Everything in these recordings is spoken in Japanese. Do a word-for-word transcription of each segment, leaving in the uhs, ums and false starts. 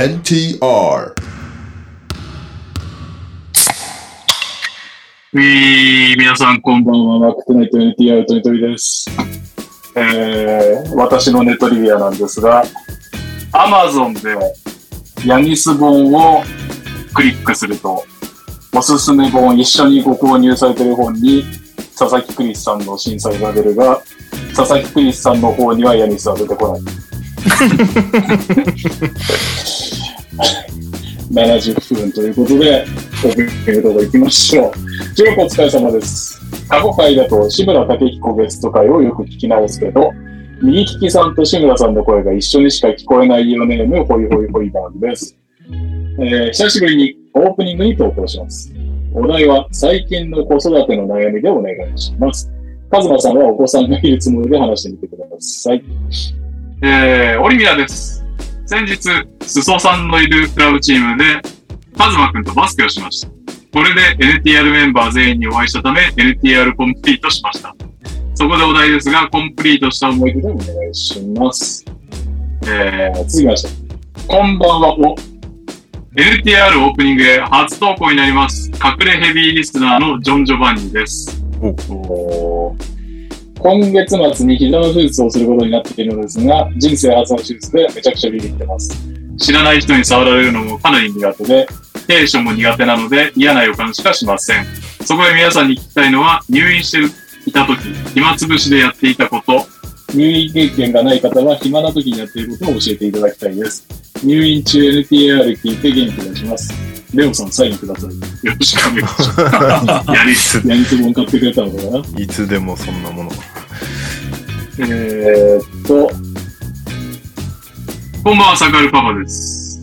エヌティーアール。 ウィー、皆さんこんばんは。マックトナイト エヌティーアール トニトリです。えー、私のネトリビアなんですが、Amazon でヤニス本をクリックすると、おすすめ本一緒にご購入されている本に佐々木クリスさんの審査が出るが、佐々木クリスさんの方にはヤニスは出てこない。ななじゅっぷんということで、オープニング動画行きましょう。中国お疲れ様です。過去回だと志村武彦ゲスト回をよく聞き直すけど、右利きさんと志村さんの声が一緒にしか聞こえないよネーム、ホイホイホイバーグです。えー、久しぶりにオープニングに投稿します。お題は最近の子育ての悩みでお願いします。カズマさんはお子さんがいるつもりで話してみてください。えー、オリミラです。先日、スソさんのいるクラブチームで、カズマくんとバスケをしました。これで エヌティーアール メンバー全員にお会いしたため、エヌティーアール コンプリートしました。そこでお題ですが、コンプリートした思い出でお願いします。えー、続きまして。こんばんは、お。エヌティーアール オープニングへ初投稿になります。隠れヘビーリスナーのジョン・ジョバンニです。お今月末に膝の手術をすることになっているのですが、人生初の手術でめちゃくちゃビビってます。知らない人に触られるのもかなり苦手で、低所も苦手なので嫌な予感しかしません。そこで皆さんに聞きたいのは、入院していた時、暇つぶしでやっていたこと、入院経験がない方は暇な時にやっていることを教えていただきたいです。入院中 エヌティーアール 聞いて元気出します。レオさんサインください。よろしくお願いします。やりつ、やりつ本買ってくれたのかな。 いつでもそんなもの。 えーっと、こんばんは、サカルパパです。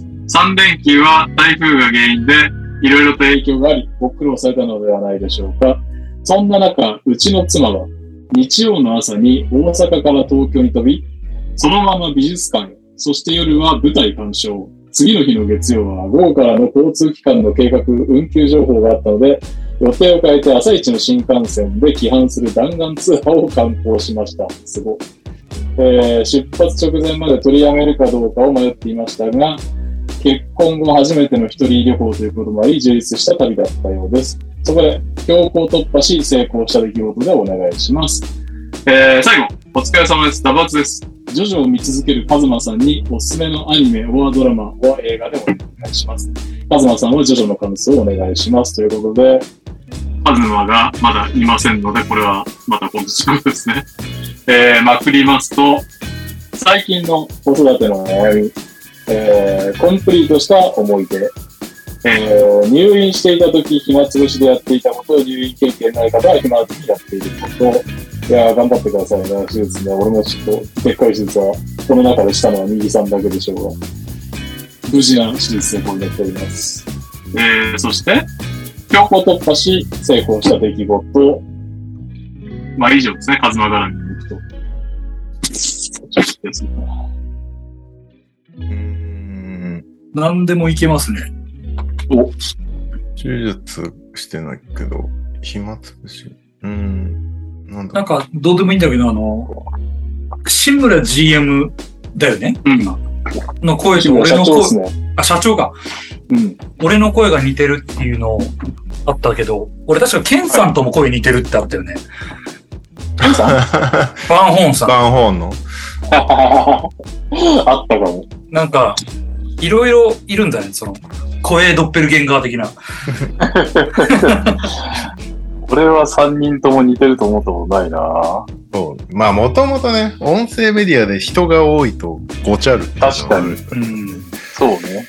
さん連休は台風が原因でいろいろと影響があり、ご苦労されたのではないでしょうか。そんな中、うちの妻は日曜の朝に大阪から東京に飛び、そのまま美術館へ、そして夜は舞台鑑賞。次の日の月曜は午後からの交通機関の計画、運休情報があったので、予定を変えて朝一の新幹線で帰還する弾丸ツアーを観光しました。すごい。えー、出発直前まで取りやめるかどうかを迷っていましたが、結婚後初めての一人旅行ということもあり、充実した旅だったようです。そこで、強行突破し成功した出来事でお願いします。えー、最後、お疲れ様です。ダバツです。ジョジョを見続けるカズマさんにおすすめのアニメ、オアドラマ、オア映画でお願いします。カズマさんはジョジョの感想をお願いします。ということで、カズマがまだいませんので、これはまた今度中ですね。えー、まくりますと、最近の子育ての悩み、えー、コンプリートした思い出、えー、入院していた時暇つぶしでやっていたこと、入院経験ない方は暇つぶしでやっていること、いやー頑張ってくださいね、手術ね。俺もちょっとでっかい手術はこの中でしたのは右さんだけでしょうが、無事な手術でこうなっております。えー、そして強行突破し成功した出来事、まあ以上ですね。カズマ絡みに行くとですね。 うーん。 何でもいけますね。 お、 手術してないけど暇つぶし。うーん。なんだなんか、どうでもいいんだけど、あの、志村 ジーエム だよね、 うん、 の声と俺の声、 ね、 あ、社長が、うん、俺の声が似てるっていうのあったけど、俺確かケンさんとも声似てるってあったよね。 ケンさんバンホーンさん。 バンホーンのあったかも。 なんか、いろいろいるんだね、その、声ドッペルゲンガー的な。 俺はさんにんとも似てると思ったことないなぁ。 そう。まあもともとね、音声メディアで人が多いとごちゃる。 確かに。うん。そうね。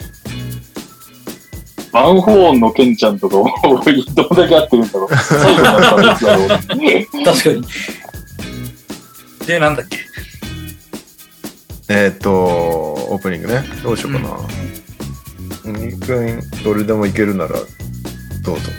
バンホーンのケンちゃんとかどんだけ合ってるんだろう。最後のやつだろう。確かに。で、なんだっけ。 えっと、オープニングね。どうしようかな。うん、にくん、どれでもいけるなら、どうぞ。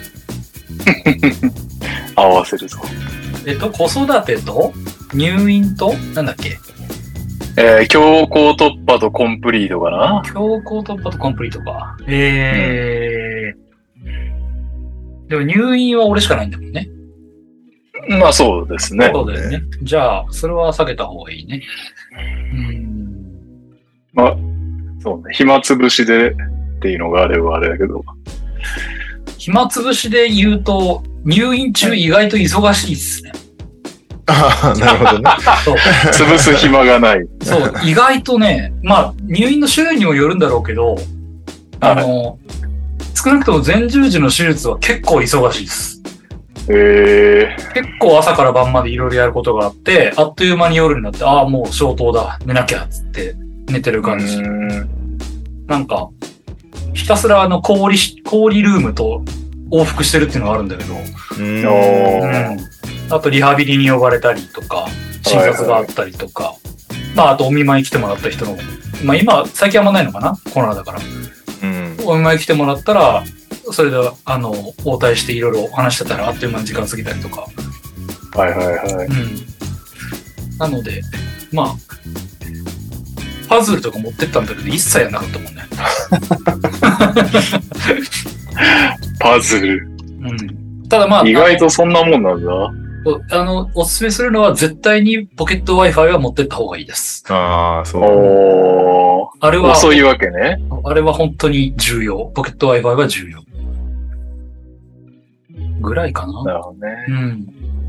合わせるぞ。 えっと、子育てと入院となんだっけ。 えー、強行突破とコンプリートかな。 強行突破とコンプリートか。えー、うん、でも入院は俺しかないんだもんね。 まあそうですね。 そうだよね。じゃあ、それは避けた方がいいね。うん。 まあ、 そうね。暇つぶしでっていうのがあればあれだけど。 暇つぶしで言うと、入院中意外と忙しいっすね。 ああ、なるほどね。 そう。 潰す暇がない。 そう、意外とね、まあ、入院の種類にもよるんだろうけど、あの、少なくとも前十字の手術は結構忙しいです。 へえー。 結構朝から晩までいろいろやることがあって、あっという間に夜になって、ああ、もう消灯だ、寝なきゃ、つって寝てる感じ。なんか、ひたすらあの氷、氷ルームと往復してるっていうのがあるんだけど、 うんうんあとリハビリに呼ばれたりとか、診察があったりとか、はいはい、まああとお見舞い来てもらった人の、まあ今、最近あんまないのかなコロナだから。うん、お見舞い来てもらったら、それであの、応対していろいろ話してたらあっという間に時間過ぎたりとか。 はいはいはい。うん。 なので、まあ、パズルとか持ってったんだけど一切やんなかったもんね。 パズル。 うん。ただまあ。 意外とそんなもんなんだ。 あの、おすすめするのは絶対にポケット Wi-Fi は持ってった方がいいです。 ああ、そう、 ね。おー。 あれは。 遅いわけね。 あれは本当に重要。ポケット Wi-Fi は重要。ぐらいかな。 なるほどね。 うん。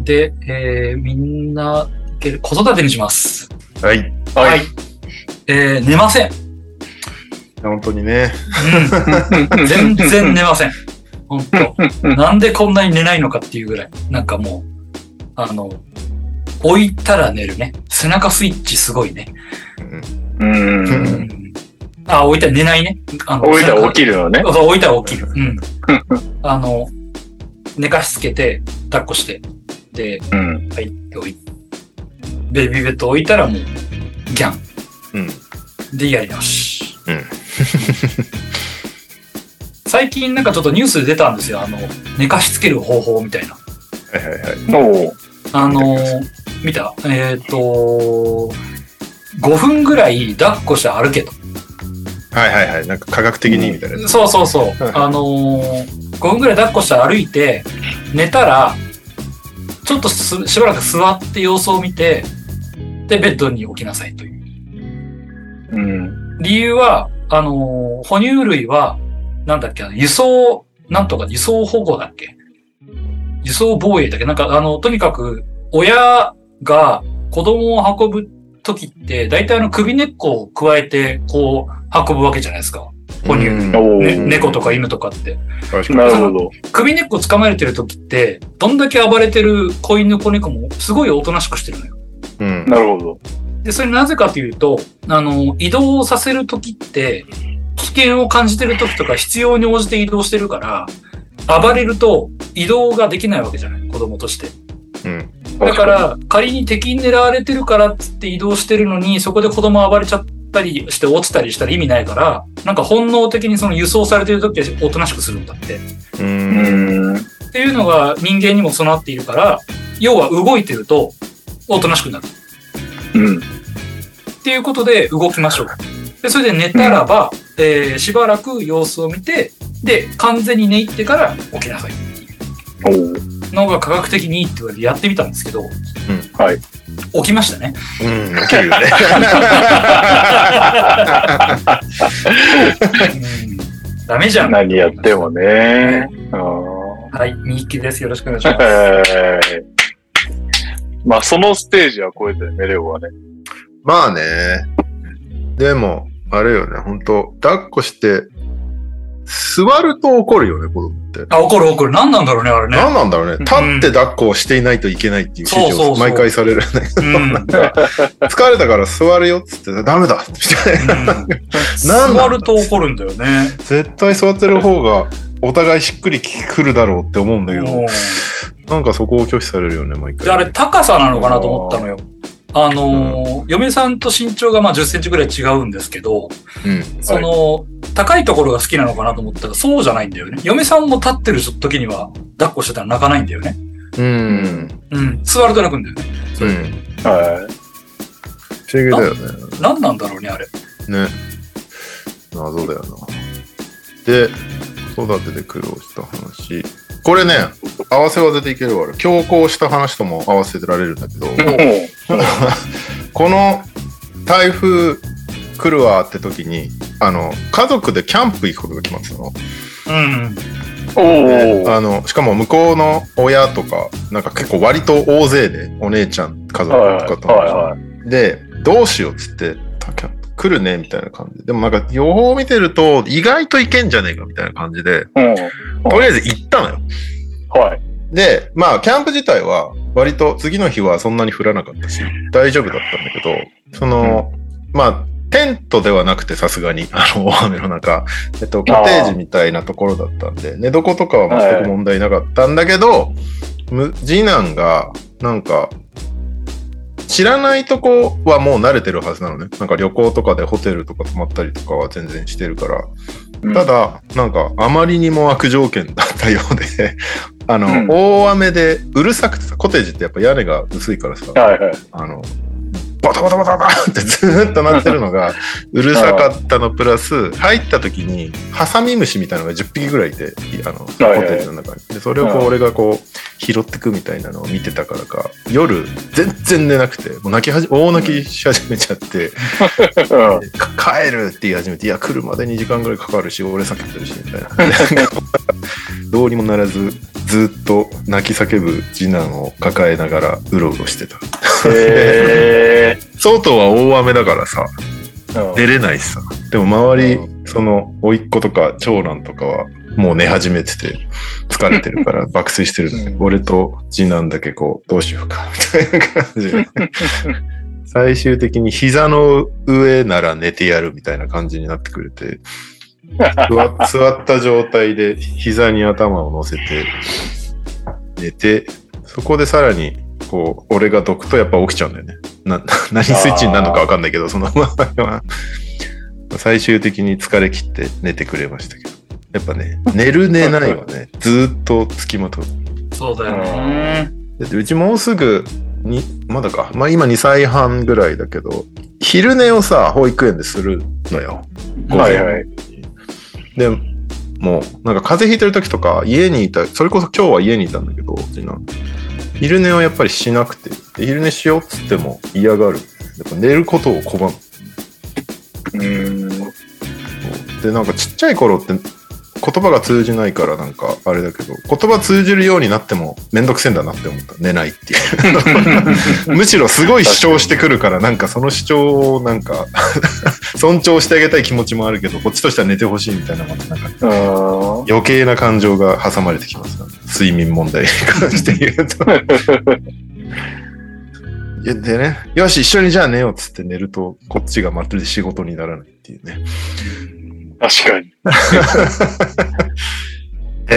で、えー、みんな、子育てにします。 はい。 はい。はい、えー、寝ません。 本当にね。 うん。全然寝ません。本当。なんでこんなに寝ないのかっていうぐらい。なんかもう、あの、置いたら寝るね。背中スイッチすごいね。 うん。うんあ、置いたら寝ないね。 あの置いたら起きるのね。 そう、置いたら起きる。うん。あの、寝かしつけて、抱っこして。で、 うん、 はい、置いベビーベッド置いたらもう、ギャン。 うん。 で、やり直し。 うん。 最近なんかちょっとニュースで出たんですよ。あの、寝かしつける方法みたいな。 はいはいはい。 おあの、見たえっ、ー、と、ごふんぐらい抱っこして歩けと。 はいはいはい。なんか科学的にみたいな、うん。 そうそうそう。あのー、ごふんぐらい抱っこして歩いて、寝たら、ちょっとすしばらく座って様子を見て、で、ベッドに置きなさいという。 うん、 理由は、あのー、哺乳類は、なんだっけ、輸送、なんとか輸送保護だっけ輸送防衛だっけなんか、あの、とにかく、親が子供を運ぶときって、大体あの首根っこを加えて、こう、運ぶわけじゃないですか。哺乳、ね、猫とか犬とかって。 なるほど。 首根っこ掴まれてるときって、どんだけ暴れてる子犬子猫もすごいおとなしくしてるのよ。 うん。 なるほど。 で、それなぜかというと、あの、移動させるときって、危険を感じてるときとか必要に応じて移動してるから、暴れると移動ができないわけじゃない、子供として。 うん。 だから、仮に敵に狙われてるからっつって移動してるのに、そこで子供暴れちゃったりして落ちたりしたら意味ないから、なんか本能的にその輸送されてる時はおとなしくするんだって。 うーん。 っていうのが人間にも備わっているから、要は動いてるとおとなしくなる。 うん。 っていうことで動きましょう。で、それで寝たらば、うん、えー、しばらく様子を見て、で、完全に寝入ってから起きなさいっていうのが科学的にいいって言われてやってみたんですけど、うん、 はい。 起きましたね。 うん、起きるよね。 うん、ダメじゃん。 何やってもね。 はい、みゆきです。よろしくお願いします。 まあ、そのステージは超えて寝れるわね。 まあね。でも、あれよね、ほんと、抱っこして、座ると怒るよね、子供って。 あ、怒る怒る。何なんだろうね、あれね。 何なんだろうね。立って抱っこをしていないといけないっていう指示を毎回されるんだけど、なんか、疲れたから座るよっつってダメだみたいな。うん、 座ると怒るんだよね。 絶対座ってる方がお互いしっくりくるだろうって思うんだけど、なんかそこを拒否されるよね、毎回。 あれ、高さなのかなと思ったのよ。あのーうん、嫁さんと身長がまあじゅっセンチぐらい違うんですけど、 うん、 その、はい、高いところが好きなのかなと思ったらそうじゃないんだよね。嫁さんも立ってる時には抱っこしてたら泣かないんだよね。 うん。 うん。座ると泣くんだよね。 うん。 はい。 不思議だよね。 何なんだろうね、あれ。 ね。謎だよな。で、子育てで苦労した話。これね、合わせ技でいけるわ。強行した話とも合わせてられるんだけど、この台風来るわって時にあの家族でキャンプ行くことが決まってたの。 うんおお。 あのしかも向こうの親とかなんか結構割と大勢でお姉ちゃん家族とかと、 はいはいはい、 でどうしようっつって来るねみたいな感じで、でもなんか予報を見てると意外といけんじゃねえかみたいな感じで、 うん、 とりあえず行ったのよ。 はい。 でまあキャンプ自体は割と次の日はそんなに降らなかったし大丈夫だったんだけど、その、うん、まあテントではなくてさすがにあの大雨の中、えっと、コテージみたいなところだったんで寝床とかは全く問題なかったんだけど、はい、次男がなんか知らないとこはもう慣れてるはずなのね。なんか旅行とかでホテルとか泊まったりとかは全然してるから、うん、ただなんかあまりにも悪条件だったようであの、うん、大雨でうるさくてさ、コテージってやっぱ屋根が薄いからさ、 はいはい、 あのバタバタバタバタってずーっと鳴ってるのがうるさかったのプラス入った時にハサミムシみたいなのがじゅっぴきぐらいいて、あのコテージの中にでそれをこう俺がこう拾ってくみたいなのを見てたからか夜全然寝なくてもう泣きはじ大泣きし始めちゃって、うん、帰るって言い始めて、いや来るまでにじかんぐらいかかるし俺叫んでるしみたいなどうにもならずずっと泣き叫ぶ次男を抱えながらうろうろしてた。 へー外は大雨だからさ、 うん、 出れないしさ。でも周り、うん、その甥っ子とか長男とかはもう寝始めてて疲れてるから爆睡してるんだけど、うん、俺と次男だけこうどうしようかみたいな感じで最終的に膝の上なら寝てやるみたいな感じになってくれて座, 座った状態で膝に頭を乗せて寝て、そこでさらにこう俺がどくとやっぱ起きちゃうんだよね。な何スイッチになるのか分かんないけど、そのままは最終的に疲れ切って寝てくれましたけど、やっぱね寝る寝ないはねずっとつきまとう。 そうだよね。 だってうちもうすぐにまだか、まあ今にさいはんぐらいだけど昼寝をさ保育園でするのよ。 はいはい。 でもうなんか風邪ひいてる時とか家にいた、それこそ今日は家にいたんだけど次男昼寝はやっぱりしなくて、昼寝しようっつっても嫌がる。やっぱ寝ることを拒む。 うーん。 でなんかちっちゃい頃って言葉が通じないからなんかあれだけど、言葉通じるようになってもめんどくせえんだなって思った。寝ないっていうむしろすごい主張してくるから、なんかその主張をなんか尊重してあげたい気持ちもあるけど、こっちとしては寝てほしいみたいな、またなんか余計な感情が挟まれてきますよね。睡眠問題に関して言うといやでね、よし一緒にじゃあ寝ようっつって寝るとこっちがまるで仕事にならないっていうね。 確かにです。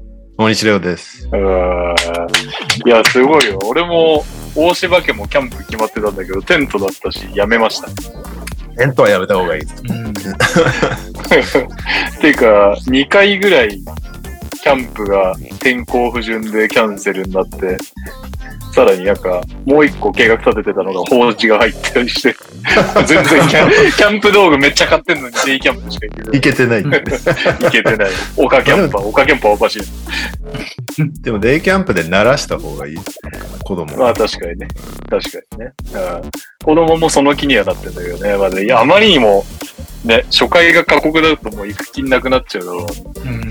大西レオです。 うーいやすごいよ。俺も大柴家もキャンプ決まってたんだけどテントだったしやめました。 テントはやめた方がいいです、うん、 っていうかにかいぐらいキャンプが天候不順でキャンセルになって、さらになんかもう一個計画立ててたのが法事が入ったりして全然キャン、キャンプ道具めっちゃ買ってんのにデイキャンプしか行けてない。 行けてない。 行けてない。岡キャンパー、岡キャンパーおかしい。 でもデイキャンプで慣らした方がいい。子供。 まあ確かにね。確かにね。うん、子供もその気にはなってんだけどね。まあ、いやあまりにもね、初回が過酷だともう行く気なくなっちゃうだろう。うん。うん、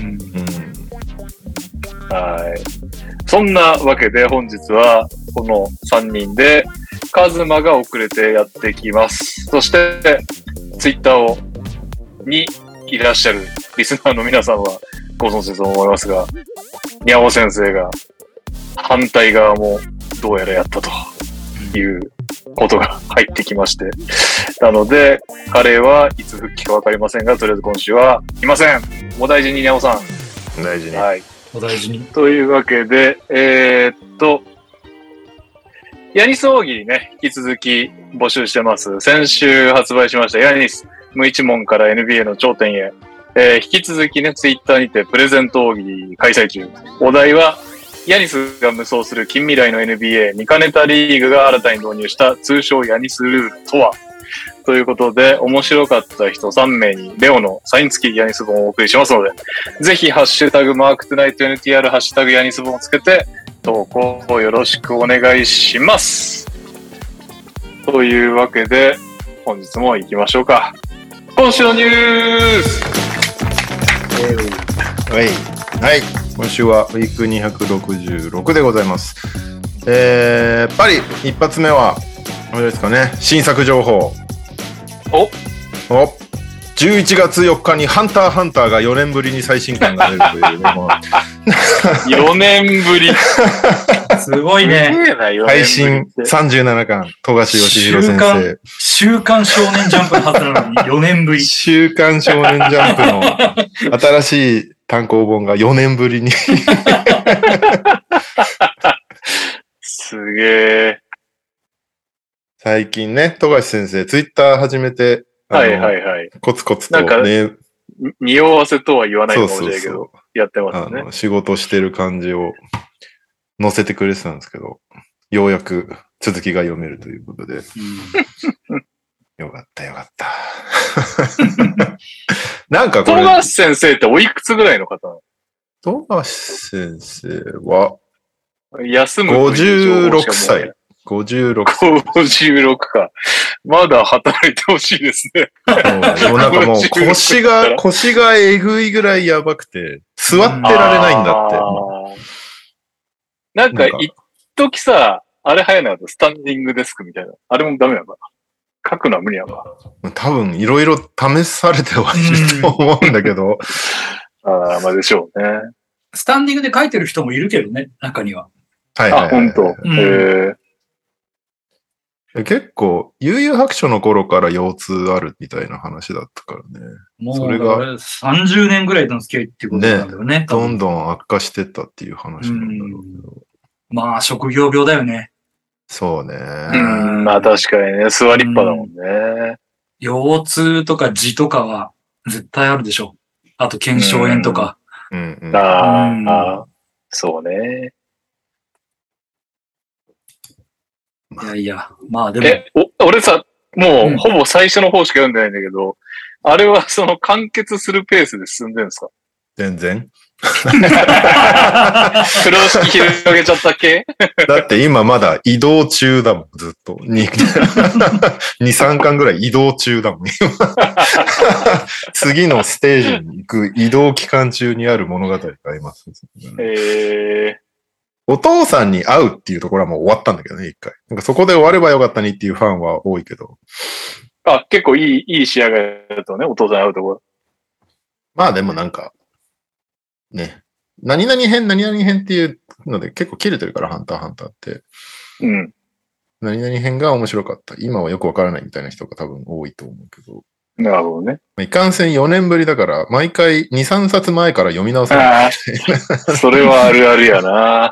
はい。そんなわけで本日はこのさんにんでカズマが遅れてやってきます。そしてツイッターをにいらっしゃるリスナーの皆さんはご存知と思いますが、にゃお先生が反対側もどうやらやったということが入ってきまして、なので彼はいつ復帰かわかりませんが、とりあえず今週はいません。お大事ににゃおさん。 お大事に。 はい。 お大事に。 というわけで、えー、っと、ヤニス大喜利ね、引き続き募集してます。先週発売しましたヤニス無一問から エヌビーエー の頂点へ。えー、引き続きね、ツイッターにてプレゼント大喜利開催中。お題は、ヤニスが無双する近未来の エヌビーエー、見かねたリーグが新たに導入した通称ヤニスルールとはということで、面白かった人さんめいにレオのサイン付きヤニス本をお送りしますので、ぜひハッシュタグマークトゥナイト エヌティーアール ハッシュタグヤニス本をつけて投稿をよろしくお願いします。というわけで本日も行きましょうか。 今週のニュース。 はい。はい。今週はウィークにひゃくろくじゅうろくでございます。えー、やっぱり一発目は、あれですかね、新作情報。 おおじゅういちがつよっかにハンターハンターがよねんぶりに最新刊が出るという、ね、 よねんぶり。 すごいね。 配信さんじゅうななかん、富樫義弘先生。 週刊少年ジャンプのはずなのによねんぶり。 週刊少年ジャンプの新しい単行本がよねんぶりに。 すげえ。 最近ね、富樫先生、ツイッター始めて、 はいはいはい。 コツコツとね。 なんか、匂わせとは言わないかもしれないけど、そうそうそうやってますね。 仕事してる感じを載せてくれてたんですけど、ようやく続きが読めるということで。うん、よかったよかった。なんかこれ。 富樫先生っておいくつぐらいの方なの？ 富樫先生は、 休むごじゅうろくさい。ごじゅうろく。 ごじゅうろくか。まだ働いてほしいですね。 でもなんかもう腰が、腰がえぐいぐらいやばくて、座ってられないんだって。 なんか、一時さ、あれ早いなと、スタンディングデスクみたいな。あれもダメなのかな。書くのは無理なのかな。多分、いろいろ試されてはいると思うんだけど。 ああ、まあでしょうね。 スタンディングで書いてる人もいるけどね、中には。 はいはい、はい。 あ、本当。 うん、 へえ。 結構、悠々白書の頃から腰痛あるみたいな話だったからね。 もう、それがさんじゅうねんぐらいの付き合いっていうことなんだよね。 ね、どんどん悪化してったっていう話なんだろうけど。 まあ、職業病だよね。 そうね。 うん、まあ確かにね、座りっぱだもんね。 腰痛とか痔とかは絶対あるでしょ。あと、腱鞘炎とか。 うんうん、 ああ、そうね。 いやいや、まあでも。 え、お、俺さ、もう、ほぼ最初の方しか読んでないんだけど、うん、あれはその完結するペースで進んでるんですか？ 全然。 風呂敷広げちゃった系だって今まだ移動中だもん、ずっと。に、に、さんかんぐらい移動中だもん。次のステージに行く移動期間中にある物語があります。 えーお父さんに会うっていうところはもう終わったんだけどね、一回。なんかそこで終わればよかったにっていうファンは多いけど。 あ、結構いい、いい仕上がりだとね、お父さんに会うところ。 まあでもなんか、ね。何々編、何々編っていうので結構切れてるから、ハンターハンターって。 うん。 何々編が面白かった。今はよくわからないみたいな人が多分多いと思うけど。 なるほどね。 いかんせんよねんぶりだから、毎回に、さんさつまえから読み直さない。 それはあるあるやな。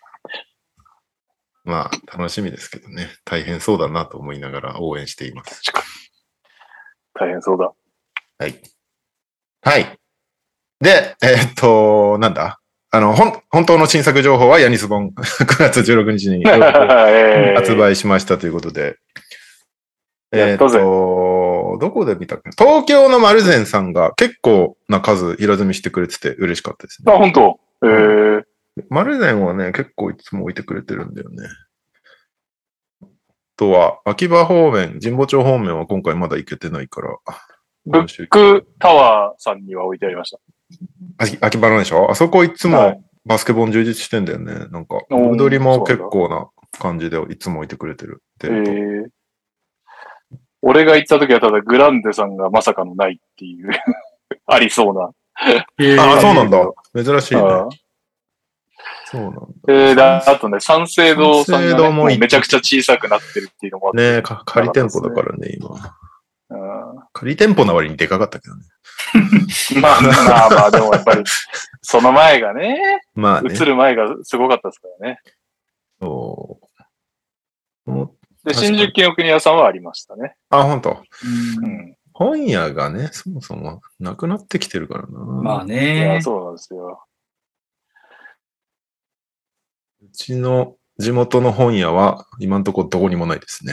まあ、楽しみですけどね。大変そうだなと思いながら応援しています。 大変そうだ。 はい。はい。で、えー、っと、なんだあの、ほん、本当の新作情報はヤニス本くがつじゅうろくにちに発売しましたということで。えー、っと、どこで見たっけ？東京の丸善さんが結構な数平積みしてくれてて嬉しかったですね。 あ、本当。えー丸善はね、結構いつも置いてくれてるんだよね。あとは、秋葉方面、神保町方面は今回まだ行けてないから。 ブックタワーさんには置いてありました。 秋葉のでしょ？あそこいつもバスケ本充実してんだよね。なんか、踊りも結構な感じでいつも置いてくれてる。 えー、俺が行った時はただグランデさんがまさかのないっていう、ありそうな。 えー、あ、そうなんだ。珍しいね。そうなんだ。 えー、だあとね、三省堂さんが、ね、もめちゃくちゃ小さくなってるっていうのもあって。 ねか仮店舗だからね、今。仮店舗の割にでかかったけどね。 まあまあまあ、でもやっぱり、その前がね、 まあね。 映る前がすごかったですからね。 そう。 で、新宿紀ノ国屋さんはありましたね。 あ、ほんと。 うん。 本屋がね、そもそもなくなってきてるからな。 まあね。 いや、そうなんですよ。 うちの地元の本屋は今んとこどこにもないですね。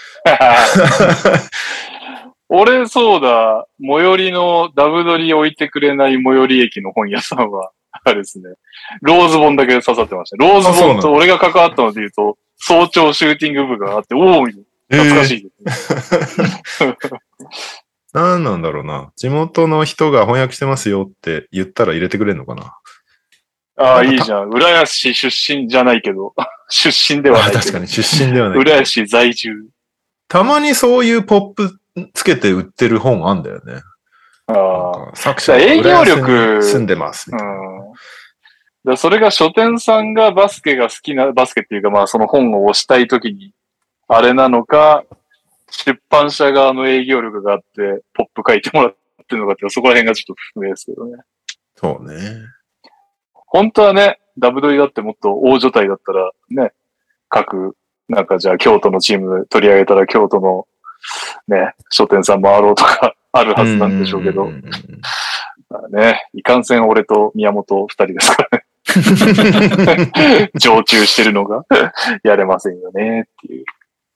俺、そうだ、最寄りのダブドリ置いてくれない最寄り駅の本屋さんは、あれですね、ローズ本だけ刺さってました。ローズ本と俺が関わったので言うと、早朝シューティング部があって、おお、懐かしいですね。 なんなんだろうな。地元の人が翻訳してますよって言ったら入れてくれるのかな。 ああ、いいじゃん。浦安市出身じゃないけど、出身ではないけど。 確かに出身ではない。 浦安市在住。 たまにそういうポップつけて売ってる本あんだよね。 ああ。 作者営業力。 住んでますみたいな。 うん。だそれが書店さんがバスケが好きな、バスケっていうかまあその本を推したいときに、あれなのか、出版社側の営業力があって、ポップ書いてもらってるのかって、そこら辺がちょっと不明ですけどね。 そうね。 本当はね、ダブドリだってもっと大所帯だったら、ね、各、なんかじゃあ京都のチーム取り上げたら京都の、ね、書店さん回ろうとかあるはずなんでしょうけど。ね、いかんせん俺と宮本二人ですからね。常駐してるのがやれませんよねっていう。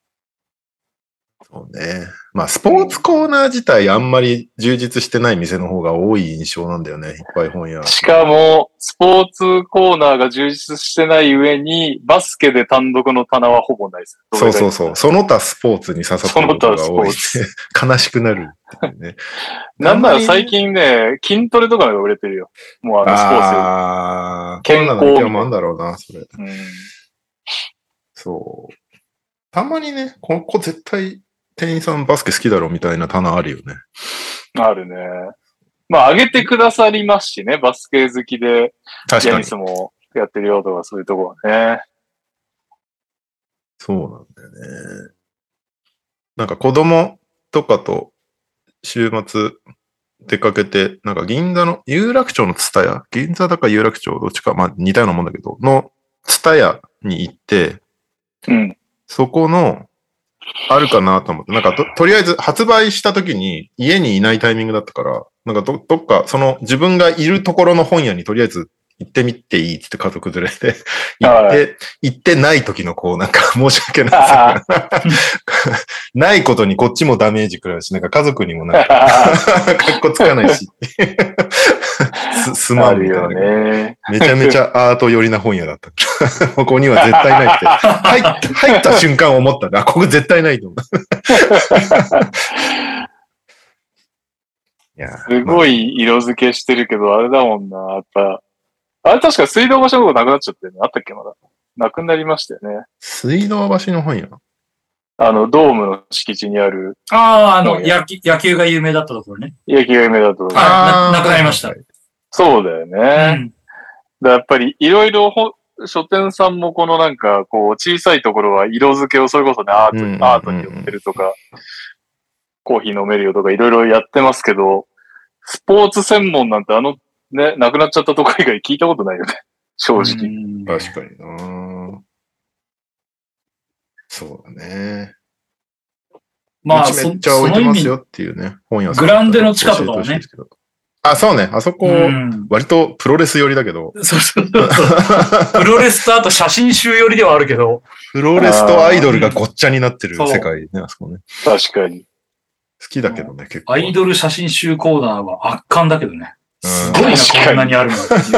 そうね。まあ、スポーツコーナー自体あんまり充実してない店の方が多い印象なんだよね。いっぱい本屋。 しかも、スポーツコーナーが充実してない上に、バスケで単独の棚はほぼないです。 そうそうそう。その他スポーツに刺さってることが多い。悲しくなる、ね。 なんなら最近ね、筋トレとかが売れてるよ。もうあのスポーツより。 ああ、 健康みたいな。 もあんだろうな、それ。うん、そう。たまにね、ここ絶対、店員さんバスケ好きだろみたいな棚あるよね。 あるね。まあ、上げてくださりますしね、バスケ好きで、ヤニスもやってるよとか、そういうとこはね。 そうなんだよね。なんか子供とかと週末出かけて、なんか銀座の有楽町のツタヤ、銀座だか有楽町どっちか、まあ似たようなもんだけど、のツタヤに行って、 うん、 そこの、あるかなと思って。なんかと、とりあえず発売した時に家にいないタイミングだったから、なんかど、どっか、その自分がいるところの本屋にとりあえず行ってみていいって家族連れで行って、行ってない時のこうなんか申し訳ないさないことにこっちもダメージ食らうし、なんか家族にもなんか、かっこつかないし。す、すまんみたいな、ね。めちゃめちゃアート寄りな本屋だった。ここには絶対ないって。入った、入った瞬間思った。あ、ここ絶対ないと思った。 いやすごい色付けしてるけど、あれだもんな。やっぱ、あれ確か水道橋のとこなくなっちゃってるのあったっけまだ。なくなりましたよね。 水道橋の本屋あの、ドームの敷地にある。 ああ、あの、野球、野球が有名だったところね。 野球が有名だったところ。 はい、な、なくなりました。 そうだよね。うん、だやっぱり、いろいろ書店さんもこのなんか、こう、小さいところは色付けをそれこそね、アートに、うんうんうん、アートに寄ってるとか、コーヒー飲めるよとかいろいろやってますけど、スポーツ専門なんてあの、ね、なくなっちゃったとこ以外聞いたことないよね。正直。 確かになそうだね。まあ、めっちゃ置いてますよっていうね、本屋さん。 グランデの地下とかもね。 あ、そうね。あそこ、割とプロレス寄りだけど。 そうそうそう。プロレスとあと写真集寄りではあるけど。 プロレスとアイドルがごっちゃになってる世界ね、あそこね。 確かに。 好きだけどね、結構。 アイドル写真集コーナーは圧巻だけどね。すごいな、こんなにあるのっていう、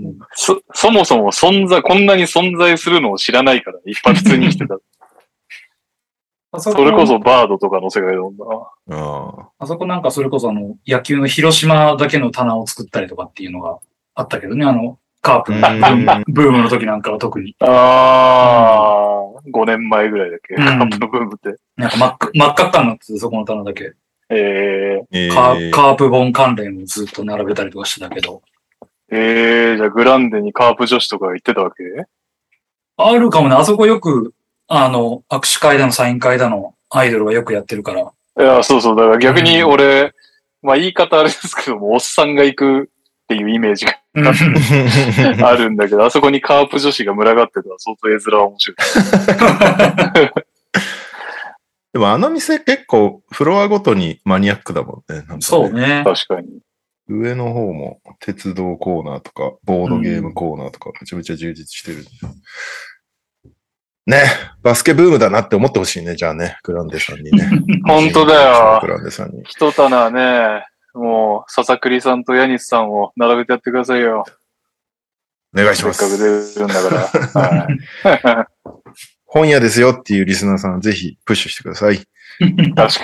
うん、そ。そもそも存在、こんなに存在するのを知らないから、一般普通に来てた。それこそバードとかの世界だもんな。 あ, あそこなんかそれこそあの、野球の広島だけの棚を作ったりとかっていうのがあったけどね、あの、カープのブームの時なんかは特に。 ああ、うん、ごねんまえぐらいだっけ、うん、カープのブームって。 なんか真っ真っ赤っかになってて、そこの棚だけ。 えー、カーカープ本関連をずっと並べたりとかしてたけど。 ええー、じゃあグランデにカープ女子とか行ってたわけ？ あるかもね。あそこよく、あの、握手会だのサイン会だの、アイドルがよくやってるから。 いや、そうそう。だから逆に俺、うん、まあ言い方あれですけども、おっさんが行くっていうイメージがあるんだけど、あそこにカープ女子が群がってたら相当絵面は面白い。 でもあの店結構フロアごとにマニアックだもんね。なんかねそうね。 確かに。 上の方も鉄道コーナーとか、ボードゲームコーナーとか、めちゃめちゃ充実してる。うん、ね、バスケブームだなって思ってほしいね、じゃあね、グランデさんにね。 本当だよ。 グランデさんに。 一棚ね、もう、笹栗さんとヤニスさんを並べてやってくださいよ。 お願いします。 せっかく出るんだから。はい本屋ですよっていうリスナーさん、ぜひプッシュしてください。 確かに。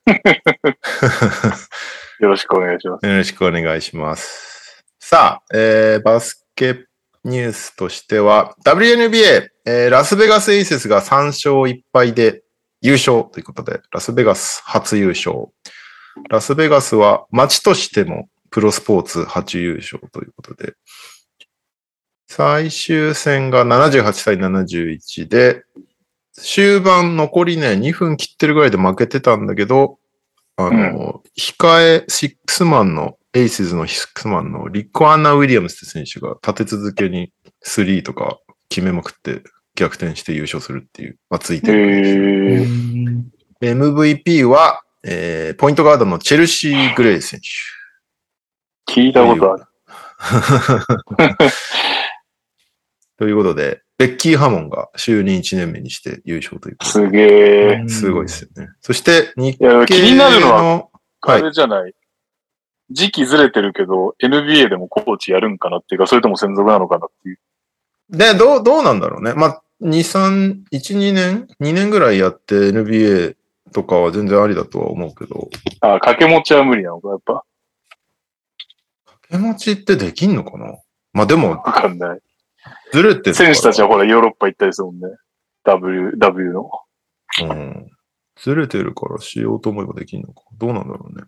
よろしくお願いします。 よろしくお願いします。さあ、えー、バスケニュースとしては、ダブリューエヌビーエー、えー、ラスベガスエイセスがさんしょういっぱいで優勝ということで、ラスベガス初優勝。ラスベガスは街としてもプロスポーツ初優勝ということで、最終戦がななじゅうはちたいななじゅういちで、終盤残りね、にふん切ってるぐらいで負けてたんだけど、あの、うん、控え、シックスマンの、エイシズのシックスマンのリッコ・アンナ・ウィリアムスって選手が立て続けにスリーとか決めまくって逆転して優勝するっていう、熱い展開でした。エムブイピー は、えー、ポイントガードのチェルシー・グレイ選手。 聞いたことある。 ということで、ベッキー・ハモンが就任いちねんめにして優勝ということで。 すげー。 すごいですよね。そして、日系の、気になるのは、あれじゃない。はい、時期ずれてるけど、エヌビーエー でもコーチやるんかなっていうか、それとも専属なのかなっていう。 で、どう、どうなんだろうね。まあ、に、さん、いち、にねん ?に 年ぐらいやって エヌビーエー とかは全然ありだとは思うけど。 ああ、掛け持ちは無理なのか、やっぱ。 掛け持ちってできんのかな。まあでも。 わかんない。 ずれてる。 選手たちはほらヨーロッパ行ったりするもんね。W、W の。 うん。ずれてるからしようと思えばできんのか。どうなんだろうね。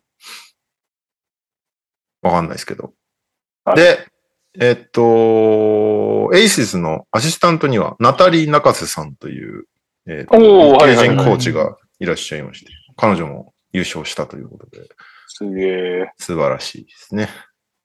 わかんないですけど。で、えっと、エイシスのアシスタントにはナタリー・中瀬さんという、えっと、日系人コーチがいらっしゃいまして、彼女も優勝したということで。 すげえ。 素晴らしいですね。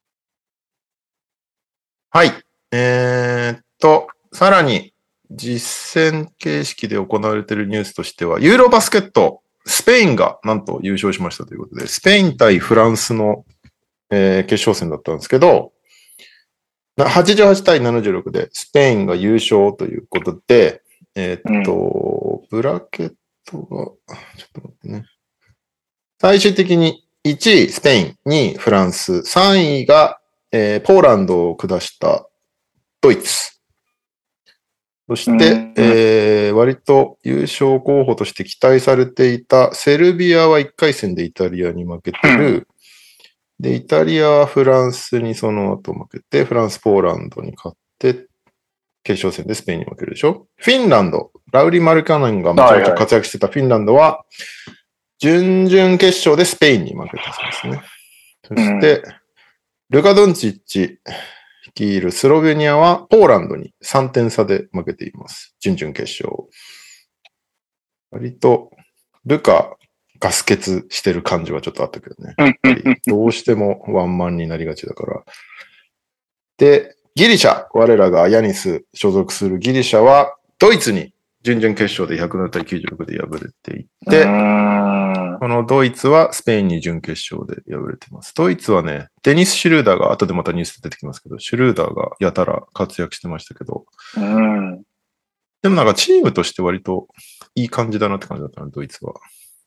はい。えー、っと、さらに実戦形式で行われているニュースとしては、ユーロバスケット、スペインがなんと優勝しましたということで、スペイン対フランスの、えー、決勝戦だったんですけど、はちじゅうはちたいななじゅうろくでスペインが優勝ということで、えー、っと、うん、ブラケットが、ちょっと待ってね。最終的にいちいスペイン、にいフランス、さんいが、えー、ポーランドを下したドイツ。そして、うんえー、割と優勝候補として期待されていたセルビアはいっかい戦でイタリアに負けてる。で、イタリアはフランスにその後負けて、フランス、ポーランドに勝って、決勝戦でスペインに負けるでしょ。フィンランド、ラウリ・マルカネンがめちゃめちゃ活躍してたフィンランドは、準々決勝でスペインに負けたそうですね。そして、うん、ルカ・ドンチッチ率いるスロベニアはポーランドにさんてん差で負けています。準々決勝。割と、ルカ、ガス欠してる感じはちょっとあったけどね。やっぱりどうしてもワンマンになりがちだから。で、ギリシャ、我らがヤニス所属するギリシャは、ドイツに準々決勝でひゃくななたいきゅうじゅうろくで敗れていて、このドイツはスペインに準決勝で敗れています。ドイツはね、デニス・シュルーダーが、後でまたニュース出てきますけど、シュルーダーがやたら活躍してましたけど、 うんでもなんかチームとして割といい感じだなって感じだったな、ドイツは。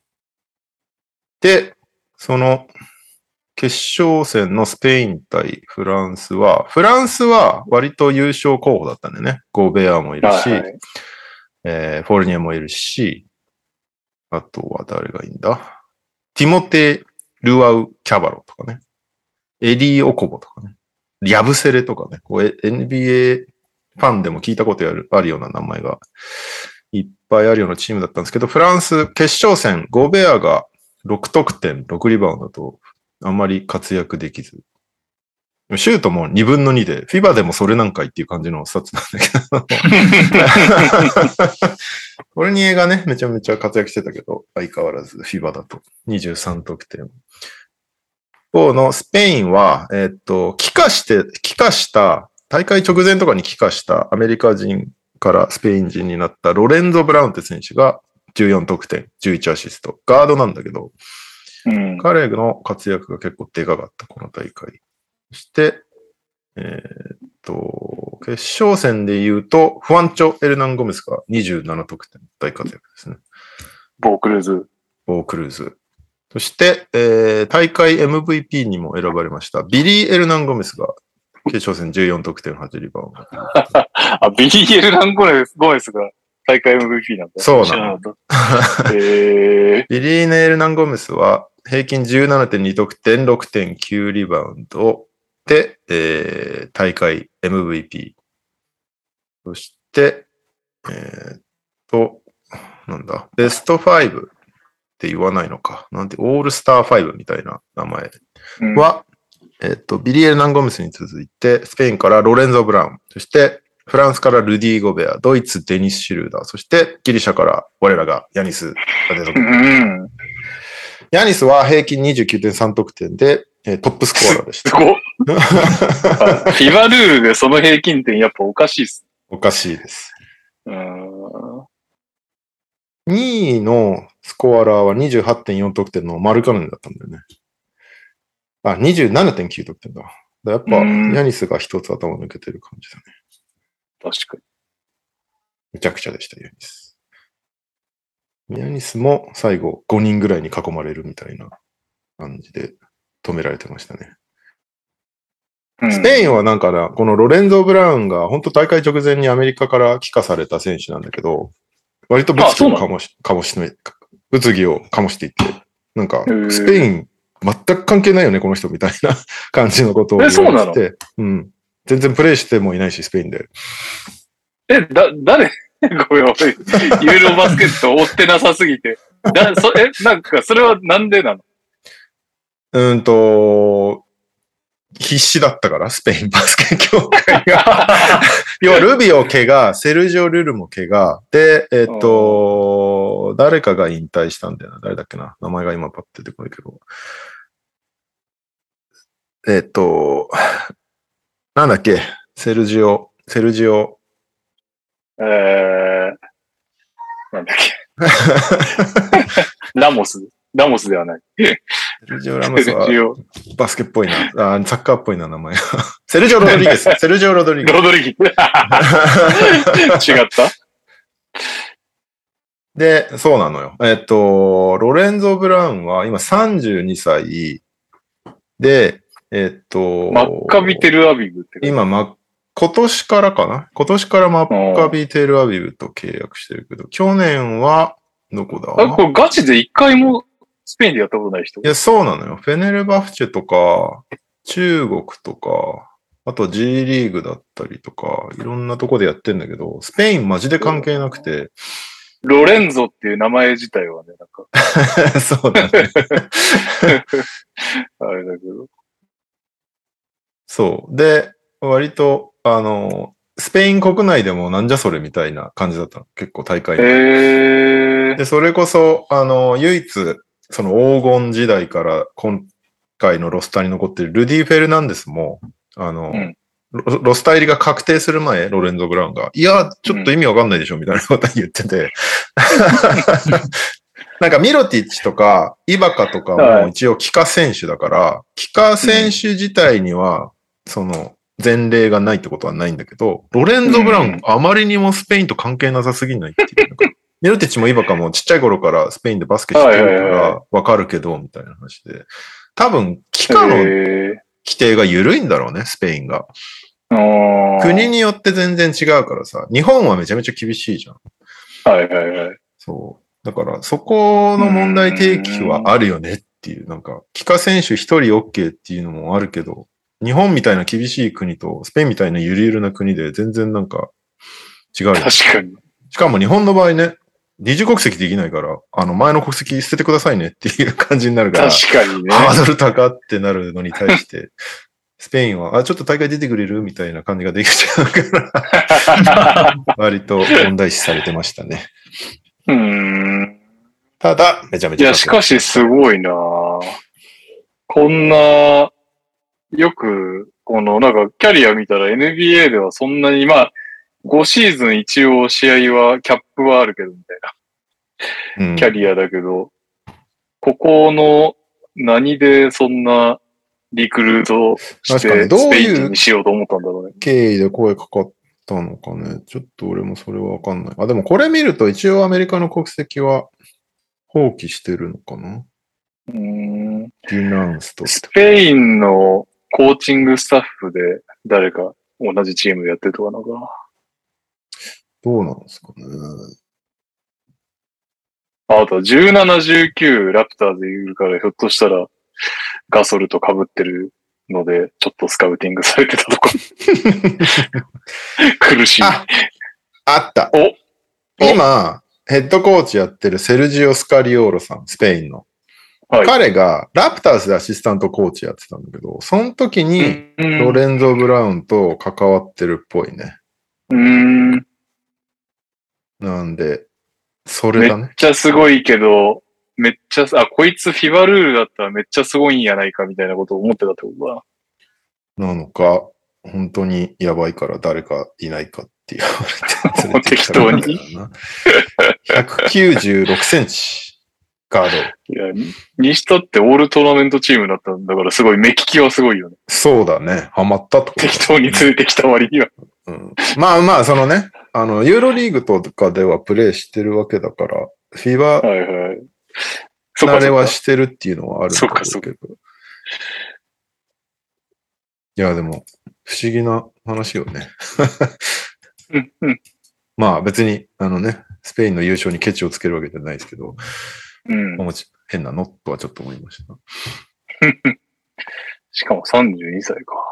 で、その決勝戦のスペイン対フランスは、フランスは割と優勝候補だったんでね。ゴーベアもいるし、はいはいえー、フォルニアもいるし、あとは誰がいいんだティモテー・ルアウ・キャバロとかね。エリー・オコボとかね。ヤブセレとかね。こう エヌビーエー ファンでも聞いたことある、あるような名前がいっぱいあるようなチームだったんですけど、フランス決勝戦、ゴーベアがろくとくてん、ろくリバウンドとあんまり活躍できず。シュートもにぶんのにで、フィバでもそれなんかいっていう感じのスタッツなんだけど。コルニエがね、めちゃめちゃ活躍してたけど、相変わらずフィバだとにじゅうさんとくてん。一方のスペインは、えー、っと、帰化して、帰化した、大会直前とかに帰化したアメリカ人からスペイン人になったロレンゾ・ブラウンって選手がじゅうよんとくてん、じゅういちアシスト。ガードなんだけど、うん、彼の活躍が結構でかかった、この大会。そして、えー、っと、決勝戦で言うと、フアンチョ・エルナン・ゴメスがにじゅうななとくてん、大活躍ですね。 ボークルーズ。 ボークルーズ。そして、えー、大会 エムブイピー にも選ばれました、ビリー・エルナン・ゴメスが決勝戦じゅうよんとくてん、はちリバウンド。 あ、ビリー・エルナン・ゴメスが大会 エムブイピー なんだ。 そうなの。 えー、 ビリー・ネール・ナンゴムスは平均 じゅうななてんに 得点、ろくてんきゅう リバウンドで、えー、大会 エムブイピー。そして、えー、と、なんだ、ベストファイブって言わないのか。なんて、オールスターファイブみたいな名前は、うん、えっと、ビリエル・ナンゴムスに続いて、スペインからロレンゾ・ブラウン、そしてフランスからルディ・ゴベア、ドイツ、デニス・シュルーダー、そしてギリシャから我らがヤニスが出てくる。うん、ヤニスは平均 にじゅうきゅうてんさん 得点で、えー、トップスコアラーでした。 すごっ。フィバルールでその平均点やっぱおかしいっす。 おかしいです。 うーんにいのスコアラーは にじゅうはってんよん 得点のマルカネンだったんだよね。あ、にじゅうななてんきゅう 得点だ。だやっぱ、ヤニスが一つ頭抜けてる感じだね。 確かに。 めちゃくちゃでした、ヤニス。ヤニスも最後ごにんぐらいに囲まれるみたいな感じで止められてましたね。スペインはなんかな、このロレンゾ・ブラウンが本当大会直前にアメリカから帰化された選手なんだけど、割と物議を醸し、醸しの、物議を醸していて、なんか、スペイン全く関係ないよね、この人みたいな感じのことを言われてて、うん。全然プレイしてもいないし、スペインで。 え、だ、誰ごめん、俺、ユーロバスケット追ってなさすぎて。だ、そ、え、なんか、それはなんでなの？ うんと、必死だったから、スペインバスケ協会が。要は、ルビオ怪我、セルジオ・ルルも怪我。で、えっと、誰かが引退したんだよな。誰だっけな。名前が今パッて出てこないけど。えっと、なんだっけ。セルジオ、セルジオ。 えー、なんだっけ。ラモス。ラモスではない。 セルジオ・ラモスはバスケっぽいな。あ、サッカーっぽいな、名前が。セルジオ・ロドリゲス。セルジオ・ロドリゲス。 ロドリゲス。違ったで、そうなのよ。えっと、ロレンゾ・ブラウンは今さんじゅうにさいで、えっと、 マッカビ・テルアビブって今、ま、今年からかな今年からマッカビ・テルアビブと契約してるけど、去年は、どこだあ、これガチで一回もスペインでやったことない人？ いや、そうなのよ。フェネルバフチェとか、中国とか、あと G リーグだったりとか、いろんなとこでやってんだけど、スペインマジで関係なくて。 ロレンゾっていう名前自体はね、なんか。 そうだね。 あれだけど。 そう。で、割と、あの、スペイン国内でもなんじゃそれみたいな感じだったの。結構大会で。 へー。 で、それこそ、あの、唯一、その黄金時代から今回のロスターに残ってるルディ・フェルナンデスも、あの、うんロ、ロスター入りが確定する前、ロレンゾ・ブラウンが、いや、ちょっと意味わかんないでしょ、みたいなこと言ってて。なんかミロティッチとか、イバカとかも一応帰化選手だから、帰化選手自体には、その、前例がないってことはないんだけど、ロレンゾ・ブラウン、あまりにもスペインと関係なさすぎないっていう。なんかミロティッチもイバカもちっちゃい頃からスペインでバスケしてるからわかるけど、みたいな話で。多分、帰化の規定が緩いんだろうね、スペインが。国によって全然違うからさ、日本はめちゃめちゃ厳しいじゃん。 はいはいはい。 そう。だから、そこの問題提起はあるよねっていう、なんか、帰化選手一人 OK っていうのもあるけど、日本みたいな厳しい国と、スペインみたいなゆるゆるな国で全然なんか違うよね。 確かに。 しかも日本の場合ね、二重国籍できないから、あの、前の国籍捨ててくださいねっていう感じになるから、 確かにね。 ハードル高ってなるのに対して、スペインは、あ、ちょっと大会出てくれるみたいな感じができちゃうから、割と問題視されてましたね。 うーん。 ただ、めちゃめちゃ。 いや、しかしすごいなこんな、よく、この、なんか、キャリア見たら エヌビーエー ではそんなに、まあ、ごシーズン一応試合は、キャップはあるけど、みたいな、キャリアだけど、ここの、何でそんな、リクルートして、スペイン人にしようと思ったんだろうね。 経緯で声かかったのかね。ちょっと俺もそれはわかんない。あ、でもこれ見ると一応アメリカの国籍は放棄してるのかな。 うーん。 ディナンスと。 スペインのコーチングスタッフで誰か同じチームでやってるとかなのかな。 どうなんですかね。 あとじゅうなな、じゅうきゅうラプターズいるから、ひょっとしたらガソルと被ってるので、ちょっとスカウティングされてたとか。苦しい。 あ、あった。 お今、ヘッドコーチやってるセルジオ・スカリオーロさん、スペインの。 はい、 彼がラプターズでアシスタントコーチやってたんだけど、その時にロレンゾ・ブラウンと関わってるっぽいね。 うーん。 なんで、それだね。 めっちゃすごいけど、めっちゃ、あ、こいつフィバルールだったらめっちゃすごいんやないかみたいなことを思ってたってことだな。なのか、本当にやばいから誰かいないかって言われて連れてきたらみたいな。ひゃくきゅうじゅうろくセンチ、ガード。 いや、にしたってオールトーナメントチームだったんだからすごい、目利きはすごいよね。 そうだね。ハマったと、ね。 適当に連れてきた割には。 うん、まあまあ、そのね、あの、ユーロリーグとかではプレイしてるわけだから、フィバはいはい。 慣れはしてるっていうのはあるんだけど。 そうかそうか。 いや、でも、不思議な話よね。 うんうん、 まあ別に、あのね、スペインの優勝にケチをつけるわけじゃないですけど、 うん、 変なのとはちょっと思いました。 しかもさんじゅうにさいか。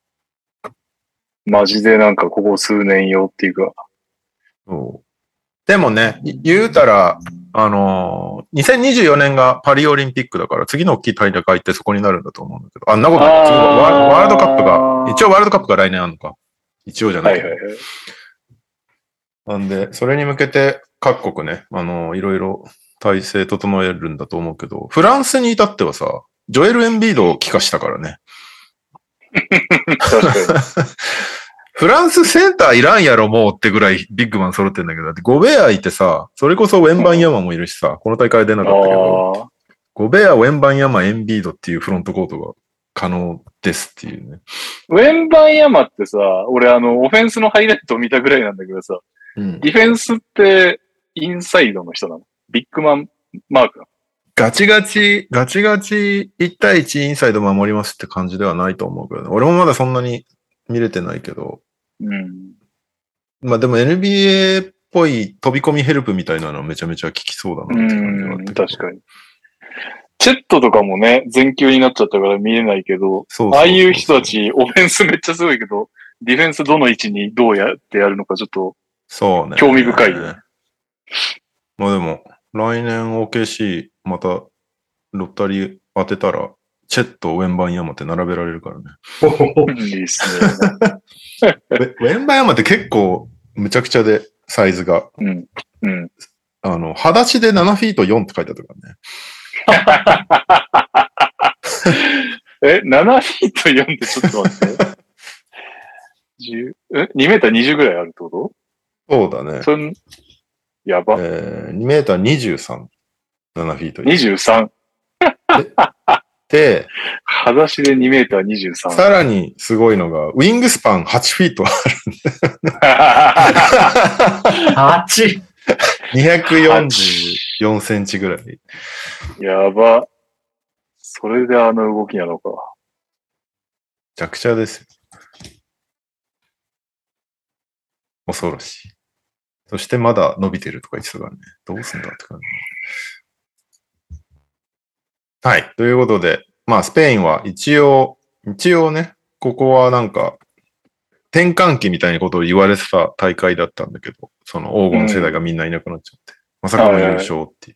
マジでなんかここ数年用っていうか。 そうでもね、言うたら、あのー、にせんにじゅうよねんがパリオリンピックだから次の大きい大会ってそこになるんだと思うんだけど、あんなことない。次はワールドカップが、一応ワールドカップが来年あるのか。一応じゃないけど。はいはいはい。なんで、それに向けて各国ね、あのー、いろいろ体制整えるんだと思うけど、フランスに至ってはさ、ジョエル・エンビードを帰化したからね。 確かに。 フランスセンターいらんやろもうってぐらいビッグマン揃ってんだけど、だってゴベアいてさ、それこそウェンバンヤマもいるしさ、この大会出なかったけど、ゴベア、ウェンバンヤマ、エンビードっていうフロントコートが可能ですっていうね。 ウェンバンヤマってさ、俺あの、オフェンスのハイライトを見たぐらいなんだけどさ、うん、ディフェンスってインサイドの人なの？ビッグマンマークなの？ ガチガチ、ガチガチいち対いちインサイド守りますって感じではないと思うけどね。俺もまだそんなに見れてないけど。 うん。 まあでも エヌビーエー っぽい飛び込みヘルプみたいなのはめちゃめちゃ効きそうだなって感じがあったけど。 確かに。チェットとかもね、全休になっちゃったから見れないけど、そうそうそうそう、ああいう人たち、オフェンスめっちゃすごいけど、ディフェンスどの位置にどうやってやるのかちょっと、 そうね。 興味深いよね。 まあでも、来年 オーケーシー またロッタリー当てたら、チェット、ウェンバンヤマって並べられるからね。 いいっすね。 ウェンバンヤマって結構むちゃくちゃで、サイズが。 うん。うん。 あの、裸足でななフィートよんって書いてあったからね。え、ななフィートよんってちょっと待って。じゅうえ ?に メーターにじゅうぐらいあるってこと？ そうだね。 そんやば。 えー、にメーターにじゅうさん。ななフィート。 にじゅうさん。 で、 裸足でにメーターにじゅうさん。 さらにすごいのが、ウィングスパンはちフィートあるんだよ。 はち? にひゃくよんじゅうよんセンチぐらい。 やば。それであの動きなのか。めちゃくちゃですよ。恐ろしい。そしてまだ伸びてるとか言ってたからね。どうすんだって感じ。はい。ということで、まあ、スペインは一応、一応ね、ここはなんか、転換期みたいなことを言われてた大会だったんだけど、その黄金世代がみんないなくなっちゃって、うん、まさかの優勝っていう。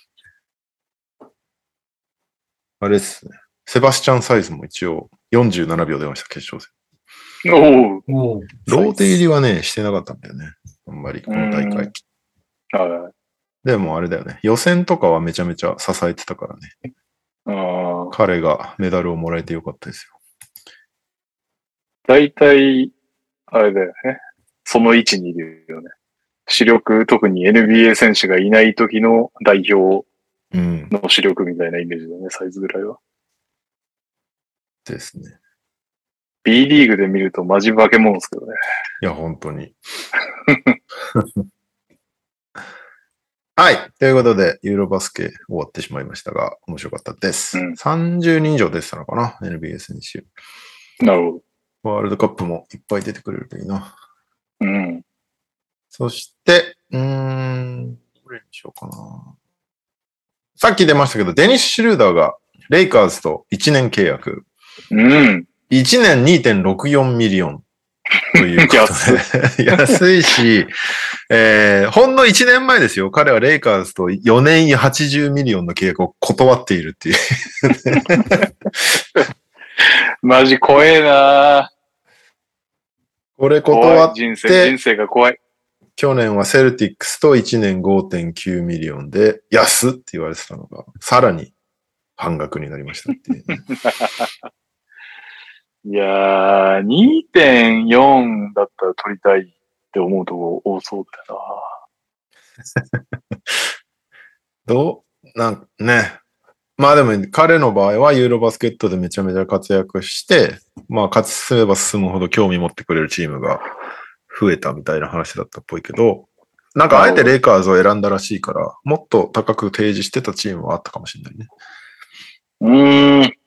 あれですね。セバスチャン・サイズも一応よんじゅうななびょう出ました、決勝戦。 おおローテ入りはね、してなかったんだよね。あんまり、この大会。 はい。 でもあれだよね。予選とかはめちゃめちゃ支えてたからね。 あ彼がメダルをもらえてよかったですよ。 大体、あれだよね。その位置にいるよね。主力、特に エヌビーエー 選手がいない時の代表の主力みたいなイメージだね、うん、サイズぐらいは。 ですね。 B リーグで見るとマジ化け物ですけどね。 いや、本当に。はい。ということで、ユーロバスケ終わってしまいましたが、面白かったです。うん、さんじゅうにん以上出てたのかな ?エヌビーエー 選手。 なるほど。 ワールドカップもいっぱい出てくれるといいな。 うん。 そして、うーん、どれにしようかな。さっき出ましたけど、デニッシュ・シュルーダーがレイカーズといちねん契約。 うん。 いちねん にてんろくよん ミリオンということで。安いし、えー、ほんのいちねんまえですよ。彼はレイカーズとよねんはちじゅうミリオンの契約を断っているっていう。 マジ怖えなこれ断って、 人生、人生が怖い。 去年はセルティックスといちねん ごてんきゅう ミリオンで安って言われてたのが、さらに半額になりましたっていう、ね。 いやー、にてんよん だったら取りたいって思うとこ多そうだよな。どうなんね。まあでも彼の場合はユーロバスケットでめちゃめちゃ活躍して、まあ勝ち進めば進むほど興味持ってくれるチームが増えたみたいな話だったっぽいけど、なんかあえてレイカーズを選んだらしいから、もっと高く提示してたチームはあったかもしれないね。 うーん。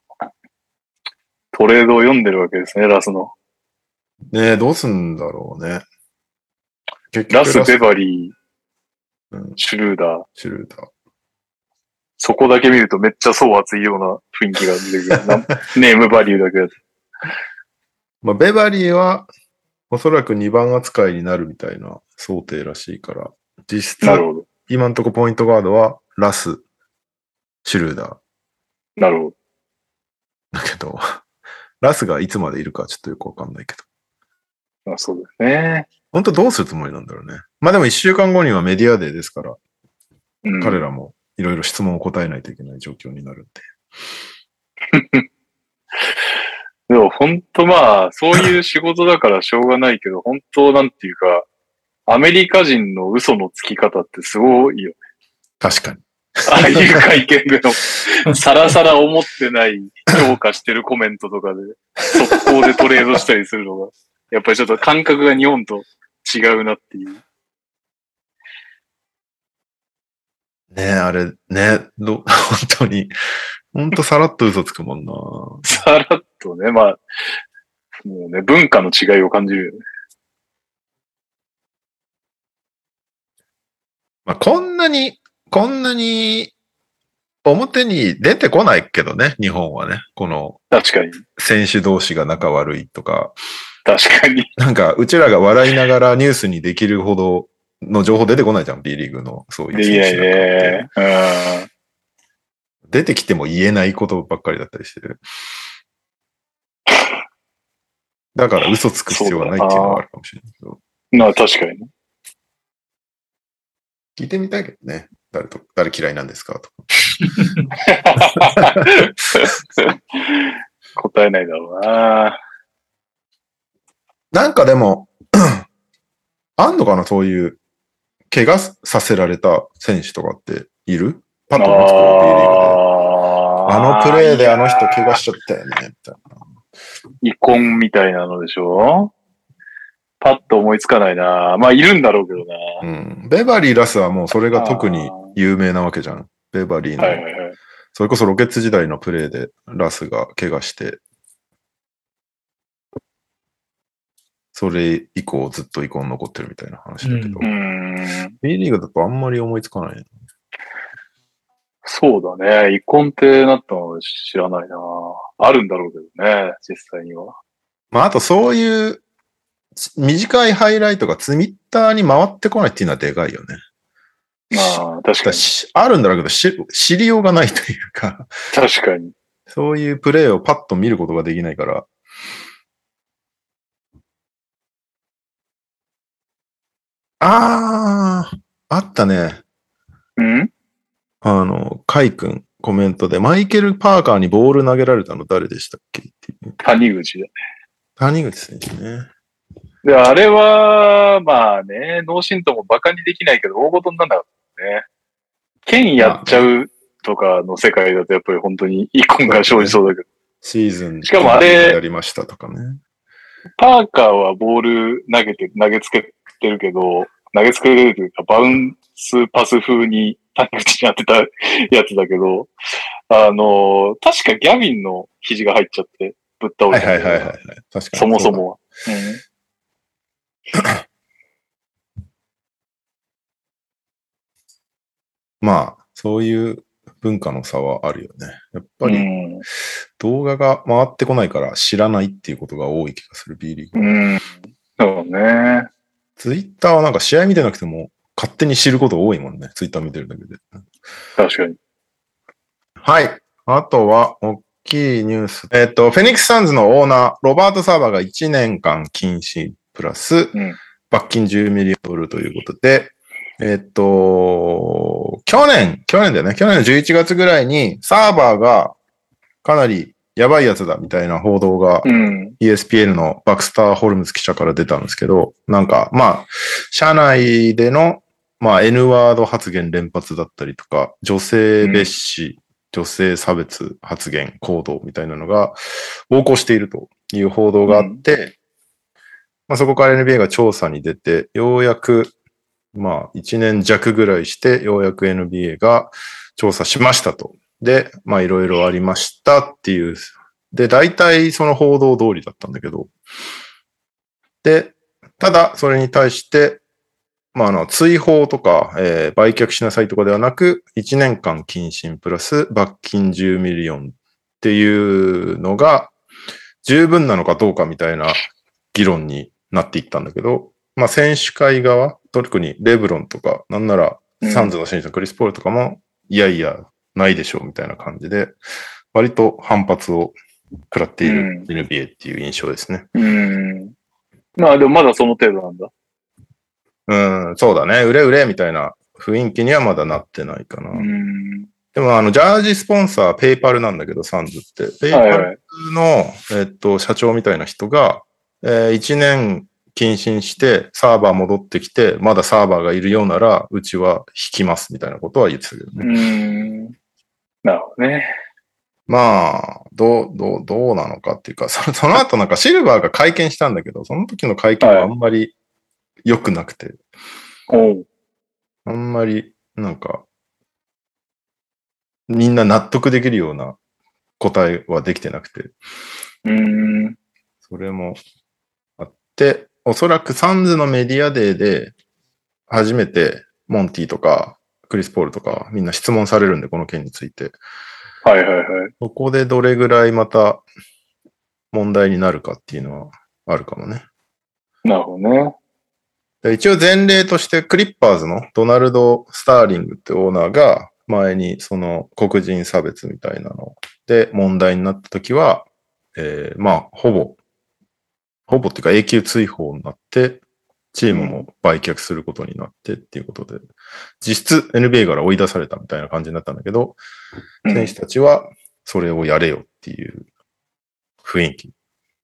トレードを読んでるわけですね、ラスの。 ねえ、どうすんだろうね。 結局ラス、ベバリー、うん、シュルーダー。 シュルーダー。 そこだけ見るとめっちゃ層厚いような雰囲気が出てくる。ネームバリューだけだと。 まあ、ベバリーはおそらくにばん扱いになるみたいな想定らしいから、実質、今のところポイントガードはラス、シュルーダー。 なるほど。 だけど、ラスがいつまでいるかちょっとよくわかんないけど。あ、そうだよね。 本当どうするつもりなんだろうね。まあでもいっしゅうかんごにはメディアデーですから、うん、彼らもいろいろ質問を答えないといけない状況になるんで。 でも本当まあ、そういう仕事だからしょうがないけど、本当なんていうか、アメリカ人の嘘のつき方ってすごいよね。 確かに。 ああいう会見での、さらさら思ってない評価してるコメントとかで、速攻でトレードしたりするのが、やっぱりちょっと感覚が日本と違うなっていう。 ねえ、あれ、ねど、本当に、本当さらっと嘘つくもんな。 さらっとね、まあ、もうね、文化の違いを感じるよね。 まあ、こんなに、こんなに、表に出てこないけどね、日本はね。この、 確かに。 選手同士が仲悪いとか。 確かに。 なんか、うちらが笑いながらニュースにできるほどの情報出てこないじゃん、B リーグの、そういう選手なんかって。 いやいや、うん。 出てきても言えないことばっかりだったりしてる。だから嘘つく必要はないっていうのはあるかもしれないけど。 まあ確かにね。 聞いてみたいけどね。誰と、誰嫌いなんですかとか。 答えないだろうな。 なんかでも、あんのかなそういう、怪我させられた選手とかっているパッと思いつく B リーグで。あのプレーであの人怪我しちゃったよね、みたいな。 遺恨みたいなのでしょ？パッと思いつかないな。まあ、いるんだろうけどな。 うん。ベバリー・ラスはもうそれが特に有名なわけじゃん。ベバリーの。はいはいはい、それこそロケッツ時代のプレーでラスが怪我して、それ以降ずっと遺恨残ってるみたいな話だけど。うん、B リーグだとあんまり思いつかない。 そうだね。遺恨ってなったの知らないな。あるんだろうけどね、実際には。 まあ、あとそういう短いハイライトがツイッターに回ってこないっていうのはでかいよね。 まあ、確かに。 あるんだろうけどし、知りようがないというか。 確かに。 そういうプレーをパッと見ることができないから。あー、あったね。 んあの、カイ君、コメントで、マイケル・パーカーにボール投げられたの誰でしたっけっていう。 谷口だね。 谷口選手ね。 で、あれは、まあね、脳震盪もバカにできないけど、大事になんなかったね。剣やっちゃうとかの世界だと、やっぱり本当に遺恨が生じそうだけど。 シーズン。 しかもあれ、 やりましたとかね。 パーカーはボール投げて、投げつけてるけど、投げつけるというか、バウンスパス風に谷口に当てたやつだけど、あの、確かギャビンの肘が入っちゃって、ぶっ倒れた。 はいはいはいはい。確かに。 そもそもは。うんまあ、そういう文化の差はあるよね。やっぱり動画が回ってこないから知らないっていうことが多い気がする B リーグ。 うん。そうね。 ツイッターはなんか試合見てなくても勝手に知ること多いもんね。ツイッター見てるだけで。 確かに。 はい。あとは、大きいニュース。えっと、フェニックスサンズのオーナー、ロバート・サーバーがいちねんかん禁止プラス、 うん、 罰金じゅうミリオンドルということで、えっと、去年、去年だよね。去年のじゅういちがつぐらいに、サーバーがかなりやばいやつだみたいな報道が、 うん、 イーエスピーエル のバクスター・ホルムズ記者から出たんですけど、なんか、まあ、社内での、まあ、N ワード発言連発だったりとか、女性蔑視、うん、女性差別発言行動みたいなのが横行しているという報道があって、うん、まあ、そこから エヌビーエー が調査に出て、ようやく、まあ、いちねんじゃくぐらいして、ようやく エヌビーエー が調査しましたと。で、まあ、いろいろありましたっていう。で、大体その報道通りだったんだけど。で、ただ、それに対して、まあ、あの、追放とか、えー、売却しなさいとかではなく、いちねんかん謹慎プラス罰金じゅうミリオンっていうのが十分なのかどうかみたいな議論になっていったんだけど、まあ、選手会側、特にレブロンとか、なんならサンズの選手のクリス・ポールとかも、うん、いやいや、ないでしょうみたいな感じで、割と反発を食らっている エヌビーエー っていう印象ですね。 うん。うんまあでもまだその程度なんだ。 うん、そうだね。売れ売れみたいな雰囲気にはまだなってないかな。 うんでもあの、ジャージスポンサー、ペイパルなんだけど、サンズって。ペイパルの、はいはい、えっと、社長みたいな人が、えー、いちねん謹慎して、サーバー戻ってきて、まだサーバーがいるようなら、うちは引きますみたいなことは言ってたけどね。 うん。なるほどね。 まあ、どう、どう、どうなのかっていうか、その、その後なんかシルバーが会見したんだけど、その時の会見はあんまり良くなくて。 はい、 あんまり、なんか、みんな納得できるような答えはできてなくて。 うーん。 それもあって、おそらくサンズのメディアデーで初めてモンティとかクリス・ポールとかみんな質問されるんで、この件について。 はいはいはい。 そこでどれぐらいまた問題になるかっていうのはあるかもね。 なるほどね。 一応前例としてクリッパーズのドナルド・スターリングってオーナーが前にその黒人差別みたいなので問題になった時は、えー、まあほぼ、ほぼっていうか永久追放になって、チームも売却することになってっていうことで、うん、実質 エヌビーエー から追い出されたみたいな感じになったんだけど、うん、選手たちはそれをやれよっていう雰囲気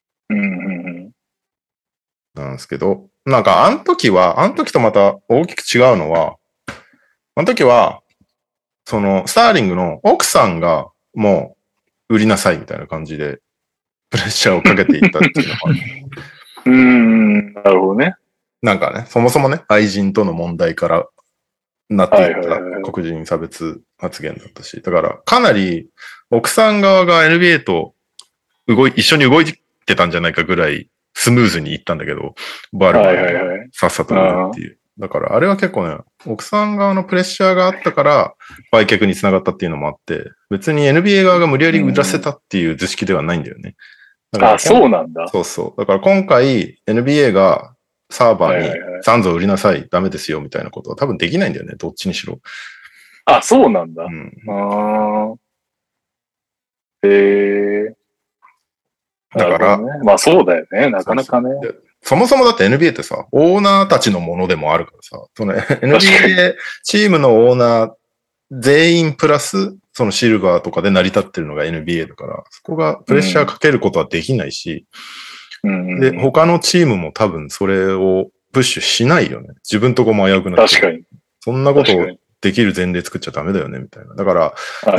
なんですけど、なんかあの時は、あの時とまた大きく違うのは、あの時は、そのスターリングの奥さんがもう売りなさいみたいな感じでプレッシャーをかけていったっていうのがうーん、なるほどね。 なんかね、そもそもね、愛人との問題からなっていった黒人差別発言だったし、だからかなり奥さん側が エヌビーエー と動い、一緒に動いてたんじゃないかぐらいスムーズにいったんだけど、バルバルさっさと売るっていう。だからあれは結構ね、奥さん側のプレッシャーがあったから売却につながったっていうのもあって、別に エヌビーエー 側が無理やり売らせたっていう図式ではないんだよね。 だからあ、そうなんだ。 そうそう。だから今回 エヌビーエー がサーバーにサンズを売りなさい、ダメですよみたいなことは多分できないんだよね、どっちにしろ。 あ、そうなんだ。 うん、 あへえ。 だから、 ね、まあそうだよね、なかなかね。 そうそうそもそもだって エヌビーエー ってさ、オーナーたちのものでもあるからさ、その エヌビーエー チームのオーナー全員プラス、そのシルバーとかで成り立ってるのが エヌビーエー だから、そこがプレッシャーかけることはできないし、うん、で、他のチームも多分それをプッシュしないよね。自分とこも危うくなって。 確かに。 そんなことをできる前例作っちゃダメだよね、みたいな。だから、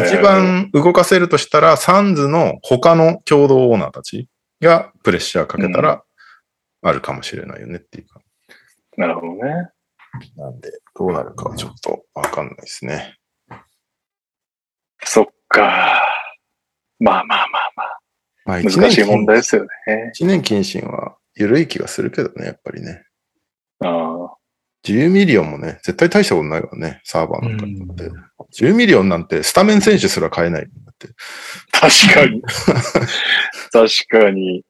一番動かせるとしたら、サンズの他の共同オーナーたちがプレッシャーかけたら、あるかもしれないよねっていうか。 うん、なるほどね。 なんで、どうなるかはちょっとわかんないですね。 そっか。まあまあまあまあ。まあ、難しい問題ですよね。 一年謹慎は緩い気がするけどね、やっぱりね。 ああ。 じゅうミリオンもね、絶対大したことないからね、サーバーなんかにとって。じゅうミリオンなんてスタメン選手すら買えないんだって。 確かに。確かに。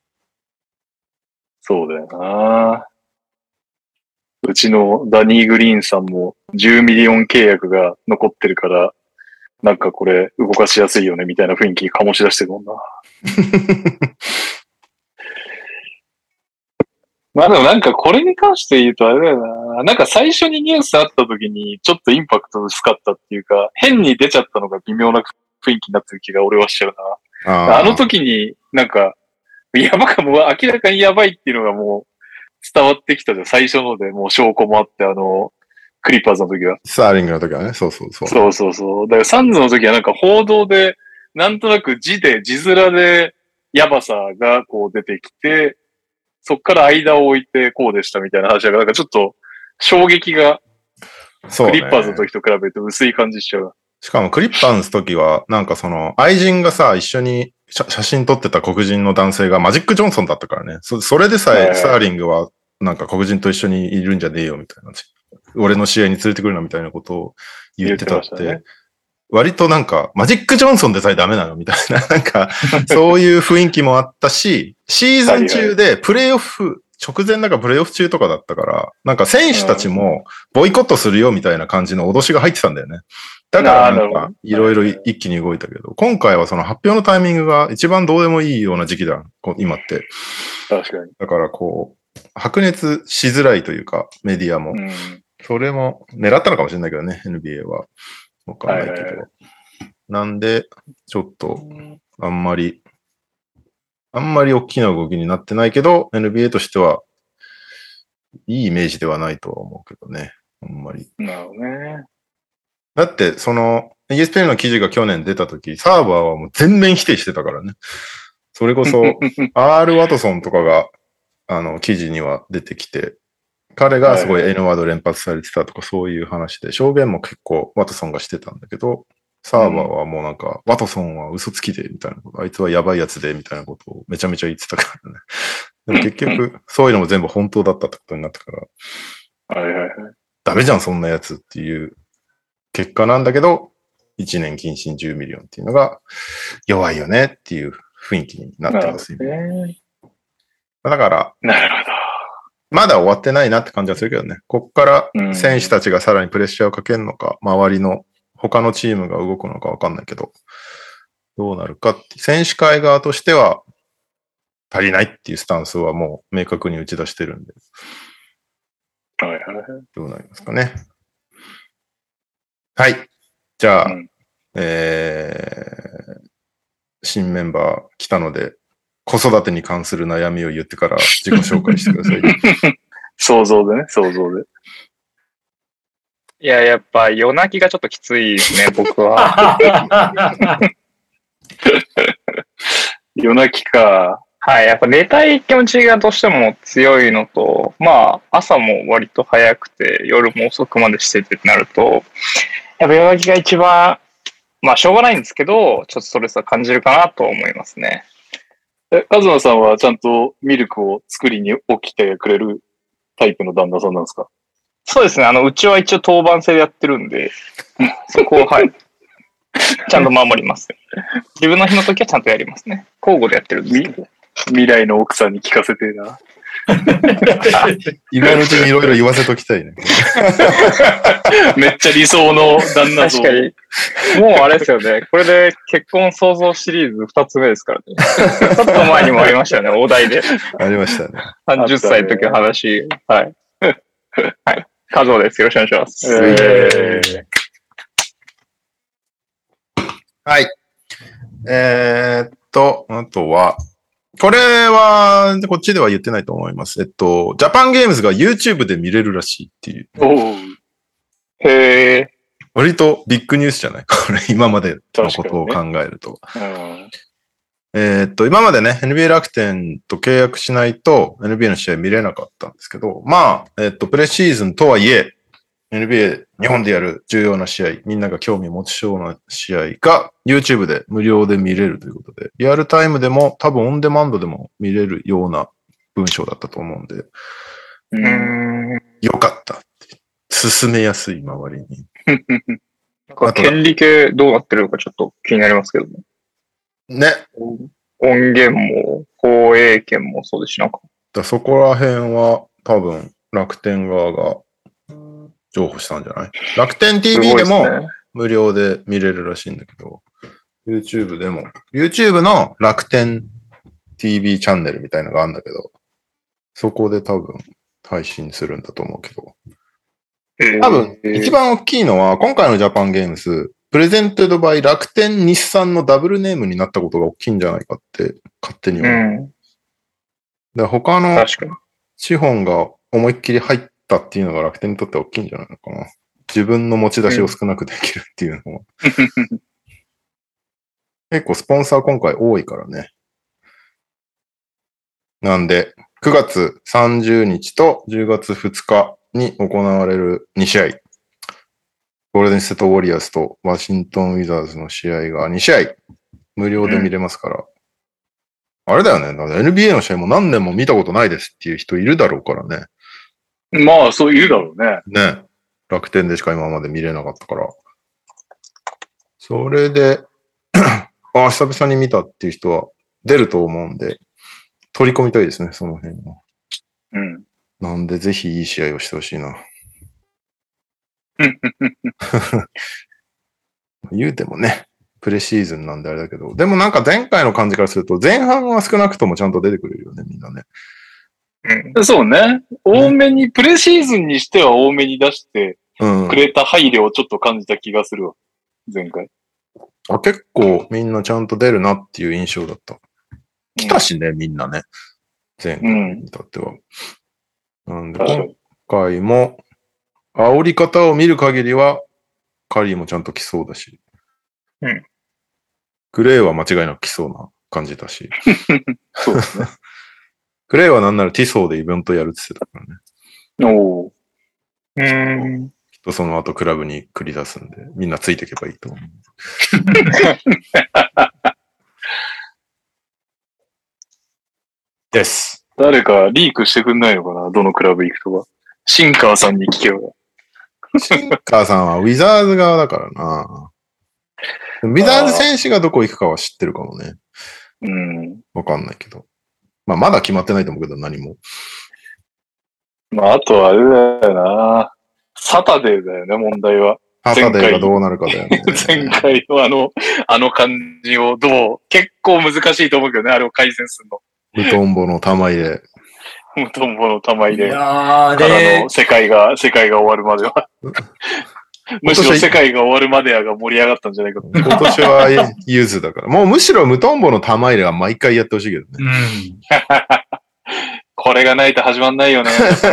そうだよな。うちのダニー・グリーンさんもじゅうミリオン契約が残ってるから、なんかこれ動かしやすいよねみたいな雰囲気醸し出してるもんな。まあでもなんかこれに関して言うとあれだよな。なんか最初にニュースあった時にちょっとインパクト薄かったっていうか、変に出ちゃったのが微妙な雰囲気になってる気が俺はしちゃうな。あ, あの時になんか、やばかもう明らかにやばいっていうのがもう伝わってきたじゃん。最初のでもう証拠もあって、あの、クリッパーズの時は。 スターリングの時はね、そうそうそう。 そうそうそう。だからサンズの時はなんか報道で、なんとなく字で、字面でやばさがこう出てきて、そっから間を置いてこうでしたみたいな話だから、なんかちょっと衝撃が、クリッパーズの時と比べると薄い感じしちゃう。 しかもクリッパーズの時は、なんかその、愛人がさ、一緒に写真撮ってた黒人の男性がマジック・ジョンソンだったからね。そ, それでさえ、スターリングは、なんか黒人と一緒にいるんじゃねえよ、みたいな。俺の試合に連れてくるな、みたいなことを言ってたって。ね、割となんか、マジック・ジョンソンでさえダメなのみたいな。なんか、そういう雰囲気もあったし、シーズン中でプレイオフ、直前なんかプレイオフ中とかだったから、なんか選手たちもボイコットするよみたいな感じの脅しが入ってたんだよね。だからなんかいろいろ一気に動いたけど、今回はその発表のタイミングが一番どうでもいいような時期だ、今って。 確かに。 だからこう、白熱しづらいというか、メディアも。うん、それも狙ったのかもしれないけどね、エヌビーエー は。わかんないけど。はいはいはい、なんで、ちょっと、あんまり、あんまり大きな動きになってないけど、エヌビーエー としては、いいイメージではないとは思うけどね。あんまり。 なるほどね。 だって、その、イーエスピーエヌ の記事が去年出たとき、サーバーはもう全面否定してたからね。それこそ、アール ワトソンとかが、あの、記事には出てきて、彼がすごい N ワード連発されてたとかそういう話で、証言も結構ワトソンがしてたんだけど、サーバーはもうなんか、ワトソンは嘘つきで、みたいなこと、あいつはやばいやつで、みたいなことをめちゃめちゃ言ってたからね。でも結局、そういうのも全部本当だったってことになったから、 はいはいはい。 ダメじゃん、そんなやつっていう結果なんだけど、いちねん謹慎じゅうミリオンっていうのが弱いよねっていう雰囲気になってますよね。だから、 なるほど。 まだ終わってないなって感じはするけどね。こっから選手たちがさらにプレッシャーをかけるのか、周りの他のチームが動くのかわかんないけど、どうなるかって、選手会側としては足りないっていうスタンスはもう明確に打ち出してるんで。 はいはいはい。 どうなりますかね。はい。じゃあ、うん、えー、新メンバー来たので、子育てに関する悩みを言ってから自己紹介してください。 想像でね、想像で。 いや、やっぱ夜泣きがちょっときついですね、僕は。 夜泣きか。 はい、やっぱ寝たい気持ちがどうしても強いのと、まあ、朝も割と早くて、夜も遅くまでしててってなると、やっぱ夜泣きが一番、まあ、しょうがないんですけど、ちょっとストレスは感じるかなと思いますね。 え、カズマさんはちゃんとミルクを作りに起きてくれるタイプの旦那さんなんですか？ そうですね。あの、うちは一応当番制でやってるんで、そこを、はい。ちゃんと守ります。自分の日の時はちゃんとやりますね。交互でやってるんですけど。 未来の奥さんに聞かせてえな。 今のうちにいろいろ言わせときたいね。 めっちゃ理想の旦那像。 確かに。もうあれですよね。これで結婚創造シリーズ二つ目ですからね。ちょっと前にもありましたよね、お題で。 ありましたね。 さんじゅっさいの時の話。はい。はい。カズオです。よろしくお願いします。 えー、 はい。えー、っと、あとは、これは、こっちでは言ってないと思います。えっと、ジャパンゲームズが YouTube で見れるらしいっていう。 おへー。 割とビッグニュースじゃないこれ、今までのことを考えると。 ね、 えー、っと、今までね、エヌビーエー 楽天と契約しないと エヌビーエー の試合見れなかったんですけど、まあ、えー、っと、プレシーズンとはいえ、エヌビーエー 日本でやる重要な試合、みんなが興味持ちそうな試合が YouTube で無料で見れるということで、リアルタイムでも多分オンデマンドでも見れるような文章だったと思うんで、 うーんよかったっ進めやすい周りに。 なんか権利系どうなってるのかちょっと気になりますけどね。 ね。 音源も放映権もそうですし、なんか。 だそこら辺は多分楽天側が譲歩したんじゃない？楽天 ティーブイ でも無料で見れるらしいんだけど、YouTube でも、YouTube の楽天 ティーブイ チャンネルみたいなのがあるんだけど、そこで多分配信するんだと思うけど。多分、一番大きいのは、今回のジャパンゲームス、プレゼントドバイ楽天日産のダブルネームになったことが大きいんじゃないかって、勝手に思う。うん、で他の資本が思いっきり入ったっていうのが楽天にとって大きいんじゃないのかな。自分の持ち出しを少なくできるっていうのは。うん、結構スポンサー今回多いからね。なんで、くがつさんじゅうにちとじゅうがつふつかに行われるにしあい。ゴールデンステートウォリアーズとワシントンウィザーズの試合がにしあい無料で見れますから。うん、あれだよね。エヌビーエー の試合も何年も見たことないですっていう人いるだろうからね。 まあ、そういるだろうね。 ね。楽天でしか今まで見れなかったから。それで、あ、久々に見たっていう人は出ると思うんで、取り込みたいですね、その辺は。 うん。 なんで、ぜひいい試合をしてほしいな。言うてもね、プレシーズンなんであれだけど、でもなんか前回の感じからすると、前半は少なくともちゃんと出てくれるよね、みんなね。 うん、そうね。多めに、プレシーズンにしては多めに出してくれた配慮をちょっと感じた気がするわ。前回。 あ、結構みんなちゃんと出るなっていう印象だった。来たしね、うん、みんなね。前回に至っては。うん、なんで、今回も、煽り方を見る限りは、カリーもちゃんと来そうだし。 うん。 グレーは間違いなく来そうな感じだし。 そうですね。 グレーはなんならティソーでイベントやるって言ってたからね。おー。 うーん。 きっとその後クラブに繰り出すんで、みんなついていけばいいと思う。です。 誰かリークしてくんないのかな、どのクラブ行くとか。シンカーさんに聞けば。 シンカーさんはウィザーズ側だからな。ウィザーズ選手がどこ行くかは知ってるかもね。 うん。 わかんないけど。まあ、まだ決まってないと思うけど、何も。 まあ、あとはあれだよな。サタデーだよね、問題は。 サタデーがどうなるかだよね。 前回のあの、あの感じをどう、結構難しいと思うけどね、あれを改善するの。 ムトンボの玉入れ。 ムトンボの玉入れ。 いやーからの世界が、世界が終わるまでは。むしろ世界が終わるまでやが盛り上がったんじゃないかと。 今年はユズだから。もうむしろムトンボの玉入れは毎回やってほしいけどね。 うん。 これがないと始まんないよね。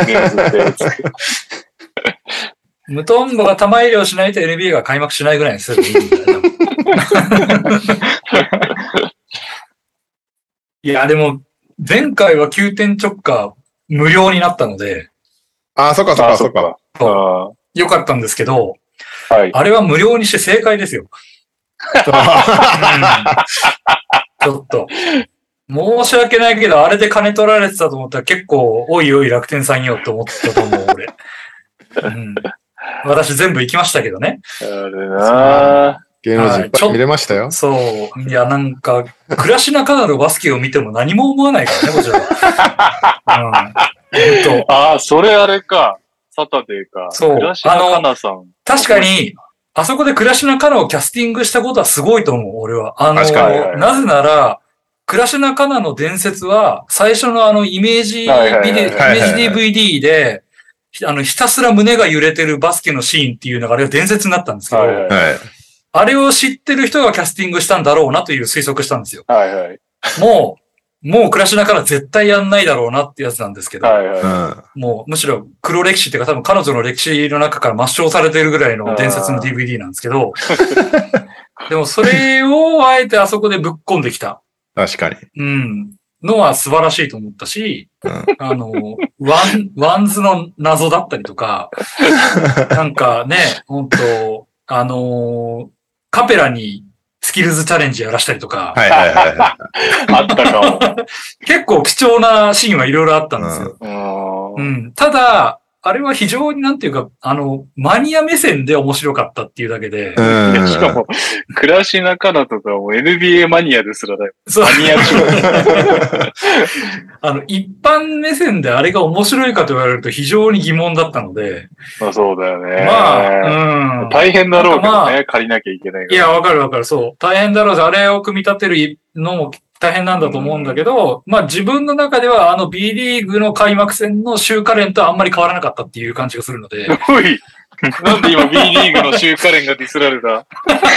ムトンボが玉入れをしないと エヌビーエー が開幕しないぐらいにすればいいんだよね。いや、でも、前回は急転直下無料になったので。 ああ、そっかそっかそっか。 そうよかったんですけど、 はい、 あれは無料にして正解ですよ。うん、ちょっと。申し訳ないけど、あれで金取られてたと思ったら結構、おいおい楽天さんよって思ってたと思う、俺。うん、私全部行きましたけどね。 あれなぁ。 芸能人いっぱい見れましたよ。 そう。いや、なんか、クラシナカナのバスケを見ても何も思わないからね、こちらは。うん、 ああ、それあれか。サタデーか。 そう。 クラシナカナさん。 確かに、あそこでクラシナカナをキャスティングしたことはすごいと思う、俺は。あの、 確かになぜなら、クラシナカナの伝説は、最初のあのイメージビデオ、イメージ ディーブイディー で、あの、ひたすら胸が揺れてるバスケのシーンっていうのがあれは伝説になったんですけど、 はいはいはい、 あれを知ってる人がキャスティングしたんだろうなという推測したんですよ。 はいはい、 もう、もうクラシナカナ絶対やんないだろうなってやつなんですけど、 はいはい、 もうむしろ黒歴史っていうか多分彼女の歴史の中から抹消されているぐらいの伝説の ディーブイディー なんですけど、でもそれをあえてあそこでぶっ込んできた。 確かに。 うん。のは素晴らしいと思ったし、 うん、 あの、ワン、ワンズの謎だったりとか、なんかね、本当あの、カペラにスキルズチャレンジやらしたりとか、 はいはいはい、 あったかも。 結構貴重なシーンはいろいろあったんですよ。 うんうん、ただ、 あれは非常になんていうか、あの、マニア目線で面白かったっていうだけで。 うん。 いやしかも、倉科かなとかも エヌビーエー マニアですらだよ。 そうマニア中あの、一般目線であれが面白いかと言われると非常に疑問だったので。 まあそうだよね。 まあ、うん。 大変だろうけどね、 まあ、 借りなきゃいけないから。 いや、わかるわかる、そう。大変だろうし、あれを組み立てるのも大変なんだと思うんだけど、まあ自分の中ではあの B リーグの開幕戦の週カレンとはあんまり変わらなかったっていう感じがするので。 おい、なんで今 B リーグの週カレンがディスられた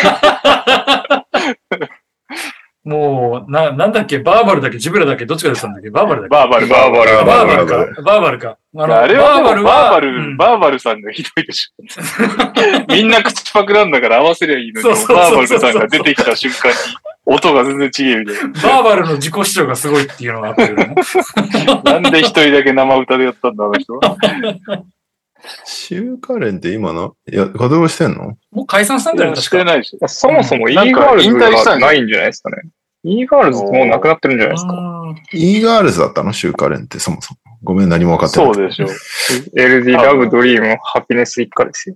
もう、な、なんだっけ、バーバルだっけ、ジブラだっけ、どっちが出てたんだっけ、バーバルだっけ。 バーバル、バーバル。 バーバルか。バーバルか。あのあれはバーバルは、バーバル、 うん、 バーバルさんがひどいでしょ。みんな口パクなんだから合わせりゃいいのに、バーバルさんが出てきた瞬間に、音が全然違えみたいな。 バーバルの自己主張がすごいっていうのがあったけどね。 なんで一人だけ生歌でやったんだ、あの人は。 週カレンって今のいや、稼働してんの？ もう解散したんだよね、 してないし。 そもそも e ガールズがないんじゃないですかね。e ガールズもうなくなってるんじゃないですか。 e ガールズだったの週カレンってそもそも。ごめん、何も分かってない。 そうでしょう。 エルディー、ラブ、ドリーム、ハピネス一家ですよ。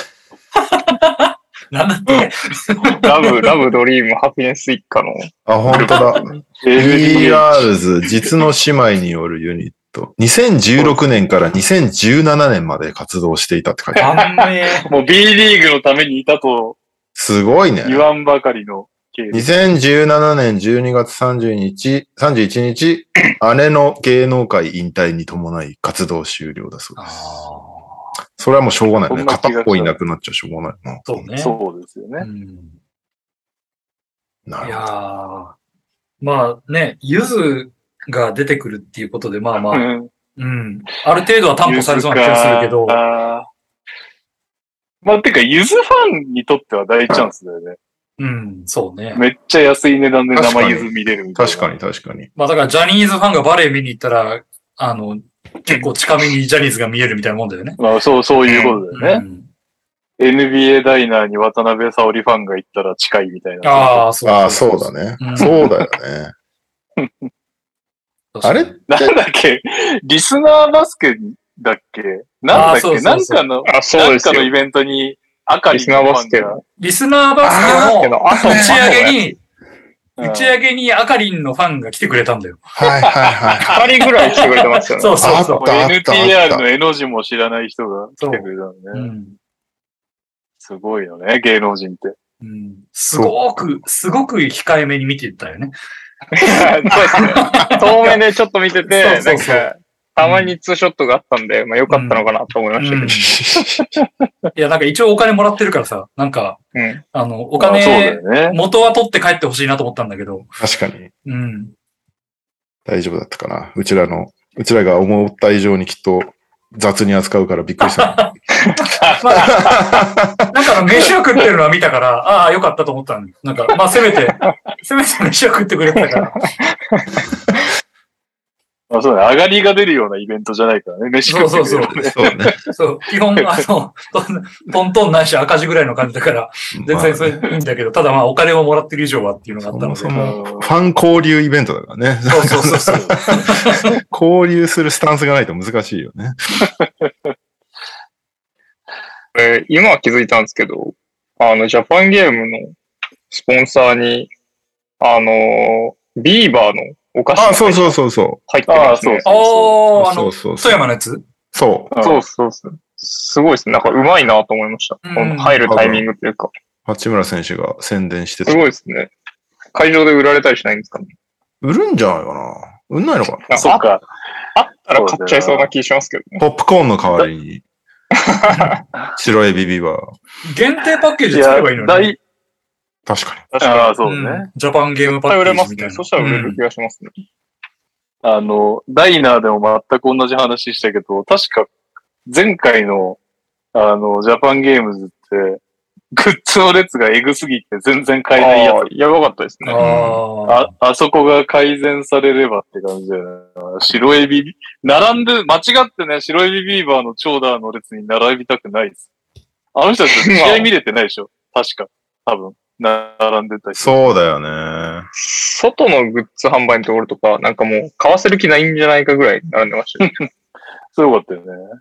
なんだってラブ、ラブ、ドリーム、ハピネス一家の。 あ、本当だ。e ガールズ、実の姉妹によるユニット。にせんじゅうろくねんからにせんじゅうななねんまで活動していたって書いてある。 もう B リーグのためにいたと。 すごいね。 言わんばかりの。 にせんじゅうななねんじゅうにがつさんじゅうにち、さんじゅういちにち、姉の芸能界引退に伴い活動終了だそうです。それはもうしょうがないよね。片っぽいなくなっちゃしょうがないな。 そうね。 そうですよね。うん、 なるほど。 いやーまあね、ゆずが出てくるっていうことで、まあまあ、うん、うん。ある程度は担保されそうな気がするけど。 あまあ、てか、ゆずファンにとっては大チャンスだよね。 うん、そうね。 めっちゃ安い値段で生ゆず見れるみたいな。 確かに、確かに。 まあだからジャニーズファンがバレエ見に行ったら、あの、結構近めにジャニーズが見えるみたいなもんだよね。 まあそう、そういうことだよね。うん、エヌビーエー ダイナーに渡辺沙織ファンが行ったら近いみたいな。 ああ、そうあそうだね、うん。そうだよね。あれなんだっけリスナーバスケだっけなんだっけなんかの、なんかのイベントに、赤リスナーバスケの。リスナーバスケの打ち上げに、打ち上げにアカリンのファンが来てくれたんだよ。 はいはいはい。 ふたりぐらい来てくれてますよね。 そうそうそう。 エヌティーアール の絵の字も知らない人が来てくれたのね。うん、すごいよね、芸能人って。 うん、すごく、すごく控えめに見てたよね。 そうですね。遠目でちょっと見てて、そうそうそうなんか、たまにツーショットがあったんで、うん、まあ良かったのかなと思いましたけど。 うんうん、いや、なんか一応お金もらってるからさ、なんか、うん、あの、お金、ね、元は取って帰ってほしいなと思ったんだけど。 確かに。 うん。 大丈夫だったかな。うちらの、うちらが思った以上にきっと雑に扱うからびっくりした。 まあ、なんか飯を食ってるのは見たから、ああ、よかったと思ったんなんか、まあせめて、せめて飯を食ってくれてたから。 あそうね。上がりが出るようなイベントじゃないからね。飯食ってくれる、ね。 そうそうそう。そうね、そう。基本、あの、トントンないし赤字ぐらいの感じだから、全然それいいんだけど、ただまあお金をもらってる以上はっていうのがあったので。 そもそもファン交流イベントだからね。 そうそうそうそう。 交流するスタンスがないと難しいよね。 えー、今は気づいたんですけど、あの、ジャパンゲームのスポンサーに、あの、ビーバーのお菓子あ、そうそうそうそう。 入ってますね。 ああ、あの、富山のやつそう。 そうそうそう。すごいですね。なんか上手いなと思いました。この入るタイミングというか。 八村選手が宣伝してた。 すごいですね。会場で売られたりしないんですかね。 売るんじゃないかな。売んないのかな。 そっか。 あったら買っちゃいそうな気しますけどね。 ポップコーンの代わりに。白エビビバー。 限定パッケージ作ればいいのに。 確かに。ああ、そうね、 うん。ジャパンゲームパッケージみたいな。売れますね。 そしたら売れる気がしますね。 うん、あの、ダイナーでも全く同じ話したけど、確か前回の、あの、ジャパンゲームズって、グッズの列がエグすぎて全然買えないやつ。 やばかったですね。 ああ、あそこが改善されればって感じだよね。白エビ、並んで、間違ってね、白エビビーバーの長蛇の列に並びたくないです。あの人たち試合見れてないでしょ確か。多分。並んでたり。 そうだよね。 外のグッズ販売のところとか、なんかもう買わせる気ないんじゃないかぐらい並んでましたよ。 すごかったよね。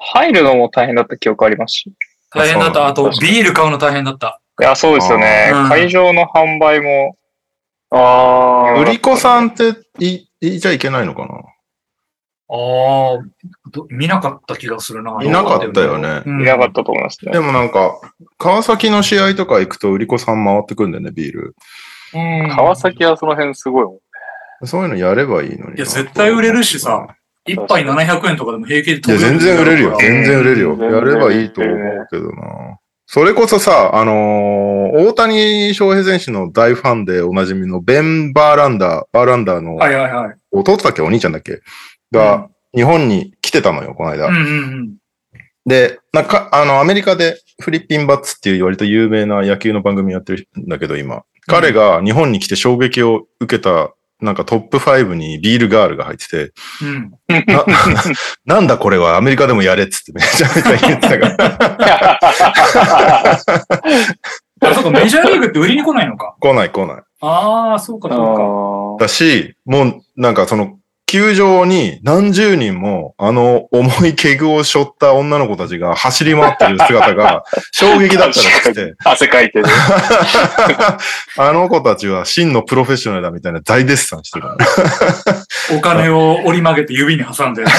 入るのも大変だった記憶ありますし。 大変だった。あと、 そうビール買うの大変だった。 いや、そうですよね。 うん会場の販売も、 ああ。 売り子さんってい、いちゃいけないのかな？ ああ、ど見なかった気がするな。 いなかったよね。 うんいなかったと思いますね。 でもなんか、川崎の試合とか行くと売り子さん回ってくんだよね、ビール。 うん川崎はその辺すごいもん。 そういうのやればいいのにな。 いや、絶対売れるしさ、一杯ななひゃくえんとかでも平気でいや、全然売れるよ。全然売れるよ。 全然やればいいと思うけどな。それこそさ、あのー、大谷翔平選手の大ファンでおなじみのベン・バーランダー、バーランダーのはいはいはい。 弟だっけお兄ちゃんだっけが、日本に来てたのよ、この間。 うんうんうん。 で、なんか、あの、アメリカでフリッピンバッツっていう割と有名な野球の番組やってるんだけど、今。彼が日本に来て衝撃を受けた、なんかトップファイブにビールガールが入ってて、 うん。 な、なんだこれはアメリカでもやれっつってめちゃめちゃ言ってたから。 あ、そうか、メジャーリーグって売りに来ないのか。 来ない来ない。 ああ、そうかそうか。 だし、もうなんかその、球場に何十人もあの重いケグを背負った女の子たちが走り回ってる姿が衝撃だったらしくて。 汗かいてる。 あの子たちは真のプロフェッショナルだみたいな大絶賛してる。 お金を折り曲げて指に挟んで、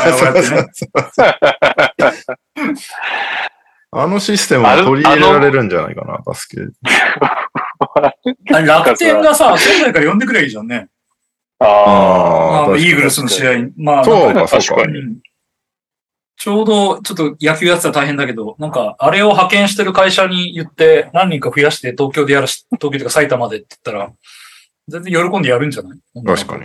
あのシステムを取り入れられるんじゃないかな、バスケ。 楽天がさ、仙台から呼んでくればいいじゃんね。 あああイーグルスの試合。まあ、 そうか、 なんかそうか。 うんちょうど、ちょっと野球やってたら大変だけど、なんか、あれを派遣してる会社に言って、何人か増やして東京でやらし、東京とか埼玉でって言ったら、全然喜んでやるんじゃない確かに。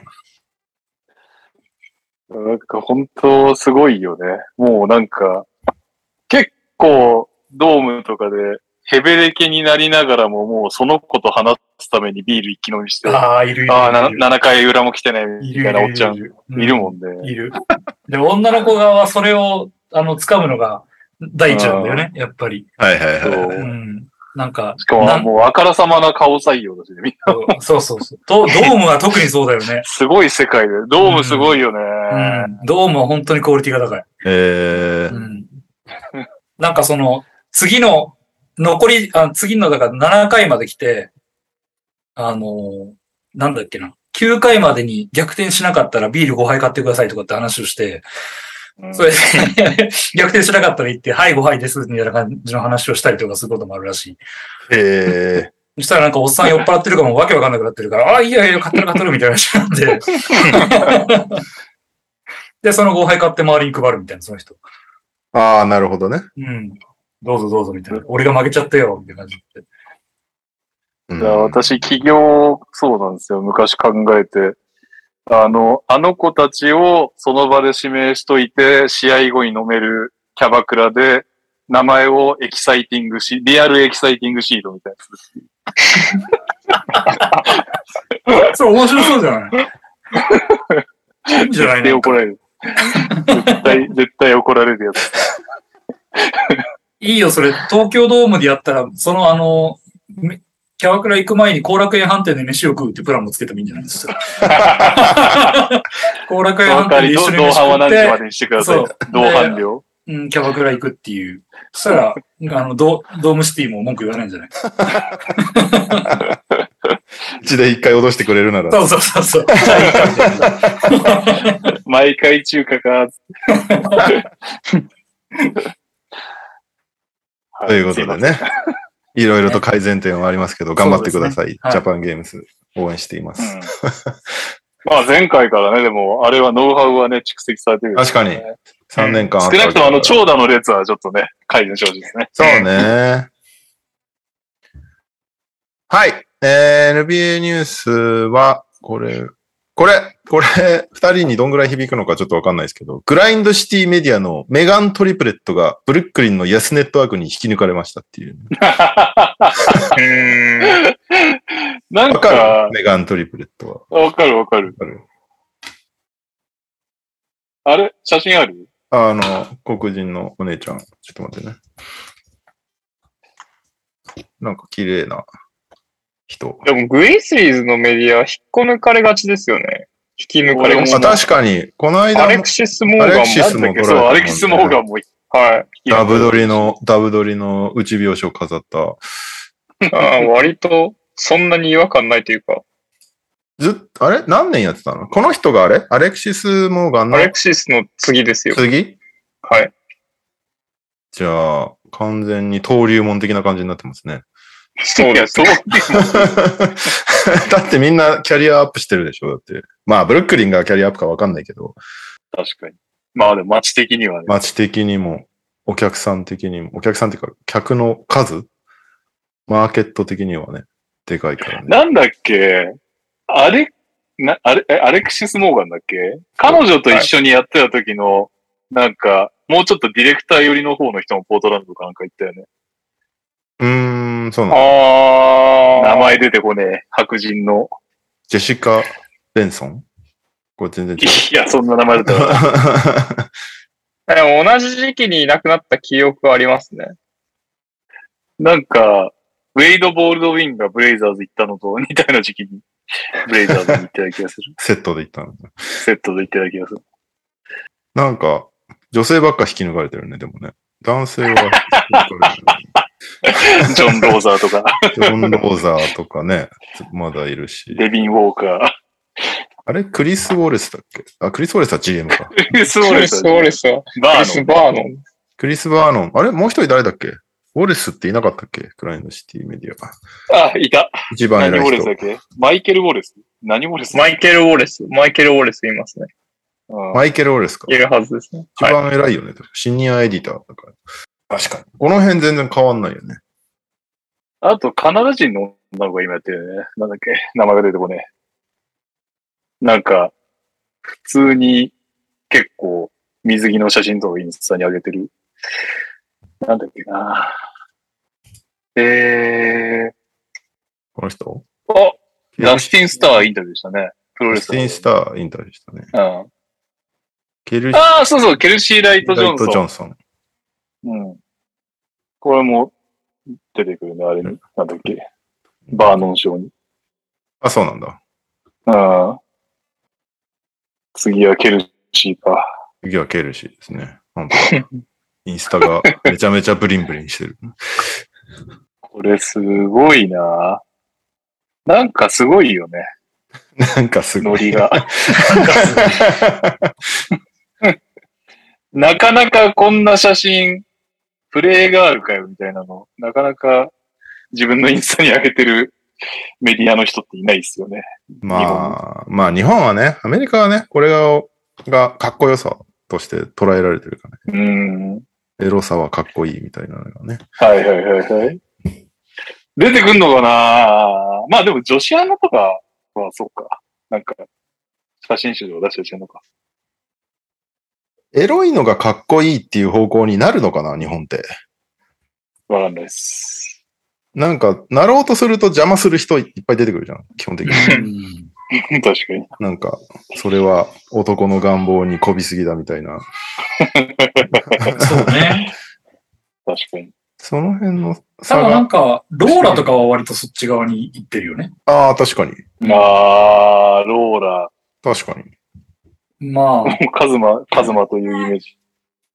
なんか本当すごいよね。もうなんか、結構ドームとかでヘベレケになりながらももうその子と話すためにビール一気飲みして、あああ、いるいる。 あー、 いるななかい裏も来てないみいるたいなおっちゃんいいるるもんね。 いる。で、女の子側はそれを、あの、掴むのが第一なんだよね、やっぱり。 はいはいはい。 そううん。なんか、 しかもなんもうあからさまな顔採用だしね、みんな。 そうそうそう。ドドームは特にそうだよね。 すごい世界で。ドームすごいよね。 うん。ドームは本当にクオリティが高い。 えー、 うん。なんかその、次の、残り、あ次の、だからななかいまで来て、あのーなんだっけな。きゅうかいまでに逆転しなかったらビールごはい買ってくださいとかって話をして、 うんそれで逆転しなかったら言って、はいごはいですみたいな感じの話をしたりとかすることもあるらしい。 えそしたらなんかおっさん酔っ払ってるかもわけわかんなくなってるから、ああ、いいやいや、買ってる買ってるみたいな話なんで。で、そのごはい買って周りに配るみたいな、その人。 ー、ああ、なるほどね。 うん。どうぞどうぞみたいな。俺が負けちゃったよ、みたいな感じで。 うんいや、私、起業、そうなんですよ。昔考えて。あの、あの子たちをその場で指名しといて、試合後に飲めるキャバクラで、名前をエキサイティングし、リアルエキサイティングシートみたいな。 そう、面白そうじゃないいいんじゃない絶対怒られる。絶対、絶対怒られるやつ。 いいよ、それ、東京ドームでやったら、そのあの、めキャバクラ行く前に後楽園飯店で飯を食うってプランもつけてもいいんじゃないですか。後楽園飯店で一緒に同飯食っ伴は何時まて、 でにしてくださいそう。 同伴料。 うん、キャバクラ行くっていう。そしたら、あの、ドドームシティも文句言わないんじゃないうちで一回脅してくれるなら。 そうそうそうそう。じゃあいいかみたいな。 毎回中華か。 ということでね。いろいろと改善点はありますけど、頑張ってください。 そうですねはいジャパンゲームス応援しています。 うんまあ前回からね、でも、あれはノウハウはね、蓄積されてる、 確かに。さんねんかんあった少なくともあの長蛇の列はちょっとね、改善してほしいですね。 そうね。はい。えー、エヌビーエー ニュースは、これ、これ、これ、二人にどんぐらい響くのかちょっとわかんないですけど、グラインドシティメディアのメガン・トリプレットがブルックリンのヤスネットワークに引き抜かれましたっていう。 なんわかかる、メガン・トリプレットは。 わかるわかる。 わかるあれ写真あるあの、黒人のお姉ちゃん。ちょっと待ってね。なんか綺麗な人。 でもグリスリーズのメディアは引っこ抜かれがちですよね。 引き抜かれましあ、 た。 確かに、この間アレクシス・モーガンもアレクシスも取られたそう、 もんねアレキス・モーガンも、 はい。 ダブ撮りの、ダブ撮りの内拍子を飾った。 あー割と、そんなに違和感ないというか、 ずっあれ何年やってたのこの人があれアレクシス・モーガンのアレクシスの次ですよ。 次はい。 じゃあ、完全に登竜門的な感じになってますね。 いや、 そうですそう。 だってみんなキャリアアップしてるでしょだって。まあ、ブルックリンがキャリアアップかわかんないけど、 確かに。まあでも街的にはね。 街的にも、お客さん的にも、お客さんっていうか、客の数マーケット的にはね、でかいからね。 なんだっけあれ、な、あれ、えアレクシス・モーガンだっけ彼女と一緒にやってた時の、なんか、もうちょっとディレクター寄りの方の人もポートランドかなんか言ったよね。 うーん、そうなの。 あー。 名前出てこねえ。白人の。 ジェシカ・ベンソンこれ全然違う。 いや、そんな名前だったら。 でも同じ時期にいなくなった記憶はありますね。 なんか、ウェイド・ボールドウィンがブレイザーズ行ったのと似たような時期に、ブレイザーズに行ってた気がする。 セットで行ったの。 セットで行ってた気がする。 なんか、女性ばっか引き抜かれてるね、でもね。男性は引き抜かれてる。 ジョン・ローザーとか、 ジョン・ローザーとかね、まだいるし。 デビン・ウォーカー。 あれクリス・ウォレスだっけあ、クリス・ウォレスは ジーエム か。 クリス・ウォクリス・レス。 ウォレスは、 バクリス・ーノン。 バーノン。 クリス・バーノン。あれもう一人誰だっけウォレスっていなかったっけクラインドシティメディア。 あ、いた。 一番偉い人何ウォレスだ。っけマイケル・ウォレス何ウォレスマイケル・ウォレス。マイケル・ウォレスいますね。 うんマイケル・ウォレスか。 いるはずですね。 一番偉いよね。シニアエディターだから。確かに。この辺全然変わんないよね。 あと、カナダ人の女の子が今やってるよね。なんだっけ名前が出てこねえ。なんか、普通に結構水着の写真とかインスタに上げてる。なんだっけなえこの人ー、あダスティン・スターインタビューでしたね。プロレスラーダスティン・スターインタビューしたね。 うん。 ケルシー・ああ、そうそう、ケルシー・ライト・ジョライト・ンソン。 ジョンソン。 うん。これも出てくるね、あれに。なんだっけ。バーノン賞に。 あ、そうなんだ。 うん。次はケルシーか。 次はケルシーですね。本当だインスタがめちゃめちゃブリンブリンしてる。 これすごいななんかすごいよね。 なんかすごい。 ノリが。なかなかこんな写真、プレイガールかよみたいなの、なかなか自分のインスタに上げてるメディアの人っていないですよね。 まあ、まあ日本はね、アメリカはね、これが、がかっこよさとして捉えられてるからね。 うん。 エロさはかっこいいみたいなのがね。 はいはいはいはい。出てくんのかなまあでも女子アナとかはそうか。なんか、写真集を出してるのか。 エロいのがかっこいいっていう方向になるのかな、日本って。 わかんないです。 なんか、なろうとすると邪魔する人いっぱい出てくるじゃん、基本的に。 うん確かに。 なんか、それは男の願望にこびすぎだみたいな。 そうね。 確かに。 その辺のた差だなんが。 か、ローラとかは割とそっち側に行ってるよね。 ああ、確かに。 あー、ローラ。 確かに。 まあ、 カズマ、カズマというイメージ。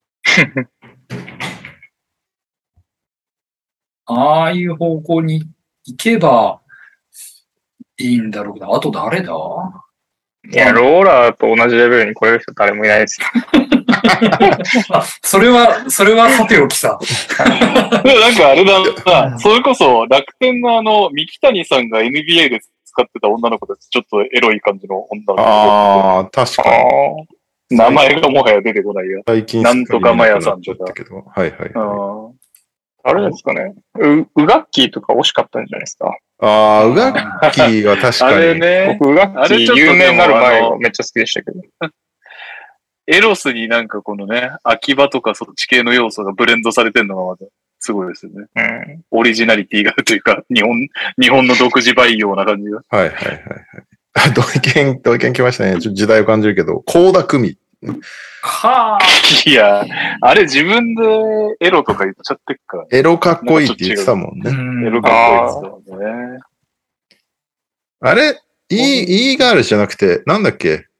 ああいう方向に行けばいいんだろうけど、あと誰だいや、ローラーと同じレベルに来れる人誰もいないですよ。 あ、それは、それはさておきさ。 でもなんかあれだな、それこそ楽天のあの、三木谷さんが エヌビーエー で使ってた女の子たち、ちょっとエロい感じの女の子。 ああ、確かに。 名前がもはや出てこないよ。 最近なんとかマヤさんとかだったけど。はいはい。 うんあれですかね。う、ウガッキーとか惜しかったんじゃないですか。 ああ、ウガッキーは確あかに。 れね、 僕、ウガッキーあれちょっとでも有名になるあの前めっちゃ好きでしたけど。 エロスになんかこのね、秋葉とかそっち系の要素がブレンドされてるのがまたすごいですよね。 うん。 オリジナリティがあるというか、日本、日本の独自培養な感じが。 はいはいはいはい。あ、同意見、同意見来ましたね。ちょっと時代を感じるけど、高田組。 はあ。 いや、あれ自分でエロとか言っちゃってっから、 エロかっこいいって言ってたもんね。 エロかっこいいですよね。 あれ、イー、イーガールじゃなくて、なんだっけ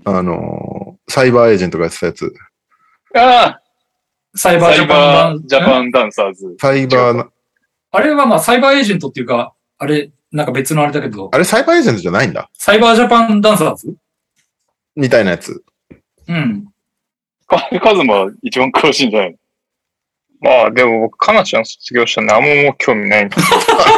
あのー、サイバーエージェントがやってたやつ。 ああサイバージャパンダンジャパンダンサーズ。 サイバーな、 あれはまあサイバーエージェントっていうか、あれ、なんか別のあれだけど、 あれサイバーエージェントじゃないんだ。 サイバージャパンダンサーズみたいなやつ。 うん。 かカズマ一番詳しいんじゃないの？ まあでも僕、かなちゃん卒業したんで、あんまもう興味ないんです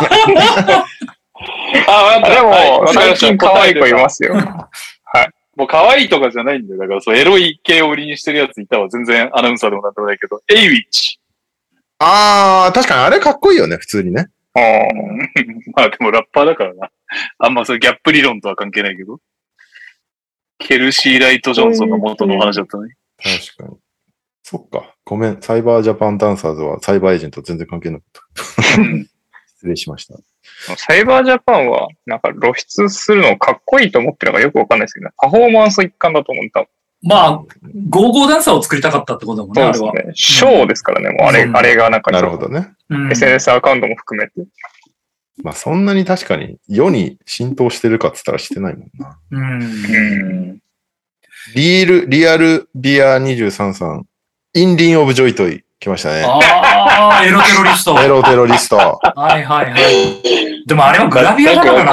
あ、 でも、最近可愛い子いますよ。 もう可愛いとかじゃないんだよ。だからそう、エロい系を売りにしてるやついたわ。全然アナウンサーでもなんでもないけど。エイウィッチ。 あー、確かにあれかっこいいよね、普通にね。 あまあでもラッパーだからな。あんまそういうギャップ理論とは関係ないけど。ケルシー・ライト・ジョンソンの元のお話だったのに。 確かに。そっか。ごめん。サイバージャパンダンサーズはサイバーエージェント全然関係なかった。失礼しました。 サイバージャパンは、なんか露出するのかっこいいと思ってるのがよくわかんないですけど、ね、パフォーマンス一環だと思った。 まあ、ゴーゴーダンサーを作りたかったってことだもんね、あれは。 そうですね。ショーですからね、もうあれ、 うん、 あれがなんか、 なるほどね。 うん、 エスエヌエス アカウントも含めて。 まあそんなに確かに世に浸透してるかって言ったらしてないもんな。 うん。 うんリール、リアルビアにじゅうさんさん、インリンオブジョイトイ来ましたね。 ああ、エロテロリスト。 エロテロリスト。 はいはいはい。でもあれはグラビアだからな。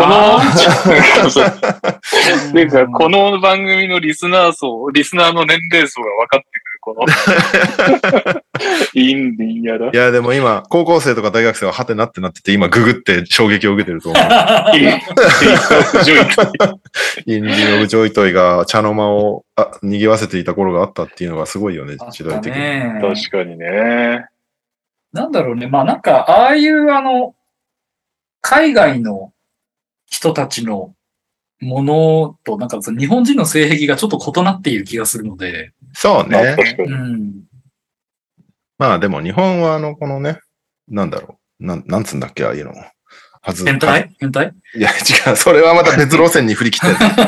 なんかこの番組のリスナー層、リスナーの年齢層が分かってくる、この。インリンやら。 いや、でも今、高校生とか大学生はハテナってなってて、今ググって衝撃を受けてると思う。 インリンオブジョイトイ。 インリンオブジョイトイが茶の間をあ賑わせていた頃があったっていうのがすごいよね、時代的に。 ね、 確かにね。 なんだろうね。まあなんか、ああいうあの、海外の人たちのものと、なんかその日本人の性癖がちょっと異なっている気がするので。 そうね。 う確かに。 ん。 まあでも日本はあの、このね、なんだろう。なん、なんつうんだっけ、ああいうの。はず。 変態変態いや、違う。それはまた別路線に振り切ってる。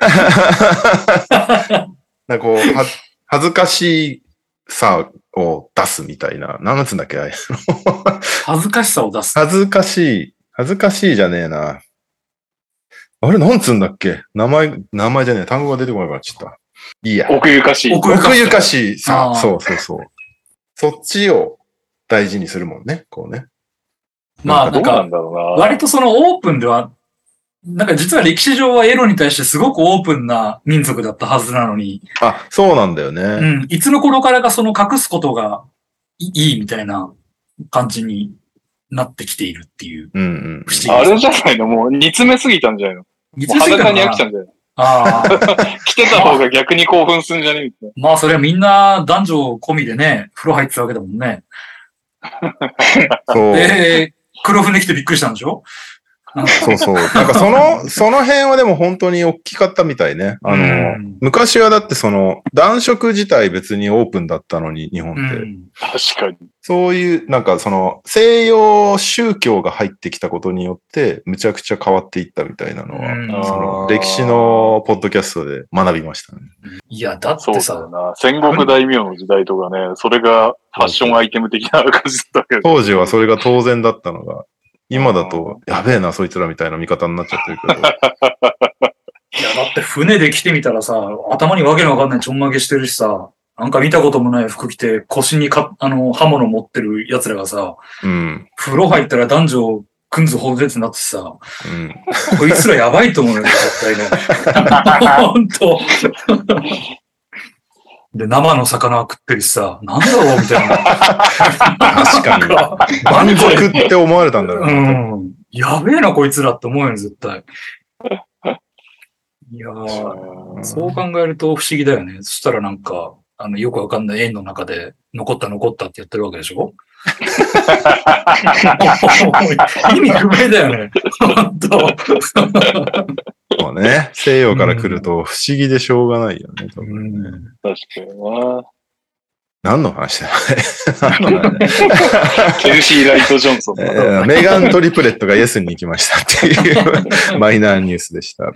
なんかこう、は、恥ずかしさを出すみたいな。なんつうんだっけ、ああいうの。 恥ずかしさを出す。 恥ずかしい。恥ずかしいじゃねえな。あれ、なんつうんだっけ名前、名前じゃねえ。単語が出てこないからちょっと。いいや。 奥ゆかしい。 奥奥ゆかしいさ。 あーそうそうそう。そっちを大事にするもんね。こうね。 まあなんかどうなん、だろうな。 割とそのオープンでは、なんか実は歴史上はエロに対してすごくオープンな民族だったはずなのに、 あ、そうなんだよね。 うん、いつの頃からかその隠すことがいいいみたいな感じになってきているっていううんうん。 不思議あれじゃないのもう煮詰めすぎたんじゃないのもいうつ過ぎた裸にのかな飽きたんじゃないのああ。 着てた方が逆に興奮するんじゃねえみたいまあそれはみんな男女込みでね、風呂入ってたわけだもんね。 そう。 で、黒船来てびっくりしたんでしょそうそう。なんかその、その辺はでも本当に大きかったみたいね。あの、 うん昔はだってその、男色自体別にオープンだったのに、日本って。 うん。 な。確かに。 そういう、なんかその、西洋宗教が入ってきたことによって、むちゃくちゃ変わっていったみたいなのは、 うんその歴史のポッドキャストで学びましたね。 いや、だってそうだよさ、 な。戦国大名の時代とかね、それがファッションアイテム的な感じだったけど。 当時はそれが当然だったのが、今だと、やべえな、そいつらみたいな見方になっちゃってるけど。 いや、だって船で来てみたらさ、頭にわけのわかんないちょんまげしてるしさ、なんか見たこともない服着て腰にか、あの、刃物持ってる奴らがさ、 うん。 風呂入ったら男女くんずほうぜってなってさ、 うん。 こいつらやばいと思うよね、絶対ね。ほんと。で、生の魚は食ってるしさ、なんだろうみたいな。 確かに。満足って思われたんだろううな。 ん。やべえな、こいつらって思うよね、絶対。いやー、そう考えると不思議だよね。そしたらなんか、あの、よくわかんない円の中で、残った残ったってやってるわけでしょ意味不明だよね。本当。 そうね。西洋から来ると不思議でしょうがないよね。多分ね確かにな。 何の話だよ。何の話だよケルシー・ライト・ジョンソン。 えーメガントリプレットがイエスに行きましたっていうマイナーニュースでした。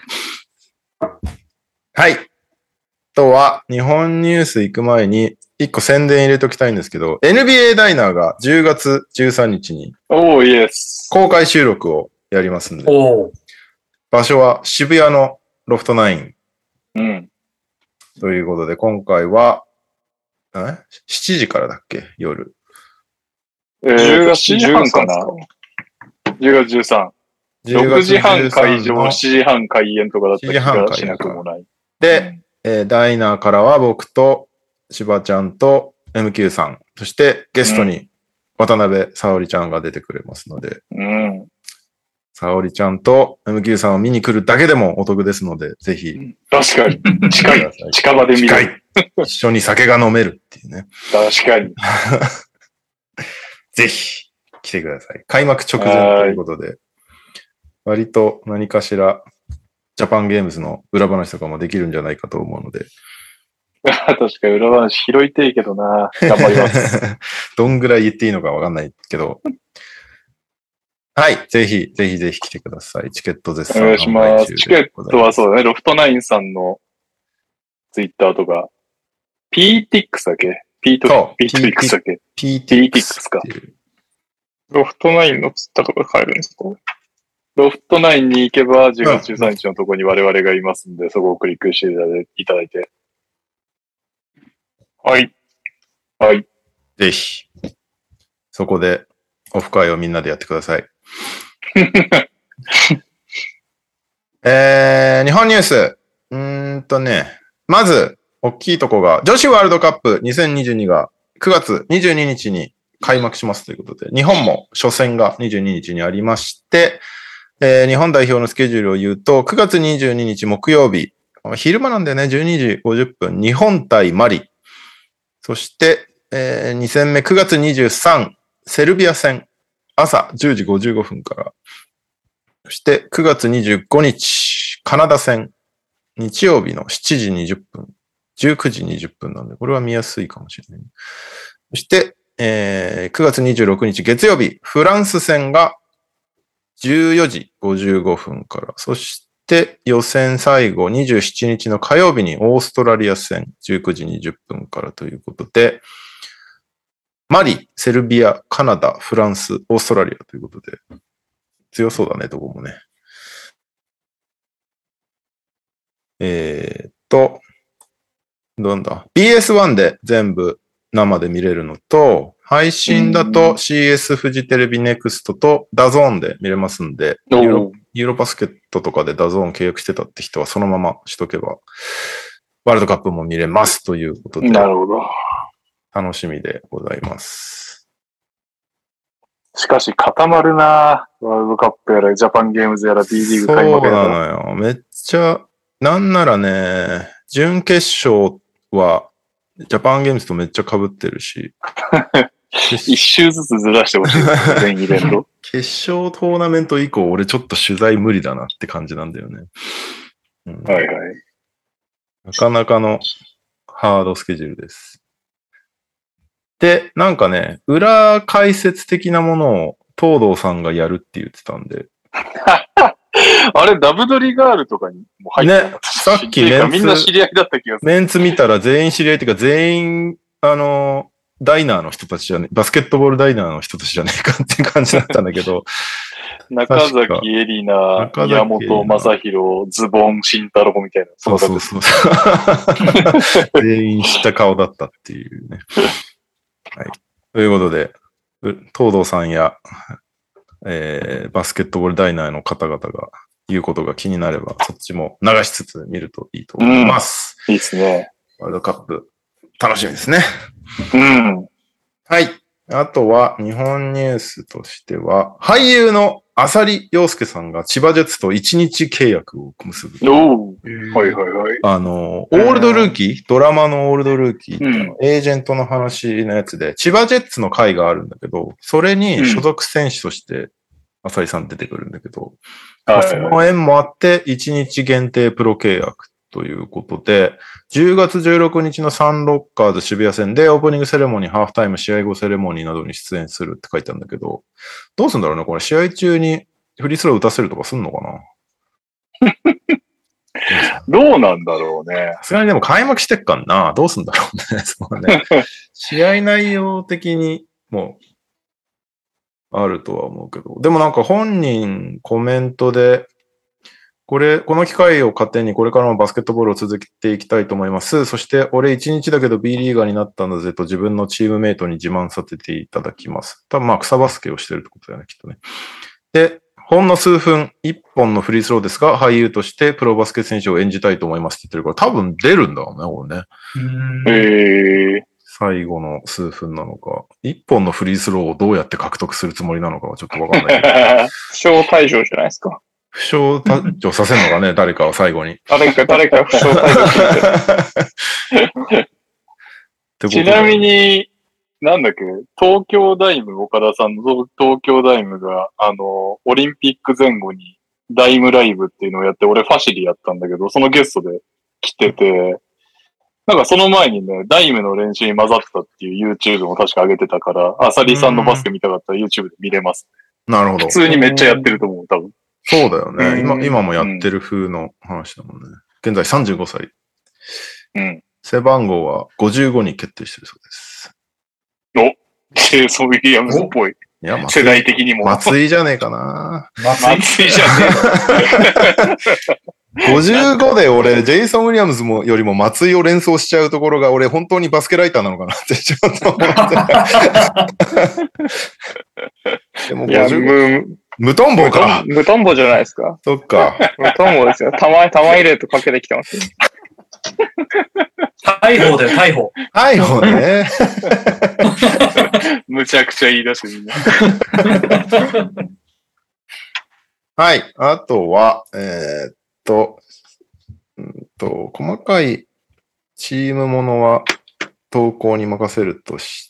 はい。とは、日本ニュース行く前に、一個宣伝入れときたいんですけど、エヌビーエー ダイナーがじゅうがつじゅうさんにちにおー、イエス。 公開収録をやりますんで、 おう。 場所は渋谷のロフトナイン。 うん。 ということで、今回は、え ?しち 時からだっけ夜。 えー、 じゅうがつしちじはんかな。じゅうがつじゅうさん。ろくじはん会場、しちじはん開演とかだった気がしなくもない。 で、えー、ダイナーからは僕と、しばちゃんと エムキュー さん、そしてゲストに渡辺沙織ちゃんが出てくれますので、 うん。 沙織ちゃんと エムキュー さんを見に来るだけでもお得ですので、ぜひ。 確かに。近い。近場で見近る。 い。一緒に酒が飲めるっていうね。 確かに。 ぜひ来てください。開幕直前ということで、割と何かしらジャパンゲームズの裏話とかもできるんじゃないかと思うので。 確かに裏話拾いていけどな。頑張ります。 どんぐらい言っていいのかわかんないけど。はい。ぜひ、ぜひぜひ来てください。チケット絶賛お願いします。チケットはそうだね。ロフトナインさんのツイッターとか、ピーティックス だっけピート、ピーティックス だっけピーティックスか。 ロフトナインのツイッターとか買えるんですか？ ロフトナインに行けばじゅうがつじゅうさんにちのところに我々がいますんで、そこをクリックしていただいて。 はい。 はい。 ぜひ、そこでオフ会をみんなでやってください。えー、日本ニュース。うーんとね、まず、大きいとこが、女子ワールドカップにせんにじゅうにがくがつにじゅうににちに開幕しますということで、日本も初戦がにじゅうににちにありまして、えー、日本代表のスケジュールを言うと、くがつにじゅうににち木曜日、昼間なんだよね、じゅうにじごじゅっぷん、日本対マリ。そして、えー、に戦目くがつにじゅうさん、セルビア戦、朝じゅうじごじゅうごふんから。そしてくがつにじゅうごにち、カナダ戦、日曜日のしちじにじゅっぷん、じゅうくじにじゅっぷんなんで、これは見やすいかもしれない。そして、えー、くがつにじゅうろくにち月曜日、フランス戦がじゅうよじごじゅうごふんから、そして予選最後にじゅうしちにちの火曜日にオーストラリア戦じゅうくじにじゅっぷんからということで、マリ、セルビア、カナダ、フランス、オーストラリアということで、強そうだね、どこもね。えーっと、なんだ、ビーエスワン で全部生で見れるのと、配信だと シーエス フジテレビネクストとダゾーンで見れますんで、ユーロ、ユーロバスケットとかでダゾーン契約してたって人はそのまましとけば、ワールドカップも見れますということで。 なるほど。 楽しみでございます。 しかし固まるなワールドカップやらジャパンゲームズやら B リーグ開幕やら。 そうなのよ。めっちゃ、なんならね、準決勝はジャパンゲームズとめっちゃ被ってるし。 一周ずつずらしてほしいですね、全イベント。 決勝トーナメント以降、俺ちょっと取材無理だなって感じなんだよね。 うん、はいはい。 なかなかのハードスケジュールです。で、なんかね、裏解説的なものを東堂さんがやるって言ってたんで。 あれ、ダブドリガールとかにも入ってた。 ね、さっきメンツ、 みんな知り合いだった気がする。 メンツ見たら全員知り合いっていうか、全員、あの、ダイナーの人たちじゃね、バスケットボールダイナーの人たちじゃねえかっていう感じだったんだけど。 中崎エリナ、宮本正宏、ズボン、慎太郎みたいな。 そうそうそう。全員知った顔だったっていうね。はい。ということで、東堂さんや、えー、バスケットボールダイナーの方々が言うことが気になれば、そっちも流しつつ見るといいと思います。 うん、いいですね。 ワールドカップ、楽しみですね。 うん。 はい。あとは、日本ニュースとしては、俳優の浅利陽介さんが千葉ジェッツと一日契約を結ぶ。 おー。はいはいはい。 あの、オールドルーキー、ドラマのオールドルーキー、うん、エージェントの話のやつで、千葉ジェッツの会があるんだけど、それに所属選手として浅利さん出てくるんだけど、うん、その縁もあって、一日限定プロ契約ということで、じゅうがつじゅうろくにちのサンロッカーズ渋谷戦でオープニングセレモニー、ハーフタイム、試合後セレモニーなどに出演するって書いてあるんだけど、どうするんだろうね、これ試合中にフリースロー打たせるとかすんのかなどうなんだろうね。 さすがにでも開幕してっかんな。どうすんだろうね。そうね。試合内容的にもあるとは思うけど。でもなんか本人コメントで、 これ、この機会を糧にこれからもバスケットボールを続けていきたいと思います。そして、俺一日だけど B リーガーになったんだぜと自分のチームメイトに自慢させていただきます。多分まあ草バスケをしてるってことだよね、きっとね。で、ほんの数分、一本のフリースローですが、俳優としてプロバスケ選手を演じたいと思いますって言ってるから、多分出るんだろうね、これね。 へえ。 最後の数分なのか、一本のフリースローをどうやって獲得するつもりなのかはちょっとわかんないけど。 負傷退場じゃないですか。 負傷退場させるのかね、誰かを最後に。 誰か、誰か負傷退場してちなみに、なんだっけ、東京ダイム、岡田さんの東京ダイムが、あの、オリンピック前後にダイムライブっていうのをやって、俺ファシリやったんだけど、そのゲストで来てて、なんかその前にね、ダイムの練習に混ざったっていう YouTube も確か上げてたから、アサリさんのバスケ見たかったら YouTube で見れます。 なるほど。 普通にめっちゃやってると思う、多分。 そうだよね。今、今もやってる風の話だもんね。現在さんじゅうごさい。 うん。 背番号はごじゅうごに決定してるそうです。 おえそういうヤムズっぽい。いや、 世代的にも。 松井じゃねえかな。 松井じゃねえ。ごじゅうごで俺、ジェイソン・ウィリアムズもよりも松井を連想しちゃうところが、俺本当にバスケライターなのかなってちょっと思って。でもいや、無、 無トンボか。 無トンボじゃないですか。 そっか。 無トンボですよ。たま、たま入れとかけてきてますよ。 逮捕だよ、逮捕。 逮捕ね。 むちゃくちゃ言い出してみんな。 はい。あとは、えー、っと、うんと、細かいチームものは投稿に任せるとして、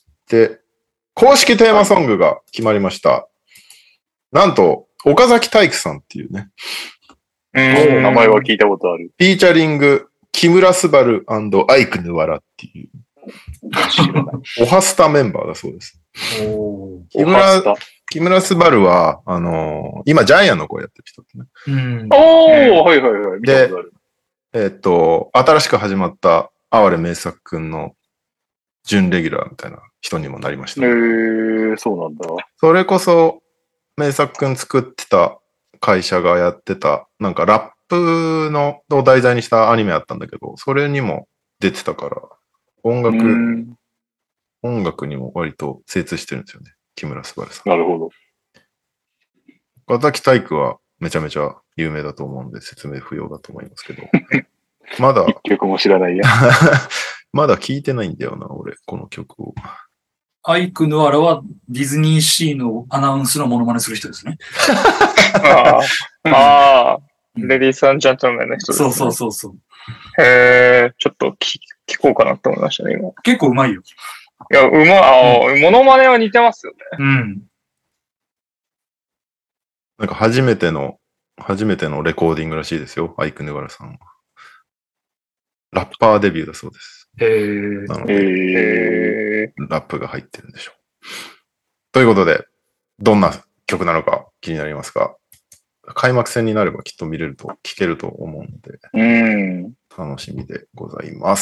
公式テーマソングが決まりました。なんと、岡崎体育さんっていうね。 うん、名前は聞いたことある。 フィーチャリング、木村昴&アイクヌワラっていう。オハスタメンバーだそうです。木村、木村昴は、あのー、今ジャイアンの声やってる人ってね。 うん、 おー、はいはいはい。見たことある。 で、えー、っと、新しく始まった哀れ名作くんの準レギュラーみたいな人にもなりました。 へー、そうなんだ。 それこそ、名作くん作ってた会社がやってた、なんかラップのを題材にしたアニメあったんだけど、それにも出てたから、音楽、音楽にも割と精通してるんですよね。木村昴さん。 なるほど。 岡崎体育はめちゃめちゃ有名だと思うんで説明不要だと思いますけど。まだ、 一曲も知らないや。 まだ聞いてないんだよな、俺、この曲を。 アイク・ヌアラはディズニーシーのアナウンスのモノマネする人ですね。 ああ、ああ、レディース&ジャントルメンの人です、ね。 そうそうそうそう。 へえ、ちょっと聞聞こうかなって思いましたね、今。 結構うまいよ。 いや、うま、あ、うん、モノマネは似てますよね。 うん。 なんか初めての、初めてのレコーディングらしいですよ、アイク・ヌワラさんは。ラッパーデビューだそうです。 へー。 なので、 へー、 ラップが入ってるんでしょう。ということで、どんな曲なのか気になりますが、開幕戦になればきっと見れると、聴けると思うので、 うん。 楽しみでございます。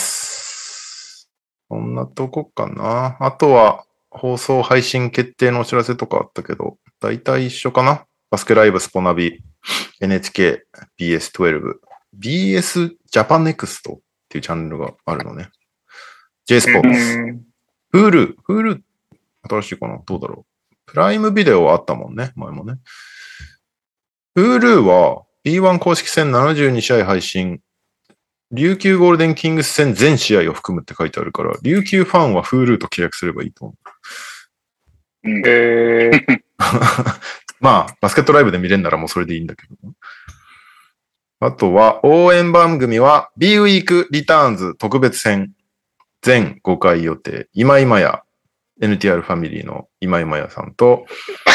こんなとこかな。あとは、放送配信決定のお知らせとかあったけど、だいたい一緒かな。バスケライブスポナビ、エヌエイチケー、ビーエスじゅうに、ビーエス ジャパネクストっていうチャンネルがあるのね。J スポーツ。Hulu、Hulu、新しいかなどうだろう。プライムビデオはあったもんね、前もね。Hulu は ビーワン 公式戦ななじゅうにしあい配信。琉球ゴールデンキングス戦全試合を含むって書いてあるから、琉球ファンは Hulu と契約すればいいと思う。 うん、 へーまあ、バスケットライブで見れるならもうそれでいいんだけど。あとは、応援番組は B ウィークリターンズ特別編。全ごかい予定。今今や エヌティーアール ファミリーの今今やさんと、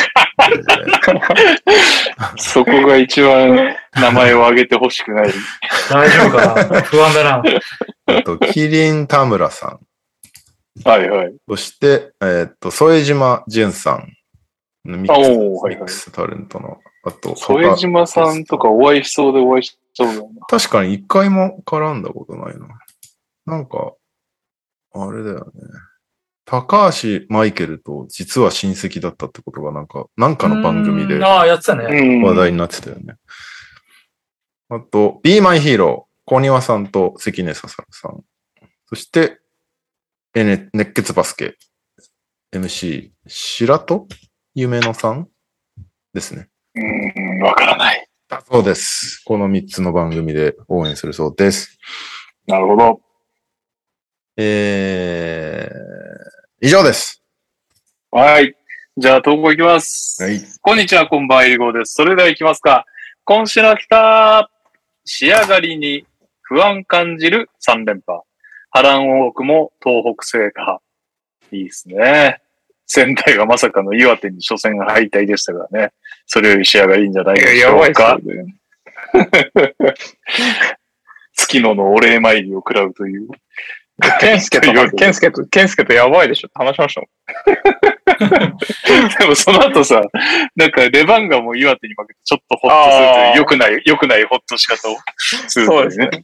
そこが一番名前を挙げてほしくない。 大丈夫かな不安だな。 あと、キリン田村さん。 はいはい。 そして、えー、っと、添島淳さん。ミックス、はいはい、ミックスタレントの。あと、 添島さんとかお会いしそうでお会いしそうだな。 確かに一回も絡んだことないな。なんか、あれだよね。高橋マイケルと実は親戚だったってことがなんか、なんかの番組でああ、やってたね。 話題になってたよね。 あと、Be My Hero、小庭さんと関根ささるさん。そして、えね、熱血バスケ、エムシー、白戸夢野さんですね。 うーん、わからない。 だそうです。このみっつの番組で応援するそうです。 なるほど。 えー、以上です。 はい。じゃあ、投稿いきます。 はい。 こんにちは、こんばんは、えりごです。それでは行きますか。今週の北、仕上がりに不安感じるさん連覇。波乱多くも東北制覇。いいですね。仙台はまさかの岩手に初戦敗退でしたからね。それより仕上がりいいんじゃないでしょうか。月野のお礼参りを食らうという。 健介と、健介と、健介とやばいでしょって話しましたもん。 でもその後さ、なんかレバンガも岩手に負けてちょっとホッとするという良くない、良くないホッとし方をする、ね。そうですね。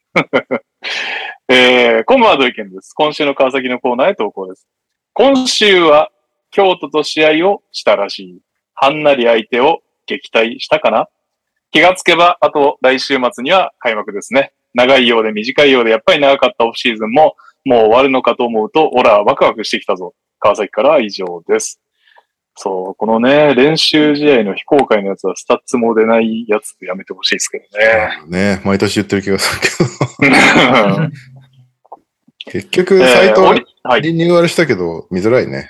えー、今晩はどういう意見です。今週の川崎のコーナーへ投稿です。今週は京都と試合をしたらしい。はんなり相手を撃退したかな。気がつけば、あと来週末には開幕ですね。長いようで短いようで、やっぱり長かったオフシーズンももう終わるのかと思うと、オラワクワクしてきたぞ。川崎からは以上です。そう、このね、練習試合の非公開のやつはスタッツも出ないやつでやめてほしいですけどね。 ね、毎年言ってる気がするけど。結局、サイトリニューアルしたけど、見づらいね。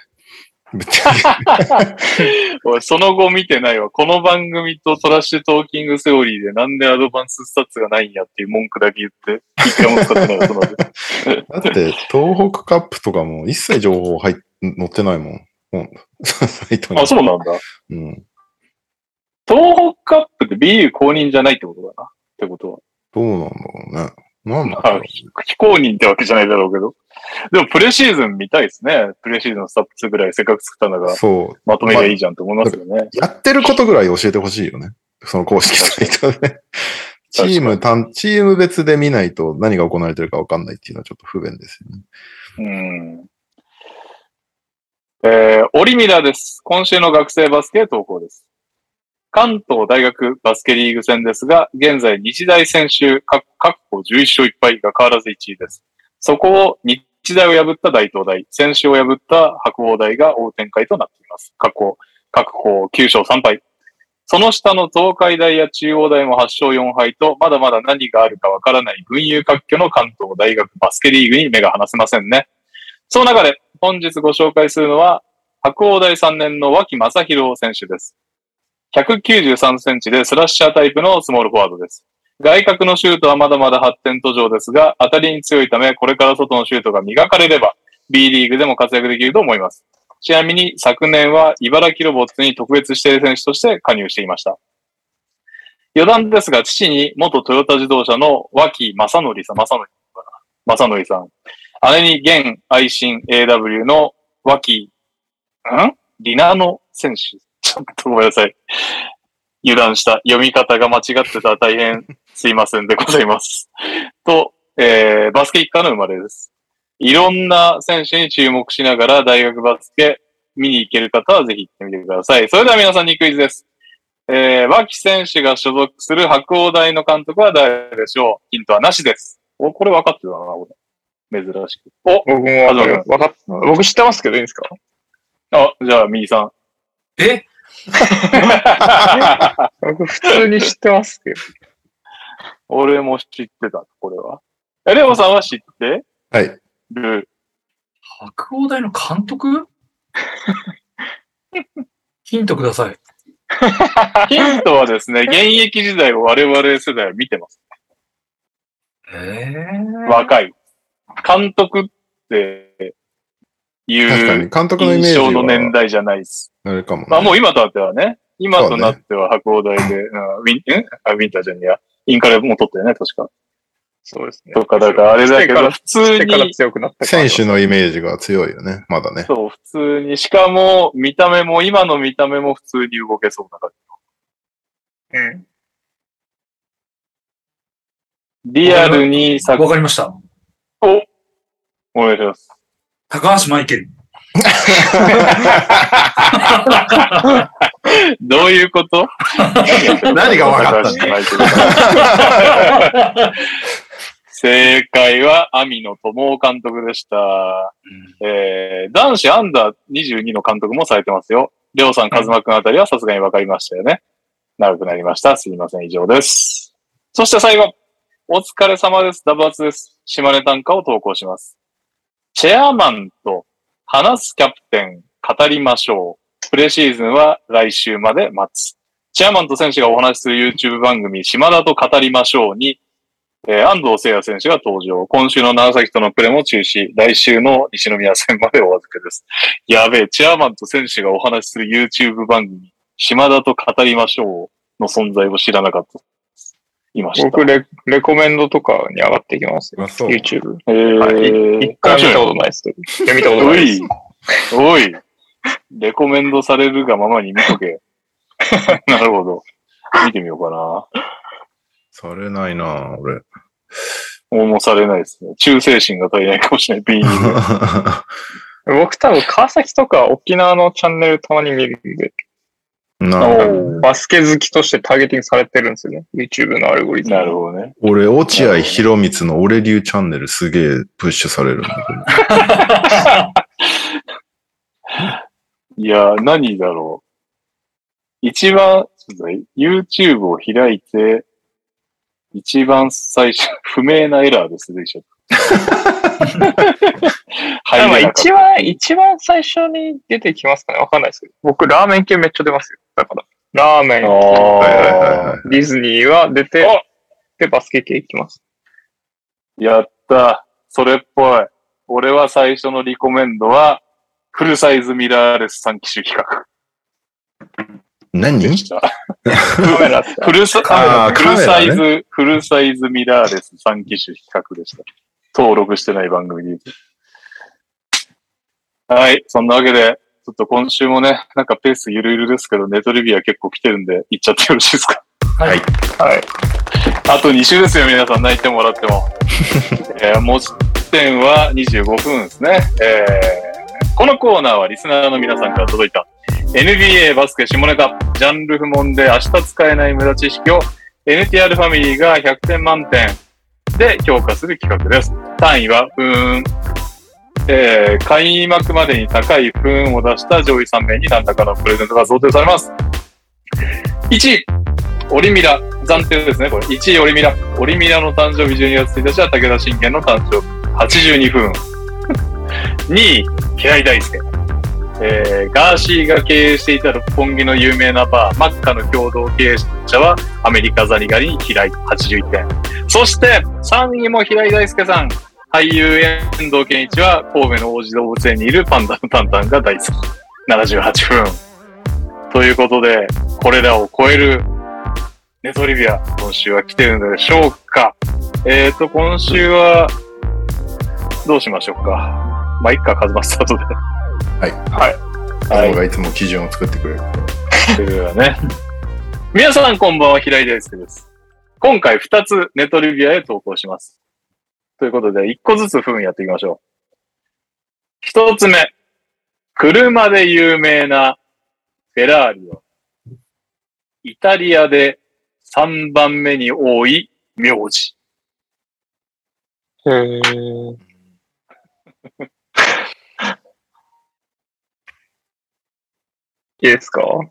その後見てないわ。この番組とトラッシュトーキングセオリーでなんでアドバンススタッツがないんやっていう文句だけ言って、一回も使ってないわ、そので。 だって、東北カップとかも一切情報入っ載ってないもん。うん、サイトに。 あ、そうなんだ。 うん。 東北カップって ビーユー 公認じゃないってことだな。ってことは。 どうなんだろうね。なんだろう。 非公認ってわけじゃないだろうけど。でもプレシーズン見たいですね。プレシーズンのスタッツぐらいせっかく作ったんだから。 そう。 まとめりゃいいじゃんと思いますよね、まあ。 やってることぐらい教えてほしいよね。その公式サイトで。チーム単、チーム別で見ないと何が行われてるか分かんないっていうのはちょっと不便ですよね。 うん。えー、オリミラです。今週の学生バスケ投稿です。関東大学バスケリーグ戦ですが、現在日大選手、各校じゅういっ勝いっ敗が変わらずいちいです。そこを日大を破った大東大、選手を破った白鴎大が追う展開となっています。各校、各校きゅう勝さん敗。その下の東海大や中央大もはち勝よん敗と、まだまだ何があるかわからない群雄割拠の関東大学バスケリーグに目が離せませんね。その中で本日ご紹介するのは、白鴎大さんねんの脇正宏選手です。ひゃくきゅうじゅうさんセンチでスラッシャータイプのスモールフォワードです。外角のシュートはまだまだ発展途上ですが、当たりに強いため、これから外のシュートが磨かれれば、B リーグでも活躍できると思います。ちなみに、昨年は茨城ロボッツに特別指定選手として加入していました。余談ですが、父に元トヨタ自動車の脇正則さん、正則かな正則さん。姉に現愛心 エーダブリュー の脇、んリナノ選手。ちょっとごめんなさい。油断した。読み方が間違ってたら大変すいませんでございます。と、えー、バスケ一家の生まれです。いろんな選手に注目しながら大学バスケ見に行ける方はぜひ行ってみてください。それでは皆さんにクイズです。えー、脇選手が所属する白鴎大の監督は誰でしょう？ヒントはなしです。お、これ分かってたな、俺。珍しく。お、 僕も分かっ、僕知ってますけどいいんですか？ あ、じゃあ、右さん。 え僕普通に知ってますけど。 俺も知ってた、これは。え、レオさんは知ってはいる。 白鴎大の監督ヒントください。 ヒントはですね、現役時代を我々世代は見てます。 えー、 若い。監督っていう監督のイメージ印象の年代じゃないです。 あれかも、ね。 まあもう今となってはね、今となっては白鴎大で、ね、ウィン、んあ、ウィンターじゃねえや。インカレも取ったよね、確か。 そうですね。 とか、だからあれだけど、普通に。 選手のイメージが強いよね、まだね。 そう、普通に。しかも、見た目も、今の見た目も普通に動けそうな感じ。うん。リアルにさ、わかりました。 お、お願いします。 高橋マイケル。 どういうこと何が分かったんだ正解は、網野友夫監督でした。うんえー、男子アンダーにじゅうにの監督もされてますよ。りょうさん、カズマくんあたりはさすがに分かりましたよね。長くなりました。すいません、以上です。そして最後、お疲れ様です。ダブアツです。島根短歌を投稿します。チェアマンと話すキャプテン語りましょう。プレシーズンは来週まで待つ。チェアマンと選手がお話しする YouTube 番組、島田と語りましょうに、えー、安藤聖也選手が登場。今週の長崎とのプレーも中止。来週の西宮戦までお預けです。やべえ、チェアマンと選手がお話しする YouTube 番組、島田と語りましょうの存在を知らなかった。いました。 僕レ、レコメンドとかに上がってきますよ。YouTube。 えー、 はい。一回見たことないですけど。いや、見たことないです。 おい、おい、レコメンドされるがままに見とけ。なるほど。見てみようかな。 されないな俺。 もうもうされないですね。忠誠心が足りないかもしれない。ビーニング。 僕多分川崎とか沖縄のチャンネルたまに見るんで。 なるほど。 バスケ好きとしてターゲティングされてるんですよね。YouTube のアルゴリズム。 なるほどね。 俺、落合博満の俺流チャンネルすげえプッシュされるんだけど。いや、何だろう。一番、YouTube を開いて、一番最初、不明なエラーですでしょ。 はい。一番、一番最初に出てきますかねわかんないですけど。僕、ラーメン系めっちゃ出ますよ。だから、ラーメン、ディズニーは出て、で、バスケ系いきます。 やった。それっぽい。俺は最初のリコメンドは、フルサイズミラーレスさん機種企画。 何フルサイズ、フルサイズミラーレスさん機種企画でした。登録してない番組で言うと。はい。そんなわけで、ちょっと今週もね、なんかペースゆるゆるですけど、ネトリビア結構来てるんで、行っちゃってよろしいですか？ はい。 はい。あとに週ですよ、皆さん泣いてもらっても。えー、持ち点はにじゅうごふんですね。えー、このコーナーはリスナーの皆さんから届いた エヌビーエー バスケ下ネタ、ジャンル不問で明日使えない無駄知識を エヌティーアール ファミリーがひゃくてん満点で評価する企画です。単位は不運。えー、開幕までに高い不運を出した上位さん名に何らかのプレゼントが贈呈されます。いちい、オリミラ。暫定ですね、これ。いちい、オリミラ。オリミラの誕生日じゅうにがつついたちは武田信玄の誕生日。はちじゅうにふん。にい、平井大輔。えー、ガーシーが経営していた六本木の有名なバー、マッカの共同経営者はアメリカザリガニ平井はちじゅういってん。そして、さんいも平井大輔さん。俳優遠藤健一は神戸の王子動物園にいるパンダのタンタンが大好き。ななじゅうはちふん。ということで、これらを超えるネトリビア、今週は来てるのでしょうか。えーと、今週は、どうしましょうか。まあ、いっか、カズマスタートで。 はい。 はい。 カズマがいつも基準を作ってくれる。 それではね。皆さんこんばんは、平井大輔です。今回ふたつネトリビアへ投稿します。ということで、いっこずつ分やっていきましょう。ひとつめ。車で有名なフェラーリを。イタリアでさんばんめに多い名字。 へー。いいですか？ はい。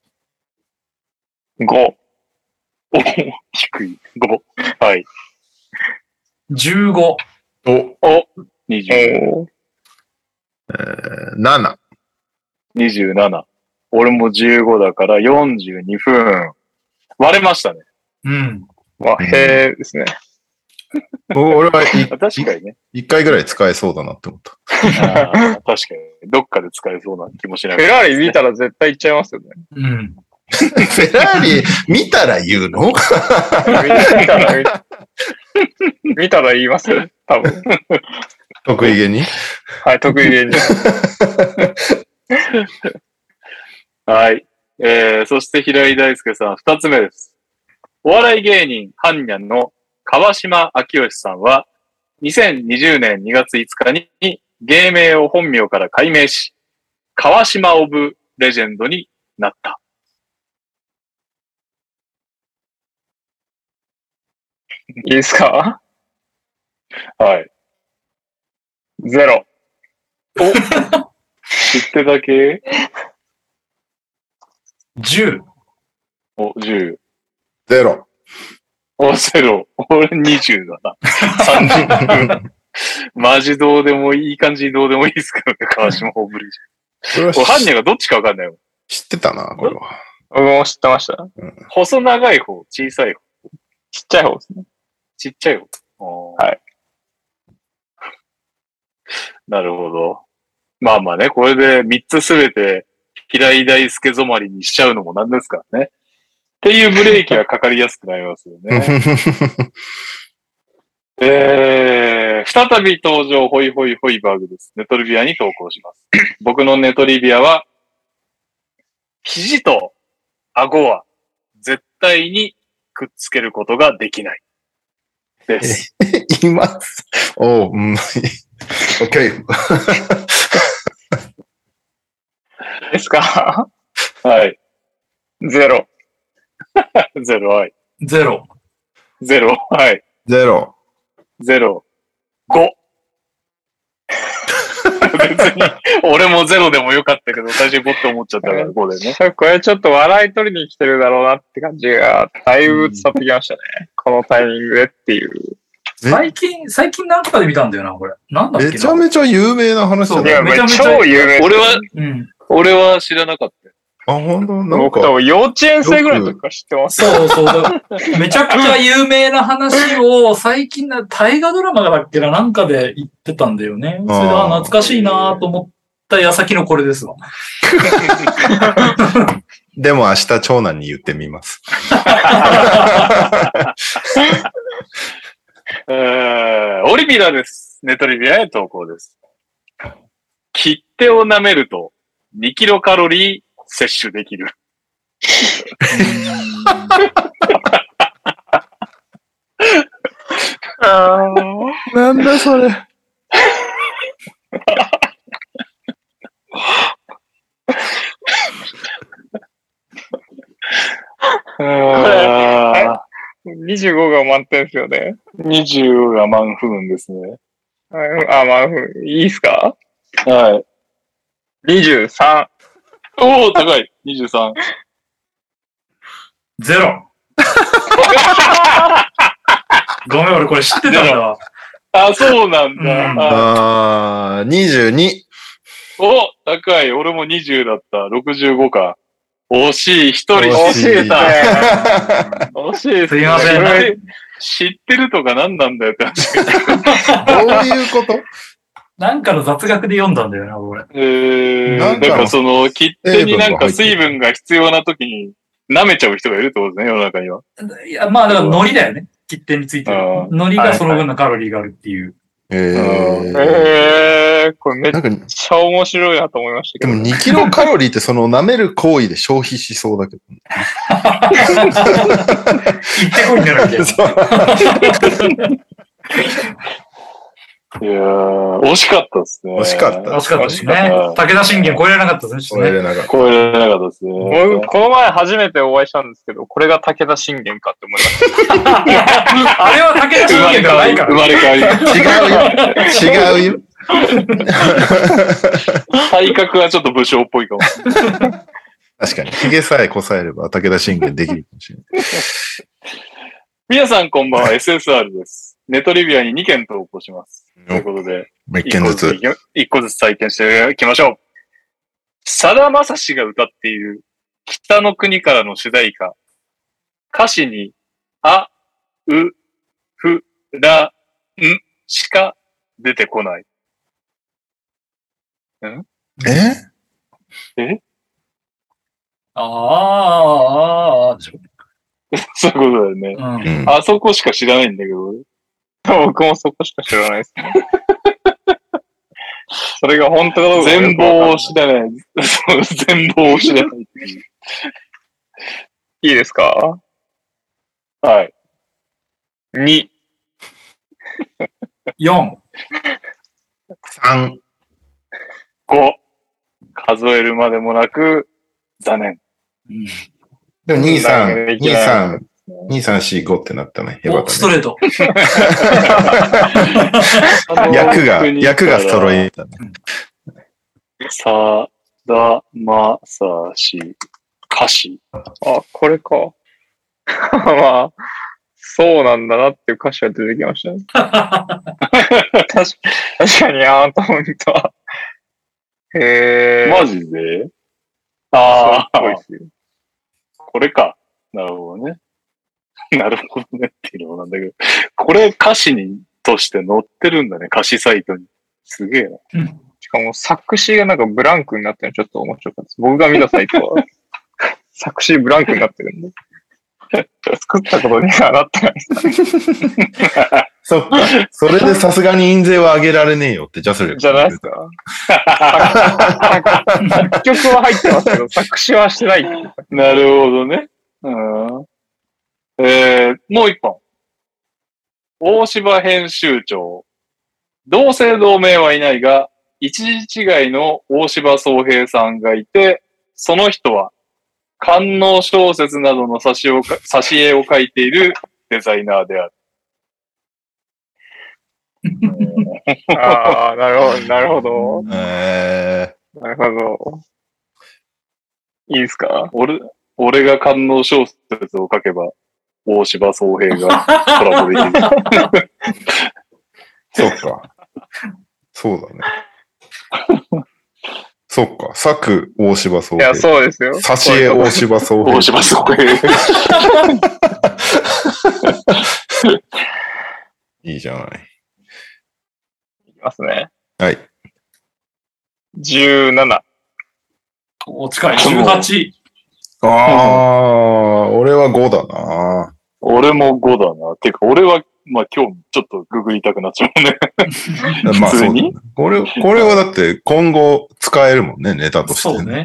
ご。 お低い。ご。はい。 じゅうご。 お。 お。にじゅう。 えー、なな。 にじゅうなな。俺もじゅうごだからよんじゅうにふん。割れましたね。 うん。 わ、へーですね。 俺は確かにね。 一回ぐらい使えそうだなって思った。 あ確かに。どっかで使えそうな気もしない、 ね。フェラーリ見たら絶対言っちゃいますよね。 うん。 フェラーリ見たら言うの？見たら、見たら言いますよ。多分。 得意げに？ はい、得意げに。 はい。えー、そして平井大輔さん、二つ目です。お笑い芸人、ハンニャンの川島明義さんは、にせんにじゅうねんにがついつかに芸名を本名から改名し、川島オブレジェンドになった。 いいですか？ はい。 ゼロ。 お知ってだけ ? じゅう。 お、じゅう。 ゼロ。 お、ゼロ。俺にじゅうだな。さんじゅっぷん。マジどうでもいい感じにどうでもいいですけどね、川島ホーブリッジ。これ犯人がどっちかわかんないもん。 知ってたな、これは。 僕も知ってました。 うん、 細長い方、小さい方。 ちっちゃい方ですね。 ちっちゃい方。 はい。 なるほど。まあまあね、これでみっつすべて平井大輔染まりにしちゃうのもなんですからね。っていうブレーキはかかりやすくなりますよね。えー、再び登場、ホイホイホイバーグです。ネトリビアに投稿します。僕のネトリビアは、肘と顎は絶対にくっつけることができない。です。 います。おう、うん。OK。 ですか？ はい。 ゼロ。 ゼロ、はい。 ゼロ。 ゼロ、はい。 ゼロ。 ゼロ。ご。別に、俺もゼロでもよかったけど、最初にごって思っちゃったからごでね。 これちょっと笑い取りに来てるだろうなって感じが、だいぶ伝わってきましたね。うん、このタイミングでっていう。 最近、最近なんかで見たんだよな、これ。なんだっけな。 めちゃめちゃ有名な話だね。いや、めちゃめちゃ超有名。 俺は、うん、俺は知らなかった。 あ、ほんとなんか。 僕多分幼稚園生ぐらいの時から知ってます。 そうそう。めちゃくちゃ有名な話を最近な、大河ドラマだっけな、なんかで言ってたんだよね。それで、あ、懐かしいなと思った矢先のこれですわ。 でも明日長男に言ってみます。 えー、オリビラです。ネトリビアへ投稿です。切手を舐めるとにキロカロリー摂取できる。 なんだそれ。 にじゅうごが満点ですよね。 にじゅうが満分ですね。 あ、満分。いいっすか？ はい。 にじゅうさん。おー、高い。にじゅうさん。 ゼロ。ごめん、俺これ知ってたんだわ。 あ、そうなんだ。うん、 ああ、にじゅうに。 お、高い。俺もにじゅうだった。ろくじゅうごか。惜しい。一人惜しいですね。惜しいですね。 すいません。 知ってるとか何なんだよって話。 どういうこと？ なんかの雑学で読んだんだよな、俺。 えー、なんかその、切手になんか水分が必要な時に舐めちゃう人がいるってことですね、世の中には。 いや、まあだから海苔だよね。切手についてる。海苔がその分のカロリーがあるっていう。 へえー。 えー、これめっちゃ面白いなと思いましたけど。 でもにキロカロリーってその舐める行為で消費しそうだけど。 行ってこいになるわけよ。 いやー、惜しかったですね。 惜しかった。 惜しかったですね。武田信玄超えられなかったですね。 超えられなかった。 超えられなかったですね。 僕、この前初めてお会いしたんですけど、これが武田信玄かって思いました。 あれは武田信玄ではないから。 生まれ変わり。 違うよ。違うよ。 体格はちょっと武将っぽいかも。 確かに。髭さえこさえれば武田信玄できるかもしれない。 皆さんこんばんは、エスエスアール です。ネトリビアににけん投稿します。ということで、 いっけんずつ。 いっこずつ採点していきましょう。さだまさしが歌っている北の国からの主題歌。歌詞に、あ、う、ふ、ら、んしか出てこない。んええああ、ああ、でしょ。 そういうことだよね、うん。あそこしか知らないんだけど。 僕もそこしか知らないですね。それが本当だ。 全貌を知らない。全貌を知らない。 いいですか？ はい。 に。 よん。 さん。 ご。数えるまでもなく、残念。 でもに、さん、に、 できないさん、に、さん、よん、ごってなったね。よかお、 ったね。 ストレート。 役が、役が揃えたね。 さだまさし、歌詞。 あ、これか。まあ、そうなんだなっていう歌詞が出てきましたね。確か確かに、あーと思った。へー。 マジでああ、 ああそうっぽいですよ。 これか。なるほどね。なるほどねっていうのもなんだけど、これ歌詞にとして載ってるんだね、歌詞サイトに。すげえな。 しかも作詞がなんかブランクになってるのちょっと面白かったです。僕が見たサイトは作詞ブランクになってるんで。作ったことにはなってないです。 そっか。それでさすがに印税は上げられねえよって、ジャスレじゃないですか。作曲は入ってますけど、作詞はしてないっていう。 なるほどね。うんえー、もう一本。大柴編集長。同姓同名はいないが、一時違いの大柴宗平さんがいて、その人は、官能小説などの挿絵を挿絵を描いているデザイナーである。 ああ、なるほど、なるほど。 えなるほど。いいですか？ 俺、俺が官能小説を書けば、大柴宗平がコラボできる。 ー、そっか。そうだね。そっか。作大柴宗平。 いや、そうですよ。 挿絵大柴宗平。 大柴宗平。 いいじゃない。 いきますね。 はい。 じゅうなな。 お、近い。じゅうはち。 ああ、俺はごだな。 俺もごだな。てか、俺は、まあ今日ちょっとググりたくなっちゃうね。 まあ普通にそうこれ、これはだって今後使えるもんね、ネタとして、 そうね。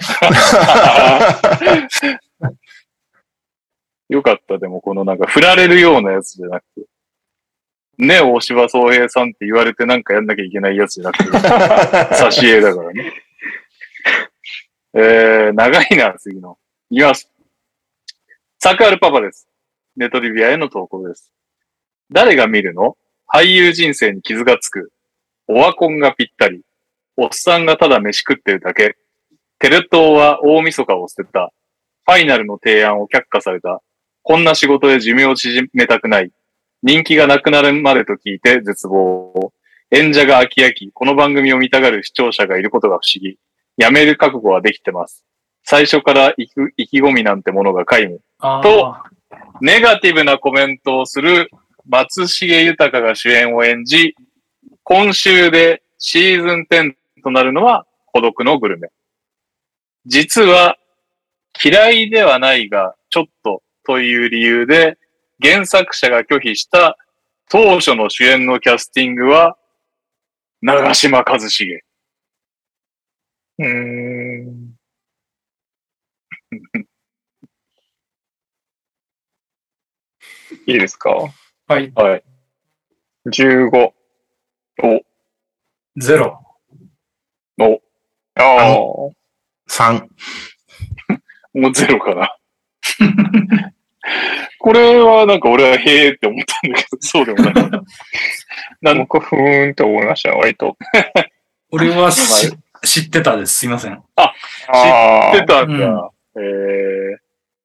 よかった、でもこのなんか振られるようなやつじゃなくて。ね、大柴宗平さんって言われてなんかやんなきゃいけないやつじゃなくて、挿絵だからね。えー、長いな、次の。いきます。サクアルパパです。ネトリビアへの投稿です。誰が見るの？俳優人生に傷がつく。オワコンがぴったり。おっさんがただ飯食ってるだけ。テレ東は大晦日を捨てた。ファイナルの提案を却下された。こんな仕事で寿命を縮めたくない。人気がなくなるまでと聞いて絶望。演者が飽き飽き、この番組を見たがる視聴者がいることが不思議。やめる覚悟はできてます。最初から意気込みなんてものが皆無。 あと、ネガティブなコメントをする松重豊が主演を演じ、今週でシーズンじゅうとなるのは孤独のグルメ。実は嫌いではないがちょっとという理由で原作者が拒否した当初の主演のキャスティングは長嶋一茂。 うーん。いいですか？ はい。 はい。 じゅうご。 お、 ゼロ。 お、 ああ。 さん。 もうゼロかな。これはなんか俺はへーって思ったんだけど、そうでもない。なん僕、ふーんって思いました、割と。 俺はし知ってたです。すいません。 知ってたんだ。えー。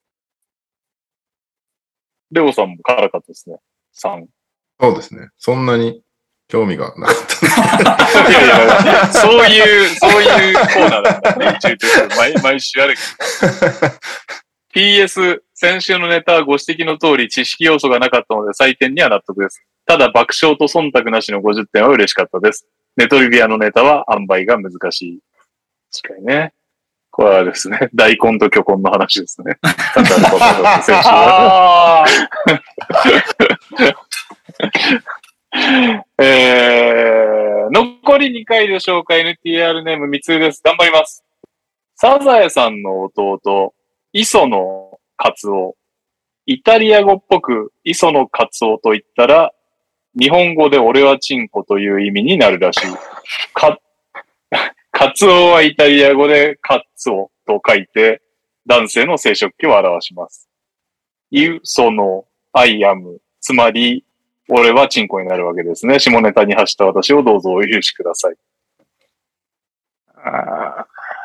レオさんも辛かったですね。さん。 そうですね。そんなに興味がなかった。 いやいや、そういう、そういうコーナーだったね。一応言って毎毎週あるけど。ピーエス、先週のネタはご指摘の通り知識要素がなかったので採点には納得です。ただ爆笑と忖度なしのごじゅってんは嬉しかったです。ネトリビアのネタは塩梅が難しい。確かにね。これはですね、大根と巨根の話ですね。ただのことだ先週は。えー、残りにかいでしょうか。 エヌティーアール ネームみつうです。頑張ります。サザエさんの弟、磯野カツオ。イタリア語っぽく磯野カツオと言ったら、日本語で俺はチンコという意味になるらしい。か、カツオはイタリア語でカツオと書いて、 男性の生殖器を表します。you, その、I am、つまり、俺はチンコになるわけですね。下ネタに発した私をどうぞお許しください。 あ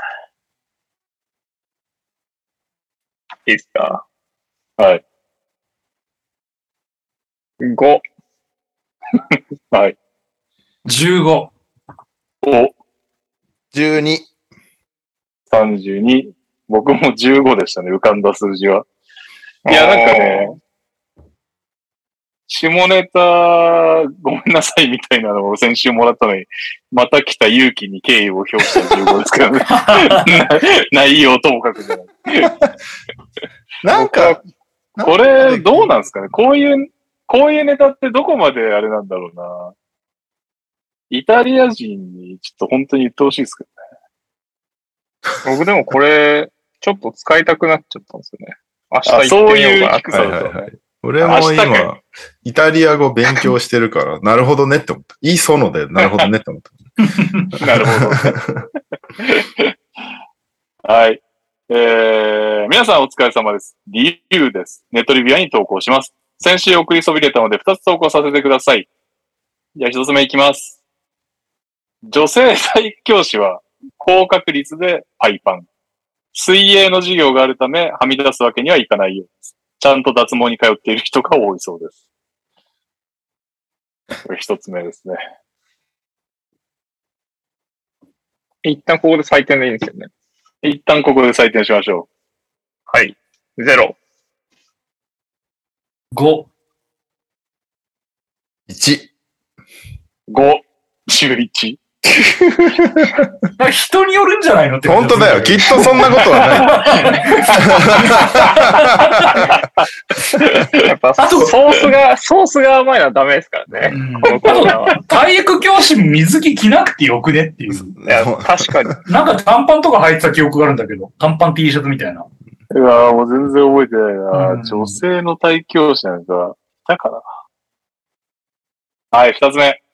いいですか？ はい。 ご。 はい。 じゅうご。 お。 じゅうに。 さんじゅうに。僕もじゅうごでしたね、浮かんだ数字は。いや、なんかね、下ネタ、ごめんなさいみたいなのを先週もらったのに、また来た勇気に敬意を表したじゅうごですけどね。内容ともかくじゃない。 なんか、 これ、どうなんですかね、こういう、こういうネタってどこまであれなんだろうな。イタリア人にちょっと本当に言ってほしいですけどね。 僕でもこれ、ちょっと使いたくなっちゃったんですよね。明日あ、 行ってそうみようかなって。 いう低さはいだと。 はいはい。俺も今、イタリア語勉強してるから、なるほどねって思った。いいそので、なるほどねって思った。 なるほど、ね。はい。えー、皆さんお疲れ様です。理由です。ネットリビアに投稿します。先週送りそびれたのでふたつ投稿させてください。じゃあひとつめいきます。女性体育教師は高確率でパイパン。水泳の授業があるためはみ出すわけにはいかないようです。ちゃんと脱毛に通っている人が多いそうです。これ一つ目ですね。 一旦ここで採点でいいんですよね。 一旦ここで採点しましょう。 はい。ゼロ。 ご。 いち。 ご。じゅういち。 人によるんじゃないのって。 本当だよ。きっとそんなことはない。やっぱソースが、ソースが甘いのはダメですからね。 うん、 このコーナーは。 体育教師も水着着なくてよくねっていう。 いや、確かに。 なんか短パンとか履いてた記憶があるんだけど、短パン T シャツみたいな。 うわぁ、もう全然覚えてないな、 うん、 女性の体育教師なんか、いたかな。はい、二つ目。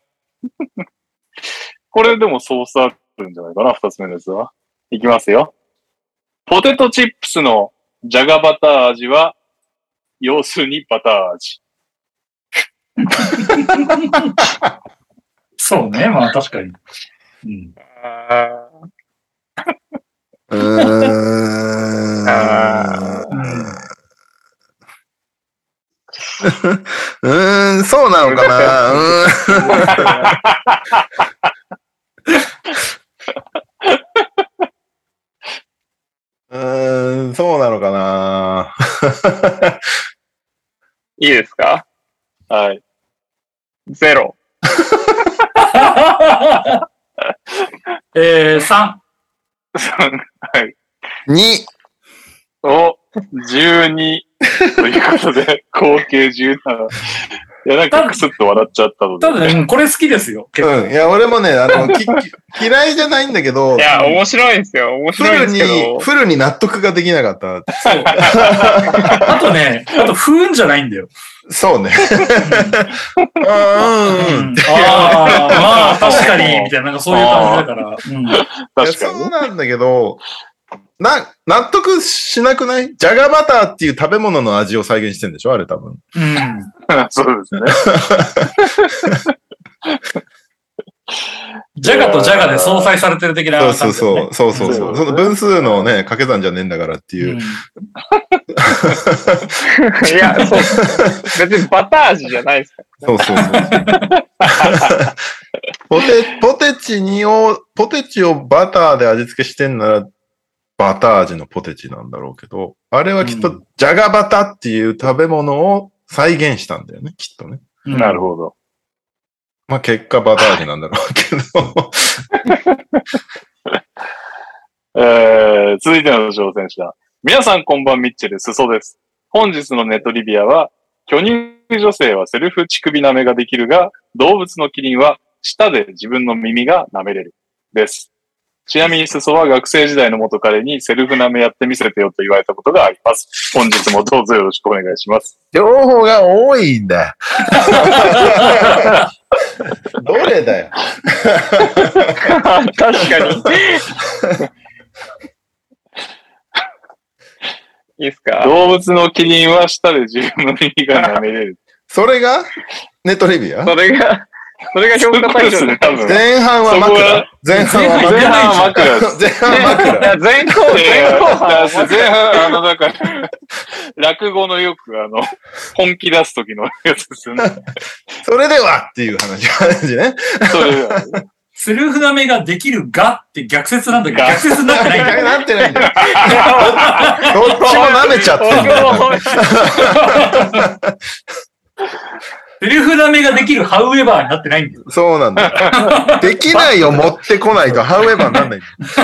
これでもソースあるんじゃないかな、二つ目のやつは。いきますよ。ポテトチップスのジャガバター味は、要するにバター味。 そうね、まあ確かに。うん。 あうーん。 あうーん、そうなのかな。うーん、そうなのかな。 いいですか？ はい。 ゼロ。 えー、さん。 はい。 に。 お、じゅうに。ということで、合計じゅうなな。いや、なんかクスッと笑っちゃったので。 ただね、これ好きですよ。 うん。いや、俺もね、あの、き嫌いじゃないんだけど。 いや、面白いんですよ。面白いんですけど。 フルに、フルに納得ができなかった。 そう。あとね、あと、不運じゃないんだよ。 そうね。うん。 ああ、まあ、確かに、みたいな、なんかそういう感じだから。うん、 確かに。 そうなんだけど、な、納得しなくない？ジャガバターっていう食べ物の味を再現してるんでしょあれ多分。 うん。 そうですね。 ジャガとジャガで相殺されてる的な感じ、ね。 そうそうそう。そうそうそう。その分数のね、掛け算じゃねえんだからっていう。うん、いや、そう。別にバター味じゃないですか。 そうそうそう。ポテ、ポテチにを、ポテチをバターで味付けしてんなら、バター味のポテチなんだろうけど、あれはきっと、ジャガバタっていう食べ物を再現したんだよね、きっとね。 うん、なるほど。 まあ、結果バター味なんだろうけど。えー、続いての挑戦者。皆さんこんばんミッチェル、スソです。本日のネットリビアは、巨乳女性はセルフ乳首舐めができるが、動物のキリンは舌で自分の耳が舐めれる。です。ちなみに、スソは学生時代の元彼にセルフ舐めやってみせてよと言われたことがあります。本日もどうぞよろしくお願いします。 情報が多いんだ。どれだよ。 確かに。 いですか？ 動物のキリンは舌で自分の耳が舐めれる。 それがネットレビアそれが、それが評価対象ですね、多分。 前半は枕。前半は前枕。 半は枕です。 前半は枕。 いや、前後、前後半。 前半、あの、だから、落語のよく、あの、本気出す時のやつですよね。 それではっていう話、話ね。 それではね。 セルフ舐めができるがって逆説なんだけど、逆説になってないんだよ。 なってないんだよ。どっちも舐めちゃってんだよ。 セルフ舐めができるハウエバーになってないんだよ。 そうなんだよ。できないを持ってこないとハウエバーになんない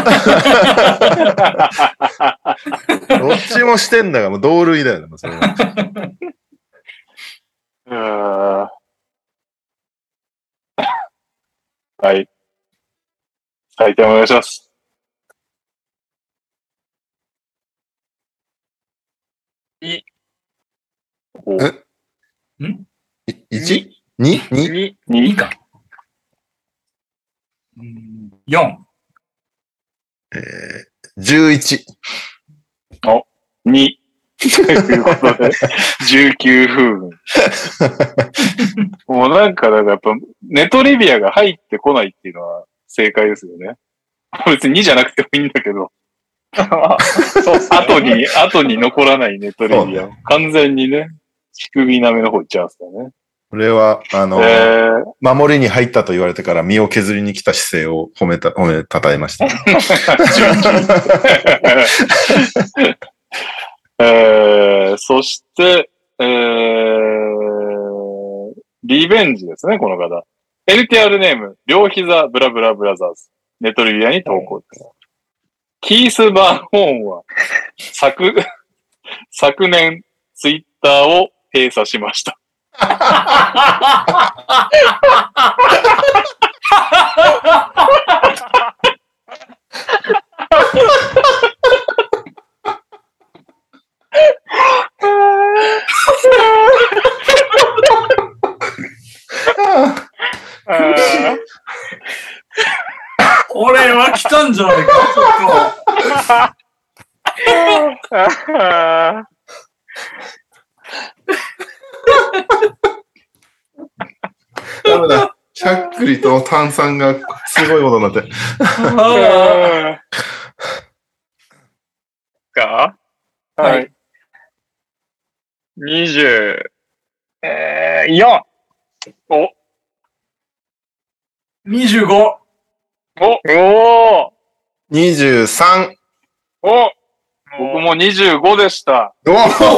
んだよ。どっちもしてんだから、もう同類だよね、もうそれは。 うーんはい。採点お願いします。 い。 おえんいち?に? に? に。 にか。うん、よん。 えー、じゅういち。 に。ということで、じゅうきゅうふん。もうなんか、だからやっぱ、ネトリビアが入ってこないっていうのは正解ですよね。別ににじゃなくてもいいんだけど、 そうっすね。 後に、後に残らないネトリビア。 そう完全にね、乳首舐めの方行っちゃうんですよね。 これは、あの、 えー、 守りに入ったと言われてから身を削りに来た姿勢を褒めた、褒め、たたえました。 えー、そして、えー、リベンジですね、この方。エルティーアール ネーム、両膝ブラブラブラザーズ。ネトリビアに投稿です。キース・バーンホーンは、昨、昨年、ツイッターを閉鎖しました。 これは来たんじゃないか、ちょっと。 ダメだ。しゃっくりと炭酸がすごいことになって。 かはい。 にじゅう、えー、よん。 お、 にじゅうご。 お、 おーにじゅうさん。 お、僕もにじゅうごでした。 おお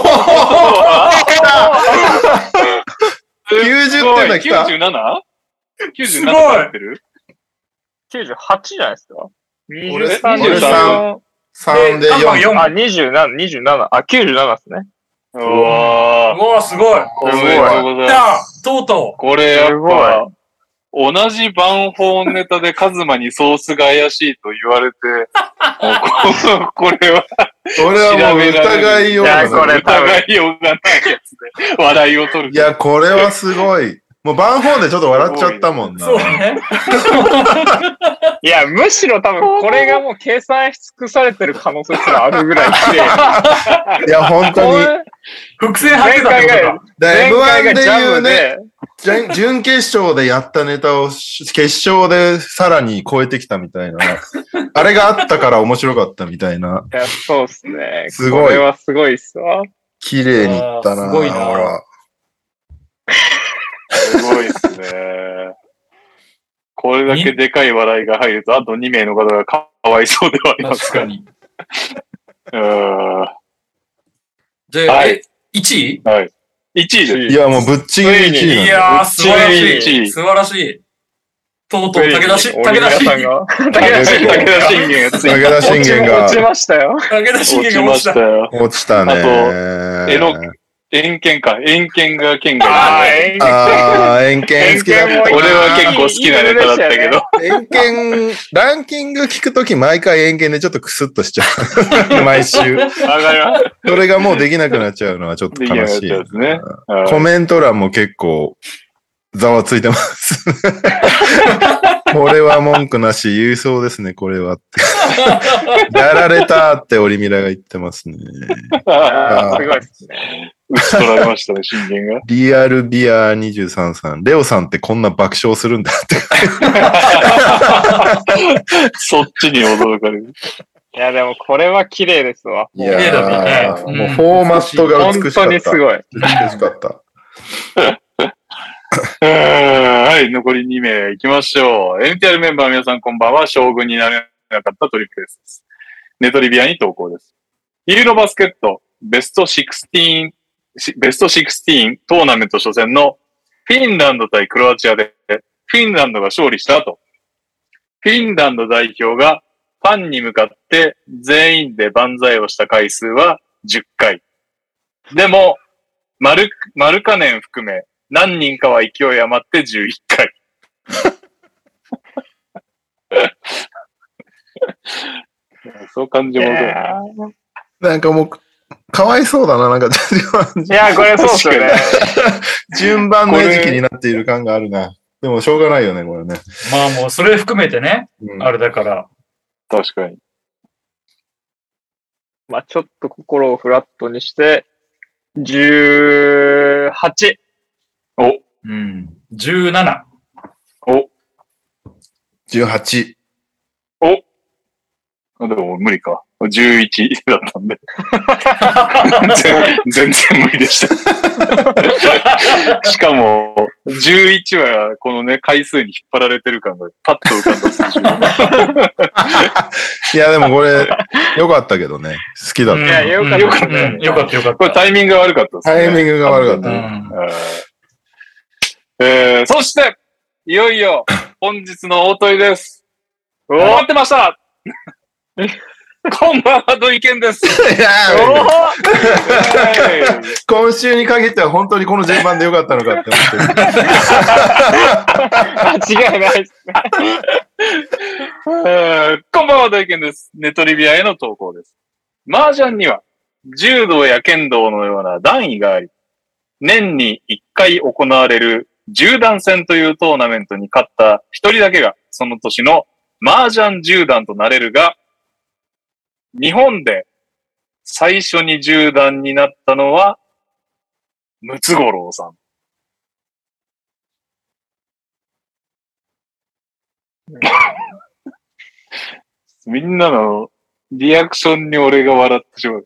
きゅうじゅってんだ来た。 きゅうじゅうなな?きゅうじゅうなな 入ってるきゅうじゅうはちじゃないですか？にじゅう俺さん、 にじゅうさん。 さんでよん。 あ、にじゅうなな、にじゅうなな、あ、きゅうじゅうななですね。 うわうわ、すごい。 おめでとうございます。 来たとうとこれやっぱ、同じバンホーンネタでカズマにソースが怪しいと言われて、もうこれは、 これはもう疑いようがない。 いやこれ疑いようがないやつで、笑いを取る。 いや、これはすごい。もうバンホーンでちょっと笑っちゃったもんう。 な。 そうね。 いや、むしろ多分これがもう計算し尽くされてる可能性すらあるぐらい綺麗。 いや、本当に。 伏線張ってたってことか。 で、エムワン でジャ言うね、 ムで、 準準決勝でやったネタを決勝でさらに超えてきたみたいな。あれがあったから面白かったみたいな。 いや、そうっすね。 すごいこれはすごいっすわ。 綺麗にいったな。 すごいなほらすごいっすね。これだけでかい笑いが入ると、あとに名の方がかわいそうではありますか。 確からに。 うーん。 じゃあ、 はいえいちいはい。いちいです。 いや、もうぶっちぎりいちいなんだよ。 いやー、素晴らしいちいい。素晴らしい。とうとう武田し、武鬼田信玄。 さんが。 武田信玄がつい武田信玄が落ちましたよ。 武田信落ち玄が落ち。 ましたたよ。 落ちたね。 あとえの遠見か。遠見が県外あに。 ー、 あー、遠見好きだったな。 俺は結構好きなネタだったけど。 遠見、ランキング聞くとき毎回遠見でちょっとクスッとしちゃう。毎週。 わかります。 それがもうできなくなっちゃうのはちょっとできなかっ悲しい。 たですね。 コメント欄も結構ざわついてます。 これは文句なし、郵送ですね、これは。やられたってオリミラが言ってますね。 あーすごいですね。 打ち取られましたね、信玄が。 リアルビアにじゅうさんさん。レオさんってこんな爆笑するんだって。 そっちに驚かれる。 いや、でもこれは綺麗ですわ。 いや綺麗だねーもうフォーマットが美しかった。 本当にすごい。 美しかった。 はい、残りに名行きましょう。エヌティーアール メンバーの皆さんこんばんは。将軍になれなかったトリプル S です。ネトリビアに投稿です。ユーロバスケットベストじゅうろく、ベストじゅうろくトーナメント初戦のフィンランド対クロアチアでフィンランドが勝利した後、フィンランド代表がファンに向かって全員で万歳をした回数はじゅっかい。でも、マル、マルカネン含め何人かは勢い余ってじゅういっかい。そう感じもどういやなんかもう、かわいそうだな、なんか。 いや、これそうですよね。 順番の餌食になっている感があるな。でもしょうがないよね、これね。 まあもうそれ含めてね、 うんあれだから。 確かに。 まあちょっと心をフラットにして、じゅうはち。 お、 うん。じゅうなな。 お、 じゅうはち。 お。でも無理か。じゅういちだったんで。全然無理でした。しかも、じゅういちはこのね、回数に引っ張られてる感がパッと浮かんだ数字。 いや、でもこれ、よかったけどね。好きだった。 いや、よかったよかったね。 よかったよかった。 これタイミングが悪かったですね。 タイミングが悪かったね。 うんえー、そして、いよいよ、本日の大問いです。待ってましたこんばんは、土井健です。 いやおーー今週に限っては本当にこの順番でよかったのかって思ってる。 間違いないですね。 えーこんばんは、土井健です。ネトリビアへの投稿です。麻雀には、柔道や剣道のような段位があり、年にいっかい行われる十段戦というトーナメントに勝った一人だけが、その年の麻雀十段となれるが、日本で最初に十段になったのは、ムツゴロウさん。みんなのリアクションに俺が笑ってしまう。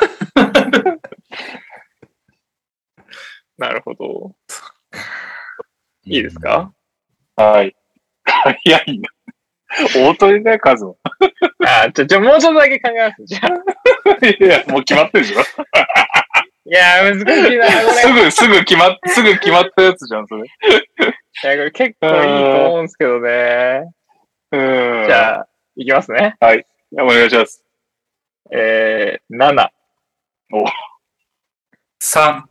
なるほど。いいですか？ はい。早いな。大鳥だよ、カズマ。 あ、ちょ、ちょ、もうちょっとだけ考えます。じゃあ。 いや、もう決まってるじゃん。 いやー、難しいな、これ。 すぐ、すぐ決まっ、すぐ決まったやつじゃん、それ。 いや、これ結構いいと思うんですけどね。 うん。 じゃあ、いきますね。 はい。お願いします。 えー、なな。 さん。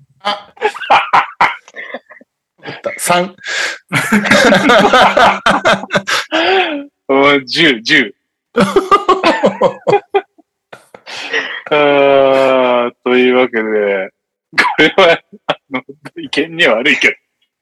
さん。 うん、じゅう、じゅう。あーというわけで、これは、あの、意見には悪いけど、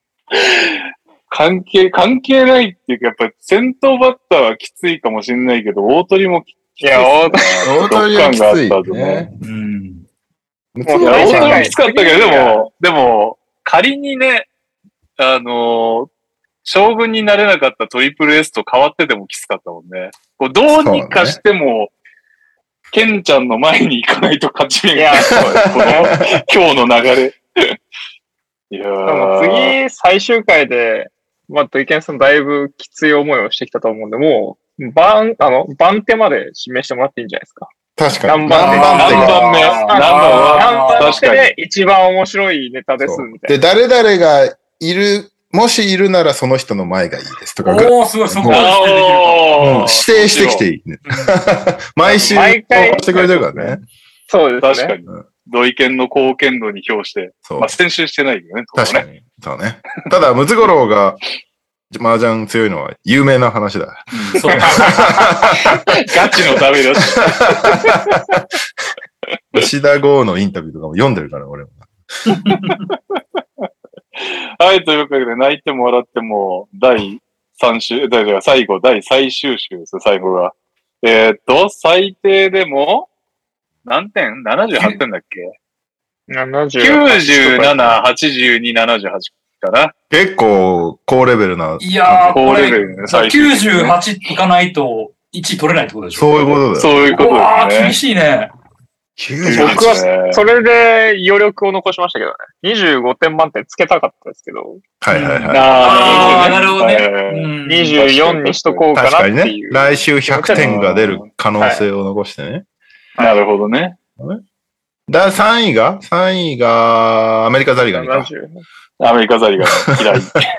関係、関係ないっていうか、やっぱ先頭バッターはきついかもしれないけど、大鳥もきつい、ね。 いや、大鳥、 大鳥はきついドッカンがあった後ね。 うん。 もういや、大最初回鳥もきつかったけど、でも、でも、仮にね、あのー将軍になれなかったトリプル S と変わっててもきつかったもんね。こうどうにかしても、ケンちゃんの前に行かないと勝ち目がない。この、今日の流れ。いやでもー。 次、最終回で、まあ、土井健さんだいぶきつい思いをしてきたと思うんで、もう、番、あの、番手まで指名してもらっていいんじゃないですか。 確かに。 何番手何番手が何番目何番は何番手確かに。 で一番面白いネタです、みたいで、誰々がいる、もしいるならその人の前がいいですとか、うんおー、すごい、そこまで指定できるか。 あ指定してきていいね。毎週、 毎回してくれてるからね。 な。そうですね。 確かに。土井健の貢献度に表して。 そうまあ、。先週してないけどね。に。 確かに。そうね。ただ、ムツゴロウが、麻雀強いのは有名な話だ。 そう。 ガチのダメだし。 石田剛のインタビューとかも読んでるから、俺も。 はい、というわけで、泣いても笑っても、だいさん週、だから最後、第最終週ですよ、最後が。えー、っと、最低でも、何点 ?ななじゅうはち 点だっけななじゅうきゅうじゅうなな、はちじゅうに、ななじゅうはちかな。 結構高レベルな。 いやー、こ高レベれ、 ルの最きゅうじゅうはちいかないといちい取れないってことでしょ。 そういうことだよ。 そういうこうわー、厳とですね。 しいね。 きゅうじゅうはち僕はそれで余力を残しましたけどね。にじゅうごてん満点つけたかったですけど、 はいはいはい。 あーなるほどね。 なるほどねはいはいはいうんにじゅうよんにしとこうか確かにねなってい。う。 来週ひゃくてんが出る可能性を残してね。 なるほどね。 ださんいが ?さん 位がアメリカザリガニか。 ななじゅうアメリカザリが嫌い。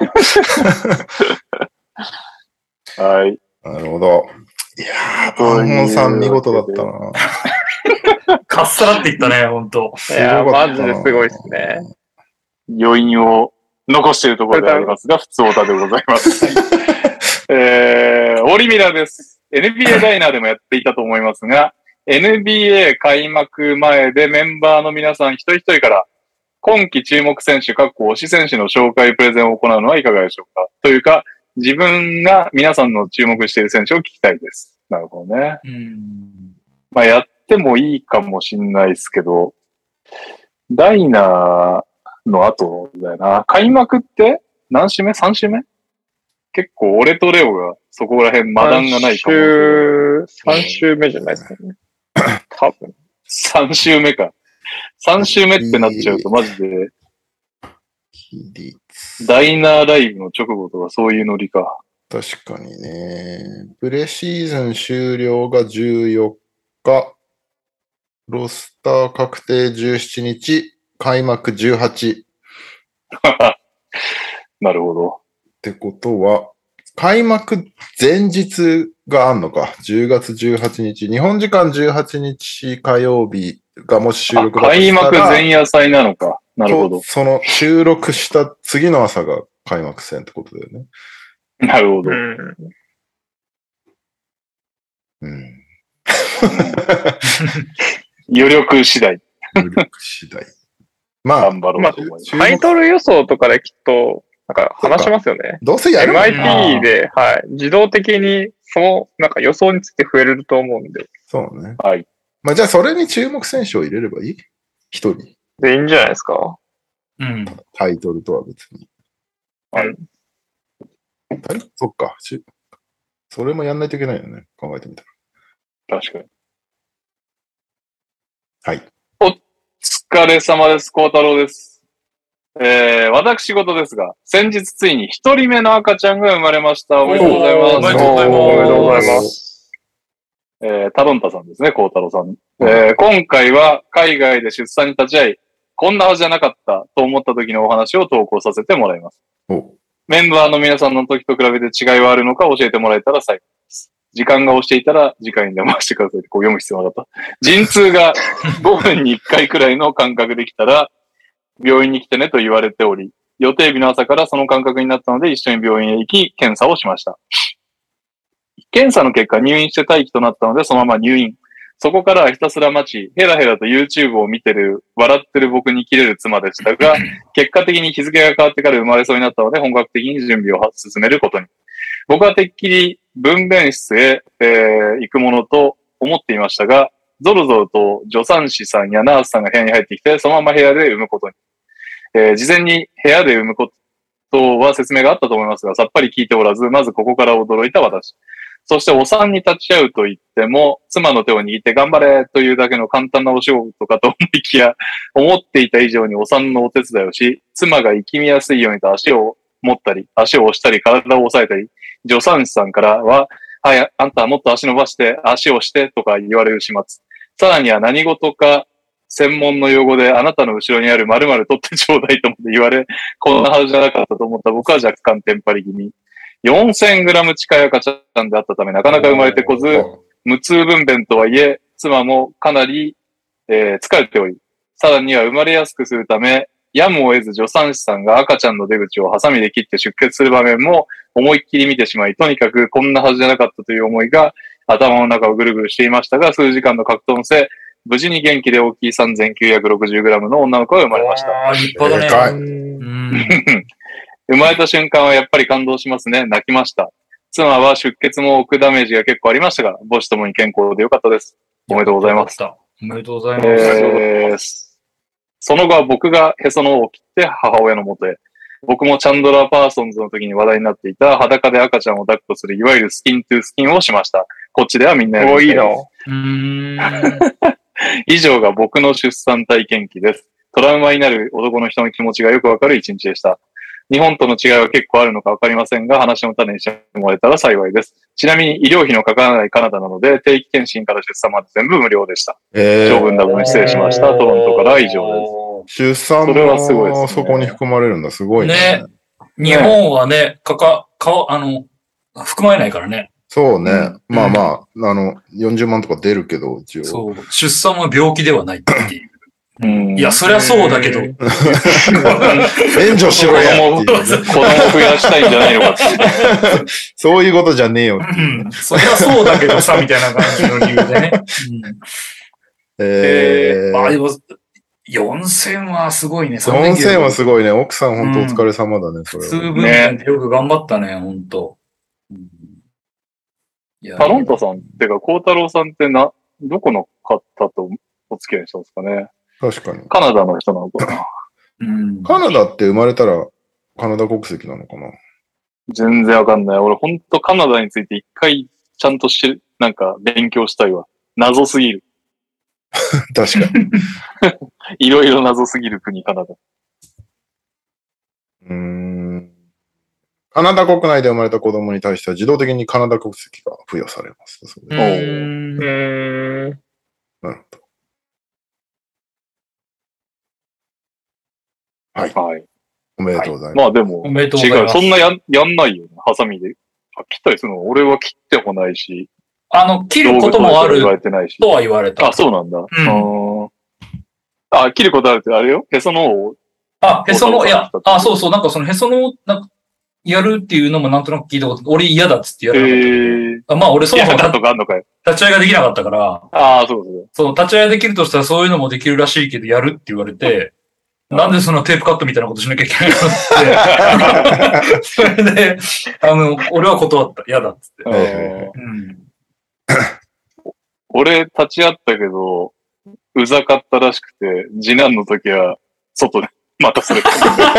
はい。 なるほど。いやー、パンホンさん見事だったな。 かっさらっていったね、ほんと。 いや、マジですごいですね。 余韻を残しているところでありますが、普通オタでございます。えー、オリミラです。エヌビーエー ダイナーでもやっていたと思いますが、エヌビーエー 開幕前でメンバーの皆さん一人一人から今季注目選手、かっこ推し選手の紹介プレゼンを行うのはいかがでしょうか。というか、自分が皆さんの注目している選手を聞きたいです。なるほどね。 うんまあやってもいいかもしんないですけど、ダイナーの後だよな。開幕って何週目 ?さん 週目結構俺とレオがそこら辺マダンがないかも。 さん週目じゃないですかね。多分。 さん週目か。さん週目ってなっちゃうとマジで、ダイナーライブの直後とかそういうノリか。 確かにね。プレシーズン終了がじゅうよっか、ロスター確定じゅうしちにち、開幕じゅうはち。 なるほど。 ってことは、開幕前日があんのか。じゅうがつじゅうはちにち。日本時間じゅうはちにち火曜日がもし収録だと開したら幕前夜祭なのか。なるほど。 その収録した次の朝が開幕戦ってことだよね。 なるほど。 うん。 うん。 余力次第。 努力次第。まあ、 頑張ろうと思います。 注目タイトル予想とかできっと、なんか話しますよね。 どうせやるもんエムアイピー で、はい。自動的に、その、なんか予想について増えると思うんで。 そうね。 はい。 まあじゃあそれに注目選手を入れればいい一人。 で、いいんじゃないですか。 うん。 タイトルとは別に。 はい。 タイそっか。しそれもやんないといけないよね。考えてみたら。 確かに。 はい。 お疲れ様です。孝太郎です。えー、私事ですが、先日ついに一人目の赤ちゃんが生まれました。おめでとうございます。 おめでとうございますおめでとうございます。 えー、タロンタさんですね、孝太郎さん。えー、今回は海外で出産に立ち会い、こんなはずじゃなかったと思った時のお話を投稿させてもらいます。 おメンバーの皆さんの時と比べて違いはあるのか教えてもらえたら最高です。時間が押していたら次回に騙してくださいってこう読む必要なかった。陣痛がごふんにいっかいくらいの間隔できたら病院に来てねと言われており、予定日の朝からその間隔になったので一緒に病院へ行き検査をしました。検査の結果入院して待機となったのでそのまま入院。そこからひたすら待ち、ヘラヘラと YouTube を見てる、笑ってる僕に切れる妻でしたが、結果的に日付が変わってから生まれそうになったので、本格的に準備を進めることに。僕はてっきり分娩室へ、えー行くものと思っていましたが、ゾロゾロと助産師さんやナースさんが部屋に入ってきて、そのまま部屋で産むことに。えー事前に部屋で産むことは説明があったと思いますが、さっぱり聞いておらず、まずここから驚いた私。そしてお産に立ち会うと言っても、妻の手を握って頑張れというだけの簡単なお仕事かと思いきや、思っていた以上にお産のお手伝いをし、妻が生き見やすいようにと足を持ったり、足を押したり、体を押さえたり、助産師さんからは、はい、あんたはもっと足伸ばして、足をしてとか言われる始末。さらには何事か専門の用語であなたの後ろにある〇〇取ってちょうだいとまで言われ、こんなはずじゃなかったと思った僕は若干テンパり気味。よんせんグラム 近い赤ちゃんであったため、なかなか生まれてこず、無痛分娩とはいえ、妻もかなり、えー疲れており、さらには生まれやすくするため、やむを得ず助産師さんが赤ちゃんの出口をハサミで切って出血する場面も思いっきり見てしまい、とにかくこんなはずじゃなかったという思いが頭の中をぐるぐるしていましたが、数時間の格闘のせい、無事に元気で大きい さんぜんきゅうひゃくろくじゅうグラム の女の子が生まれました。 ああ、立派だね。 でかいうん。 生まれた瞬間はやっぱり感動しますね。泣きました。妻は出血も奥ダメージが結構ありましたが、母子ともに健康でよかったです。おめでとうございます。 おめでとうございます。 えー、その後は僕がへその緒を切って母親の元へ。僕もチャンドラー・パーソンズの時に話題になっていた裸で赤ちゃんを抱っこするいわゆるスキントゥースキンをしました。こっちではみんなやるみたいです。 お、いいな。 うーん以上が僕の出産体験記です。トラウマになる男の人の気持ちがよくわかる一日でした。日本との違いは結構あるのかわかりませんが、話の種にしてもらえたら幸いです。ちなみに医療費のかからないカナダなので、定期検診から出産まで全部無料でした。 え長文多文失礼しました。トロントからは以上です。 出産それはすごいですもねそこに含まれるんだ。すごいね。 ね。日本はね、かか、か、あの、含まれないからね。 そうね。 うんまあまあ、あの、よんじゅうまんとか出るけど、一応。 そう。出産は病気ではないっていう。 うんいや、そりゃそうだけど。 援助しろやっていうね。 子供増やしたいんじゃないのかって。 そういうことじゃねえよってういうね。 んそりゃそうだけどさ、みたいな感じの理由でね。うんえー、 あ、でも、よんせんはすごいね。 よんせんはすごいね。奥さん本当お疲れ様だね、それ数は。 分間でよく頑張ったね、本当。うんいやタロントさんってか、コウタロウさんってな、どこの方とお付き合いしたんですかね。 確かに。 カナダの人なのかな。 うんカナダって生まれたらカナダ国籍なのかな。 全然わかんない。俺ほんとカナダについて一回ちゃんとし、なんか勉強したいわ。謎すぎる。 確かに。 いろいろ謎すぎる国、カナダ。 うーん。カナダ国内で生まれた子供に対しては自動的にカナダ国籍が付与されます。そううですんうーん。 なるほど。はい。 はい。 おめでとうございます。 まあでも、 おめでとうござい違う。 ます。 そんなやんやんないよね。ハサミで。あ切ったりするの俺は切ってもないし。 あの、切ることもあ道具とか言われるてないし。 とは言われた。 あ、そうなんだ。 んうん。あ、切ることあるってあれよへその緒を。 あ、へその、いやそうそう、 あ、そうそう、なんかそのへその、なんか、やるっていうのもなんとなく聞いたこと、俺嫌だっつってやえらなかったけど。 ー。 あまあ俺そもそもやった立とかあんのかよ。 立ち会いができなかったから、 ああ、そうそう。 その立ち会いできるとしたらそういうのもできるらしいけどやるって言われて、なんでそのテープカットみたいなことしなきゃいけないのって。それで、あの、俺は断った。嫌だっつって。 はいはいはいうん。 俺立ち会ったけど、うざかったらしくて、次男の時は外で待たされた。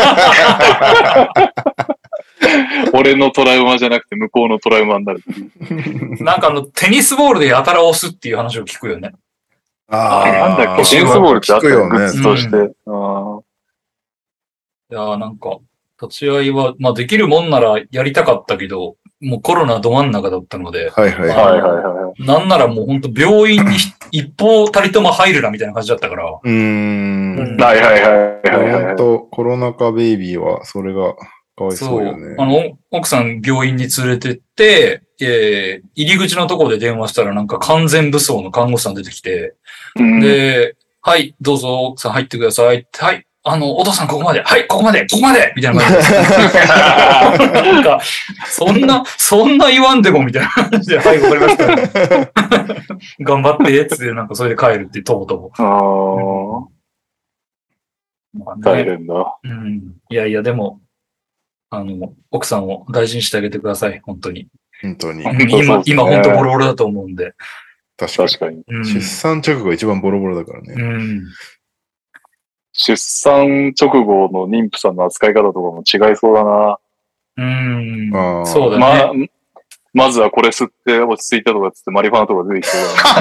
俺のトラウマじゃなくて向こうのトラウマになる。 なんかあの、テニスボールでやたら押すっていう話を聞くよね。 ああなんだっけーテニスボールってあったよ、 聞くよねグッズとして。 うあいやーなんか、立ち会いは、まあできるもんならやりたかったけど、もうコロナど真ん中だったので、 はいはいーはいはいはい。 なんならもう本当病院に一方たりとも入るなみたいな感じだったから。 うーん。 はいはいはいはいはい。 本当コロナ禍ベイビーはそれがかわいそうよね。 あの、奥さん病院に連れてって、えー、入り口のところで電話したらなんか完全武装の看護師さん出てきて、 うん、 で、はい、どうぞ奥さん入ってください。はい、あの、お父さんここまで。はい、ここまで、ここまでみたいな感じで。なんか、そんな、そんな言わんでもみたいな感じで、はい、わかりました。頑張って、つって、なんかそれで帰るって、とぼとぼ。 あまああ、大ね変だ。 うん。いやいや、でも、あの、奥さんを大事にしてあげてください、本当に。 本当に。 本当そう今、 ですね今本当ボロボロだと思うんで。 確かに。 確かに。 うん。 出産直後が一番ボロボロだからね。 うん。 出産直後の妊婦さんの扱い方とかも違いそうだな。 うんあー。 そうだまね。 まずはこれ吸って落ち着いたとかつってマリファナとか出てきそう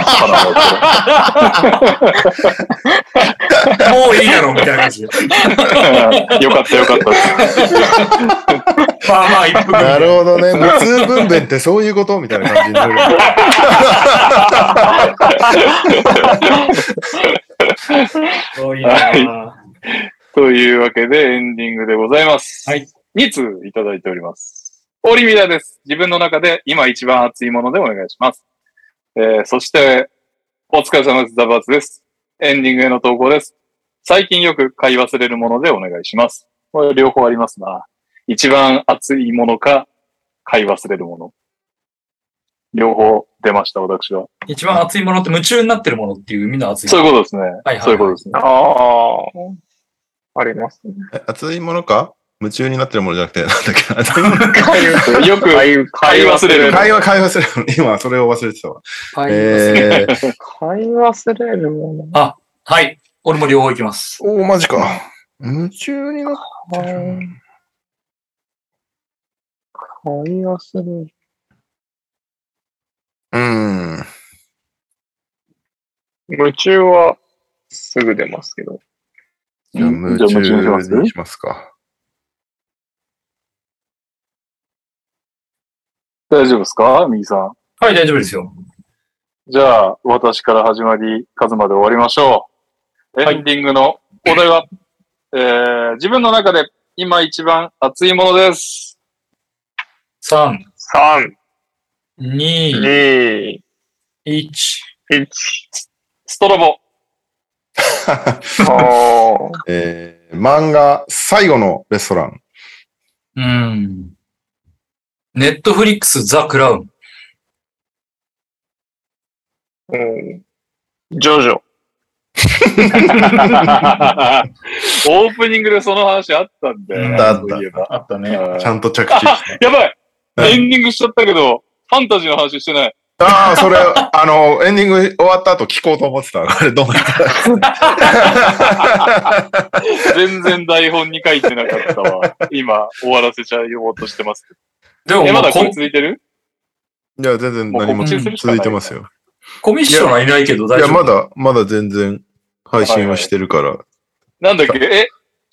だな。 もういいだろうみたいな感じで。 よかったよかった。 まあまあ、一服。 なるほどね。無痛分娩ってそういうことみたいな感じになる。 そういやというわけでエンディングでございます。 はい。 に通いただいております。オリミラです。自分の中で今一番熱いものでお願いします。えー、そして、お疲れ様です。ザバーツです。エンディングへの投稿です。最近よく買い忘れるものでお願いします。これ両方ありますな。一番熱いものか、買い忘れるもの。両方出ました、私は。 一番熱いものって夢中になってるものっていう意味の熱いそういうことですね。 はいはいはいそういうことですね。 ああ、ありますね。 え熱いものか夢中になってるものじゃなくて、なんだっけな。食べ物よく買い忘れる。 会話、会話忘れる。今、それを忘れてたわ。 はい。 えー、 買い忘れるもの。 あ、はい。俺も両方いきます。 おー、マジか。夢中になって買いる。 買い忘れる。 うーん。 夢中はすぐ出ますけど。 じゃあ、夢中にしますか。 大丈夫ですか右さん。 はい、大丈夫ですよ。 じゃあ、私から始まり、数まで終わりましょう。エンディングのお題は、えー、自分の中で今一番熱いものです。 さん、 さん、 に、 に、 いち。 いち。 ストロボ。 おー。 えー、漫画、最後のレストラン。 うん。ネットフリックスザ・クラウン。 うん。ジョジョ。 オープニングでその話あったんで。 あったあったそういえばあったね。 うんちゃんと着地して。 やばいうんエンディングしちゃったけど、ファンタジーの話してない。 ああ、それ、あの、エンディング終わった後聞こうと思ってた。あれ、どうなった全然台本に書いてなかったわ。今、終わらせちゃおうとしてます。 でも、 え、まだこれこ続いてるいや、全然もう何も告知するしかない続いてますよ。 コミッショナーいないけどいや、 大丈夫。 まだ、まだ全然配信はしてるから。 なんだっけえ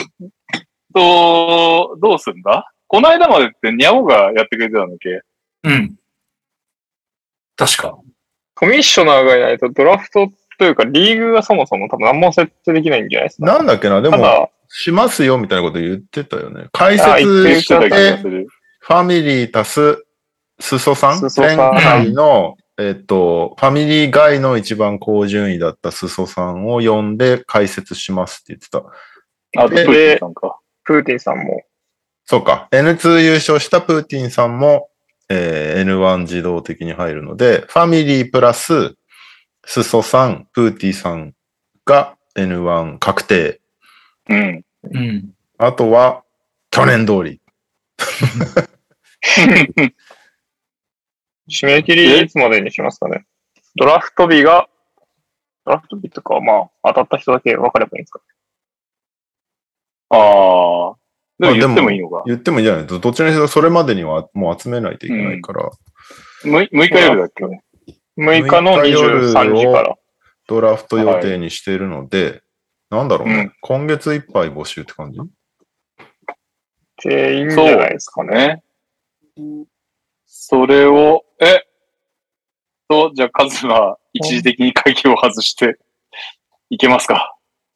と、どうすんだこの間までってニャオがやってくれてたんだっけうん。確か。 コミッショナーがいないとドラフトというかリーグがそもそも多分何も設定できないんじゃないですか。 なんだっけな、でも、 ただ、 しますよみたいなこと言ってたよね。解あ言って説る言ってた気がして、 する。 ファミリー足す、すそさんすそさん前回の、えっと、ファミリー外の一番高順位だったすそさんを呼んで解説しますって言ってた。 あと、プーティさんか。 プーティンさんも。 そうか。エヌツー 優勝したプーティンさんも、えー エヌワン 自動的に入るので、ファミリープラス、スソさん、プーティさんが エヌワン 確定。 うん。 うん。 あとは、去年通り。 締め切りいつまでにしますかね。ドラフト日が、ドラフト日とか、まあ、当たった人だけ分かればいいんですか。 ああ。でもまあ言ってもいいのか。 言ってもいいんじゃないどっちにしろそれまでにはもう集めないといけないから、 むむいか夜だっけむいかのにじゅうさんじから。 ドラフト予定にしているので、なんだろうね、 うん今月いっぱい募集って感じで、いいんじゃないですかね。 ね。それを、えと、じゃあ、カズは一時的に鍵を外して、いけますか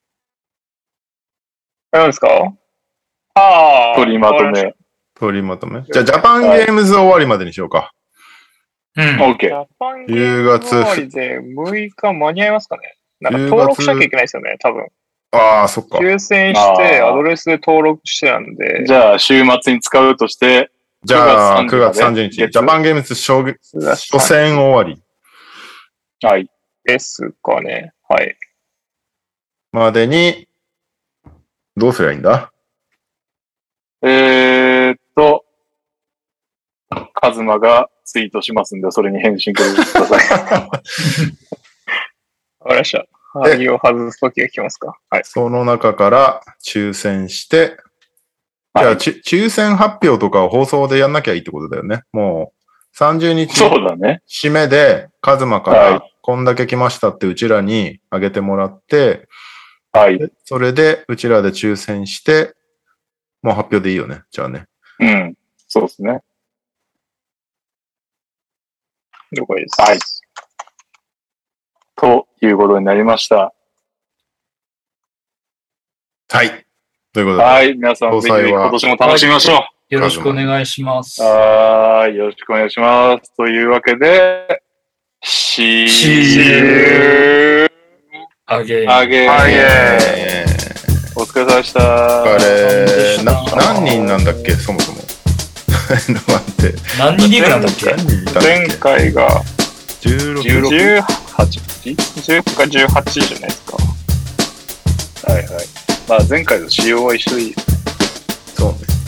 何ですかああ。 取りまとめ。 取りまとめ。じゃあ、ジャパンゲームズ終わりまでにしようか。 うん。 オッケー。 ジャパンゲーム終わりでむいか間に合いますかね。なんか登録しなきゃいけないですよね、多分。 ああ、そっか。 抽選して、 あーアドレスで登録してなんで。 じゃあ、週末に使うとして、 じゃあ、9 9 月月30 30日、 日ジャパンゲームズ初初戦終わりはい。 ですかね。はい。 までに、どうすりゃいいんだえーっと、カズマがツイートしますんで、それに返信ください。 わかりました。鍵を外すときが来ますか。はい。 その中から抽選して、じゃあ、ち抽選発表とかを放送でやんなきゃいいってことだよね。もう、さんじゅうにちそうだね。 締めで、カズマかはら、こんだけ来ましたってうちらにあげてもらって、 はい。 それで、うちらで抽選して、もう発表でいいよね。じゃあね。 うん。そうですね。 了解です。 はい。ということになりました。 はい。ということで、 はい。皆さん、 詳ぜひ細は今年も楽しみましょう。 よろしくお願いします。 はーい。よろしくお願いします。というわけで、しーあげあげー。 あげえお疲れ様でした。 ー、あれ、な、 ー何人なんだっけそもそも。エヌワン って。 何人リーグなんだっけ？ 何人いたっけ前回がじゅうろく。 じゅうろくじゅうはち、じゅうかじゅうはちじゃないですか。 はいはい。まあ前回と仕様は一緒でいい。 そうね。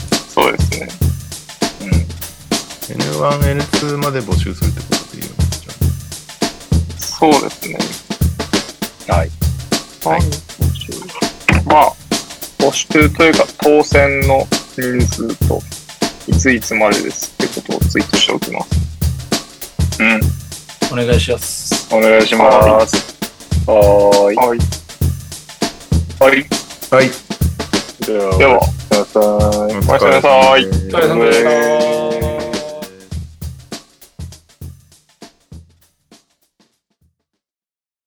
エヌワン、エヌツー まで募集するってことでいいよね。じゃそうですね。 はい。 はい。まあ、募集というか当選の人数といついつまでですってことをツイートしておきます。 うん。 お願いします。 お願いします。はーい。 はい。 はい。 あはい。 では、 では、 おやすみなさい。 おやすみなさい。 お疲れ様でした。